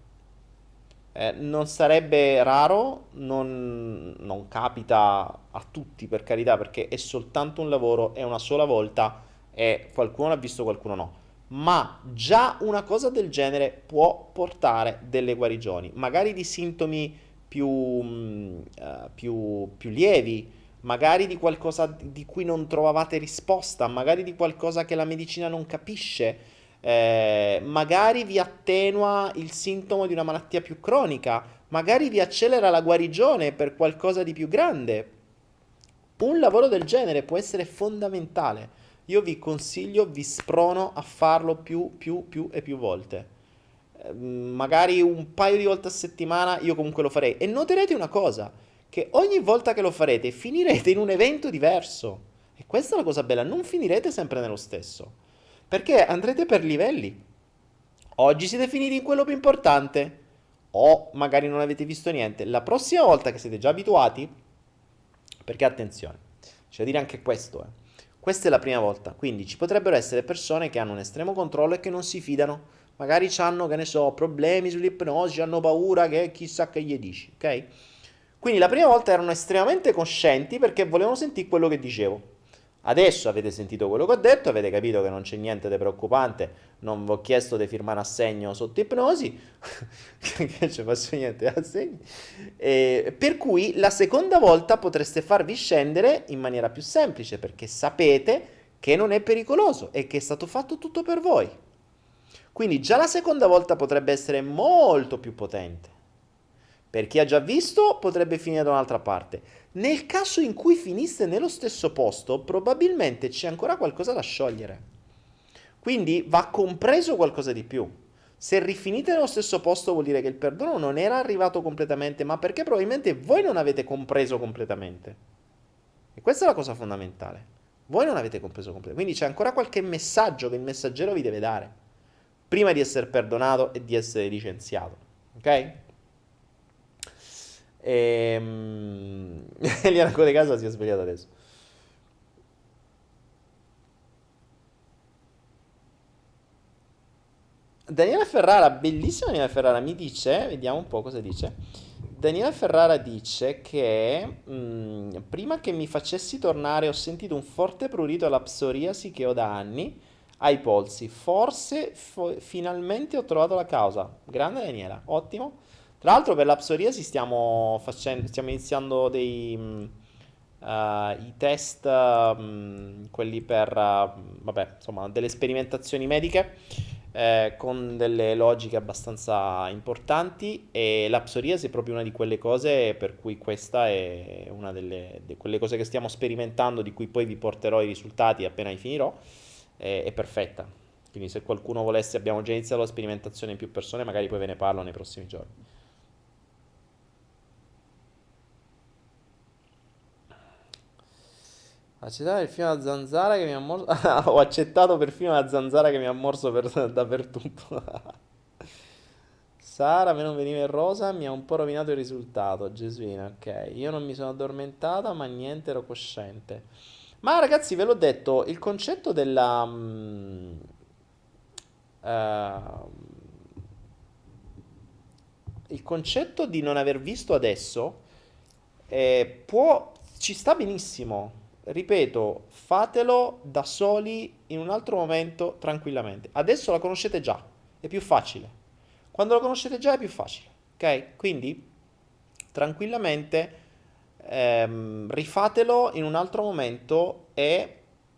Eh, non sarebbe raro, non, non capita a tutti per carità, perché è soltanto un lavoro, è una sola volta e qualcuno l'ha visto, qualcuno no. Ma già una cosa del genere può portare delle guarigioni, magari di sintomi più, mh, eh, più, più lievi, magari di qualcosa di cui non trovavate risposta, magari di qualcosa che la medicina non capisce, eh, magari vi attenua il sintomo di una malattia più cronica, magari vi accelera la guarigione per qualcosa di più grande. Un lavoro del genere può essere fondamentale. Io vi consiglio, vi sprono a farlo più, più, più e più volte. Eh, magari un paio di volte a settimana, io comunque lo farei. E noterete una cosa, che ogni volta che lo farete finirete in un evento diverso. E questa è la cosa bella, non finirete sempre nello stesso. Perché andrete per livelli. Oggi siete finiti in quello più importante, o magari non avete visto niente. La prossima volta che siete già abituati, perché attenzione, c'è da dire anche questo, eh. Questa è la prima volta, quindi ci potrebbero essere persone che hanno un estremo controllo e che non si fidano. Magari hanno, che ne so, problemi sull'ipnosi, hanno paura che chissà che gli dici, ok? Quindi la prima volta erano estremamente coscienti perché volevano sentire quello che dicevo. Adesso avete sentito quello che ho detto, avete capito che non c'è niente di preoccupante, non vi ho chiesto di firmare assegno sotto ipnosi, che non ci faccio niente assegni, e per cui la seconda volta potreste farvi scendere in maniera più semplice, perché sapete che non è pericoloso e che è stato fatto tutto per voi. Quindi già la seconda volta potrebbe essere molto più potente. Per chi ha già visto, potrebbe finire da un'altra parte. Nel caso in cui finisse nello stesso posto, probabilmente c'è ancora qualcosa da sciogliere. Quindi va compreso qualcosa di più. Se rifinite nello stesso posto vuol dire che il perdono non era arrivato completamente, ma perché probabilmente voi non avete compreso completamente. E questa è la cosa fondamentale. Voi non avete compreso completamente. Quindi c'è ancora qualche messaggio che il messaggero vi deve dare prima di essere perdonato e di essere licenziato. Ok? Ehm... Eliana Code Casa si è svegliata adesso. Daniela Ferrara, bellissima Daniela Ferrara, mi dice, vediamo un po' cosa dice. Daniela Ferrara dice che mh, prima che mi facessi tornare ho sentito un forte prurito alla psoriasi che ho da anni ai polsi. Forse fo- finalmente ho trovato la causa. Grande Daniela, ottimo. Tra l'altro per la psoriasi stiamo facendo, stiamo iniziando dei mh, eh, i test, mh, quelli per, eh, vabbè, insomma, delle sperimentazioni mediche eh, con delle logiche abbastanza importanti e la psoriasi è proprio una di quelle cose per cui questa è una delle, di quelle cose che stiamo sperimentando, di cui poi vi porterò i risultati appena li finirò, è, è perfetta. Quindi se qualcuno volesse, abbiamo già iniziato la sperimentazione in più persone, magari poi ve ne parlo nei prossimi giorni. Accettare perfino la zanzara che mi ha morso. Ho accettato perfino la zanzara che mi ha morso per, dappertutto. Sara, a me non veniva il rosa, mi ha un po' rovinato il risultato. Gesuina, ok. Io non mi sono addormentata, ma niente, ero cosciente. Ma ragazzi, ve l'ho detto, il concetto della. mm, ehm, il concetto di non aver visto adesso eh, può, ci sta benissimo. Ripeto, fatelo da soli in un altro momento tranquillamente. Adesso la conoscete già, è più facile. Quando la conoscete già è più facile, ok? Quindi tranquillamente ehm, rifatelo in un altro momento e,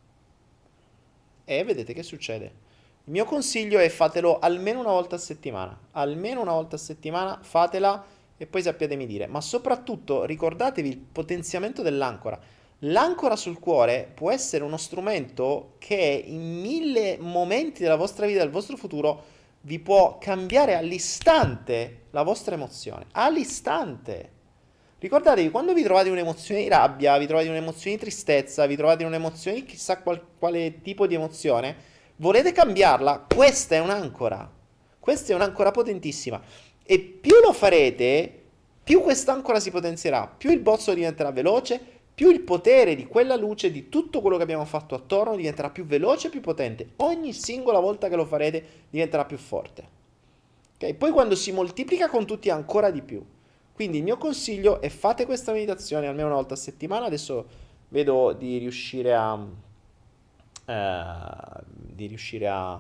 e vedete che succede. Il mio consiglio è fatelo almeno una volta a settimana. Almeno una volta a settimana fatela e poi sappiatemi dire. Ma soprattutto ricordatevi il potenziamento dell'ancora. L'ancora sul cuore può essere uno strumento che in mille momenti della vostra vita, del vostro futuro, vi può cambiare all'istante la vostra emozione. All'istante. Ricordatevi, quando vi trovate un'emozione di rabbia, vi trovate un'emozione di tristezza, vi trovate un'emozione di chissà qual- quale tipo di emozione, volete cambiarla, questa è un'ancora. Questa è un'ancora potentissima. E più lo farete, più quest'ancora si potenzierà, più il bozzo diventerà veloce, più il potere di quella luce, di tutto quello che abbiamo fatto attorno, diventerà più veloce e più potente. Ogni singola volta che lo farete diventerà più forte. Ok? Poi quando si moltiplica con tutti ancora di più. Quindi il mio consiglio è fate questa meditazione almeno una volta a settimana. Adesso vedo di riuscire a, eh, di riuscire a,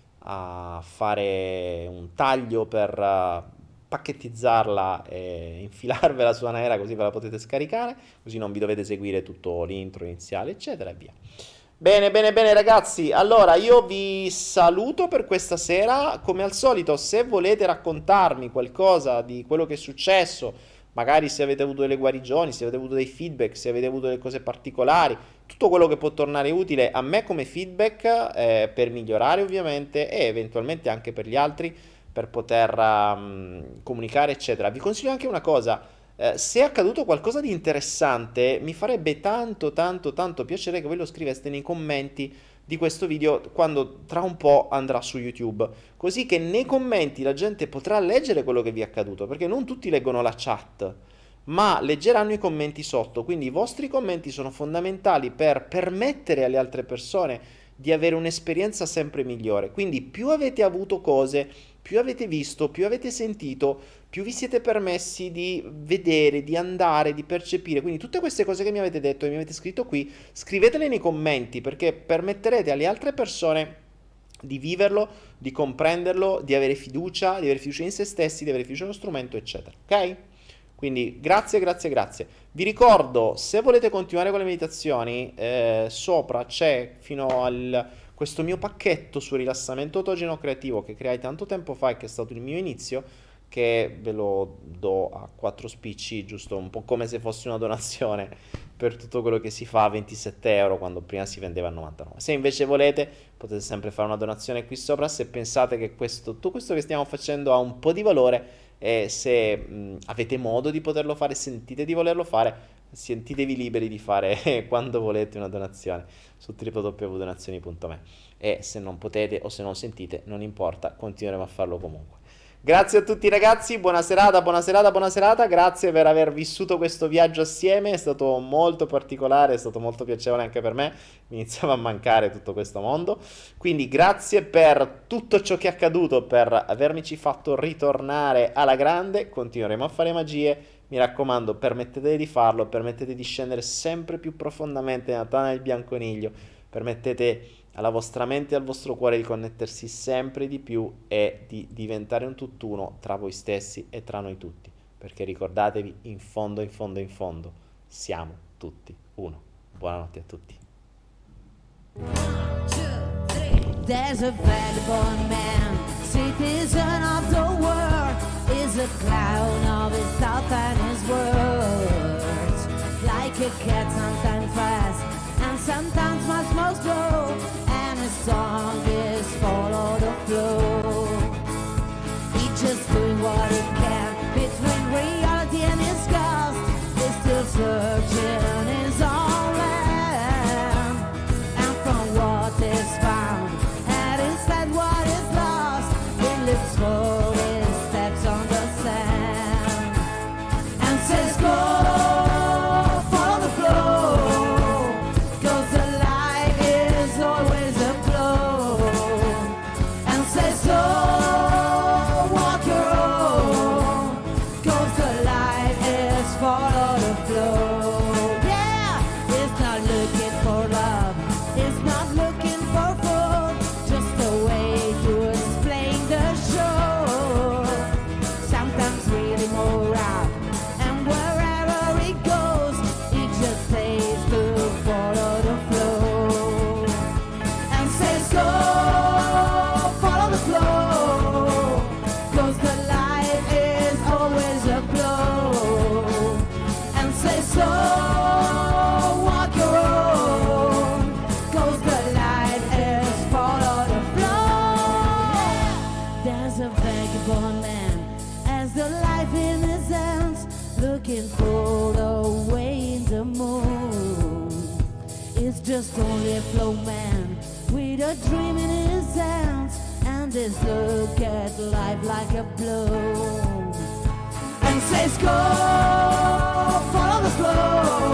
a fare un taglio per uh, pacchettizzarla e infilarvela su Anaera, così ve la potete scaricare, così non vi dovete seguire tutto l'intro iniziale, eccetera, e via. Bene, bene, bene ragazzi, allora io vi saluto per questa sera. Come al solito, se volete raccontarmi qualcosa di quello che è successo, magari se avete avuto delle guarigioni, se avete avuto dei feedback, se avete avuto delle cose particolari, tutto quello che può tornare utile a me come feedback, eh, per migliorare ovviamente, e eventualmente anche per gli altri, per poter um, comunicare, eccetera. Vi consiglio anche una cosa. Eh, se è accaduto qualcosa di interessante, mi farebbe tanto tanto tanto piacere che voi lo scriveste nei commenti di questo video quando tra un po' andrà su YouTube, così che nei commenti la gente potrà leggere quello che vi è accaduto, perché non tutti leggono la chat, ma leggeranno i commenti sotto. Quindi i vostri commenti sono fondamentali per permettere alle altre persone di avere un'esperienza sempre migliore. Quindi più avete avuto cose, più avete visto, più avete sentito, più vi siete permessi di vedere, di andare, di percepire. Quindi tutte queste cose che mi avete detto e mi avete scritto qui, scrivetele nei commenti, perché permetterete alle altre persone di viverlo, di comprenderlo, di avere fiducia, di avere fiducia in se stessi, di avere fiducia nello strumento, eccetera. Ok? Quindi grazie, grazie, grazie. Vi ricordo, se volete continuare con le meditazioni, eh, sopra c'è fino al questo mio pacchetto su rilassamento autogeno creativo che creai tanto tempo fa e che è stato il mio inizio, che ve lo do a quattro spicci, giusto un po' come se fosse una donazione per tutto quello che si fa a ventisette euro quando prima si vendeva a novantanove. Se invece volete potete sempre fare una donazione qui sopra, se pensate che questo, tutto questo che stiamo facendo ha un po' di valore, e se mh, avete modo di poterlo fare, sentite di volerlo fare, sentitevi liberi di fare quando volete una donazione su w w w punto donazioni punto me, e se non potete o se non sentite non importa, continueremo a farlo comunque. Grazie a tutti ragazzi, buona serata, buona serata, buona serata, grazie per aver vissuto questo viaggio assieme, è stato molto particolare, è stato molto piacevole anche per me, mi iniziava a mancare tutto questo mondo, quindi grazie per tutto ciò che è accaduto, per avermici fatto ritornare alla grande, continueremo a fare magie, mi raccomando, permettete di farlo, permettete di scendere sempre più profondamente nella tana del bianconiglio, permettete alla vostra mente e al vostro cuore di connettersi sempre di più e di diventare un tutt'uno tra voi stessi e tra noi tutti, perché ricordatevi, in fondo, in fondo, in fondo, siamo tutti uno. Buonanotte a tutti. There's a vagabond man, citizen of the world, is a clown of his thoughts and his words, like a cat sometimes fast and sometimes much more slow, and his song is follow the flow. He's just doing what he can between reality and his ghost. He's still searching his own land, and from what is found and instead what is lost, he looks for his steps on the sand and says go. Follow the flow. just only a flow man with a dream in his hands and this look at life like a blow. And says go, follow the flow.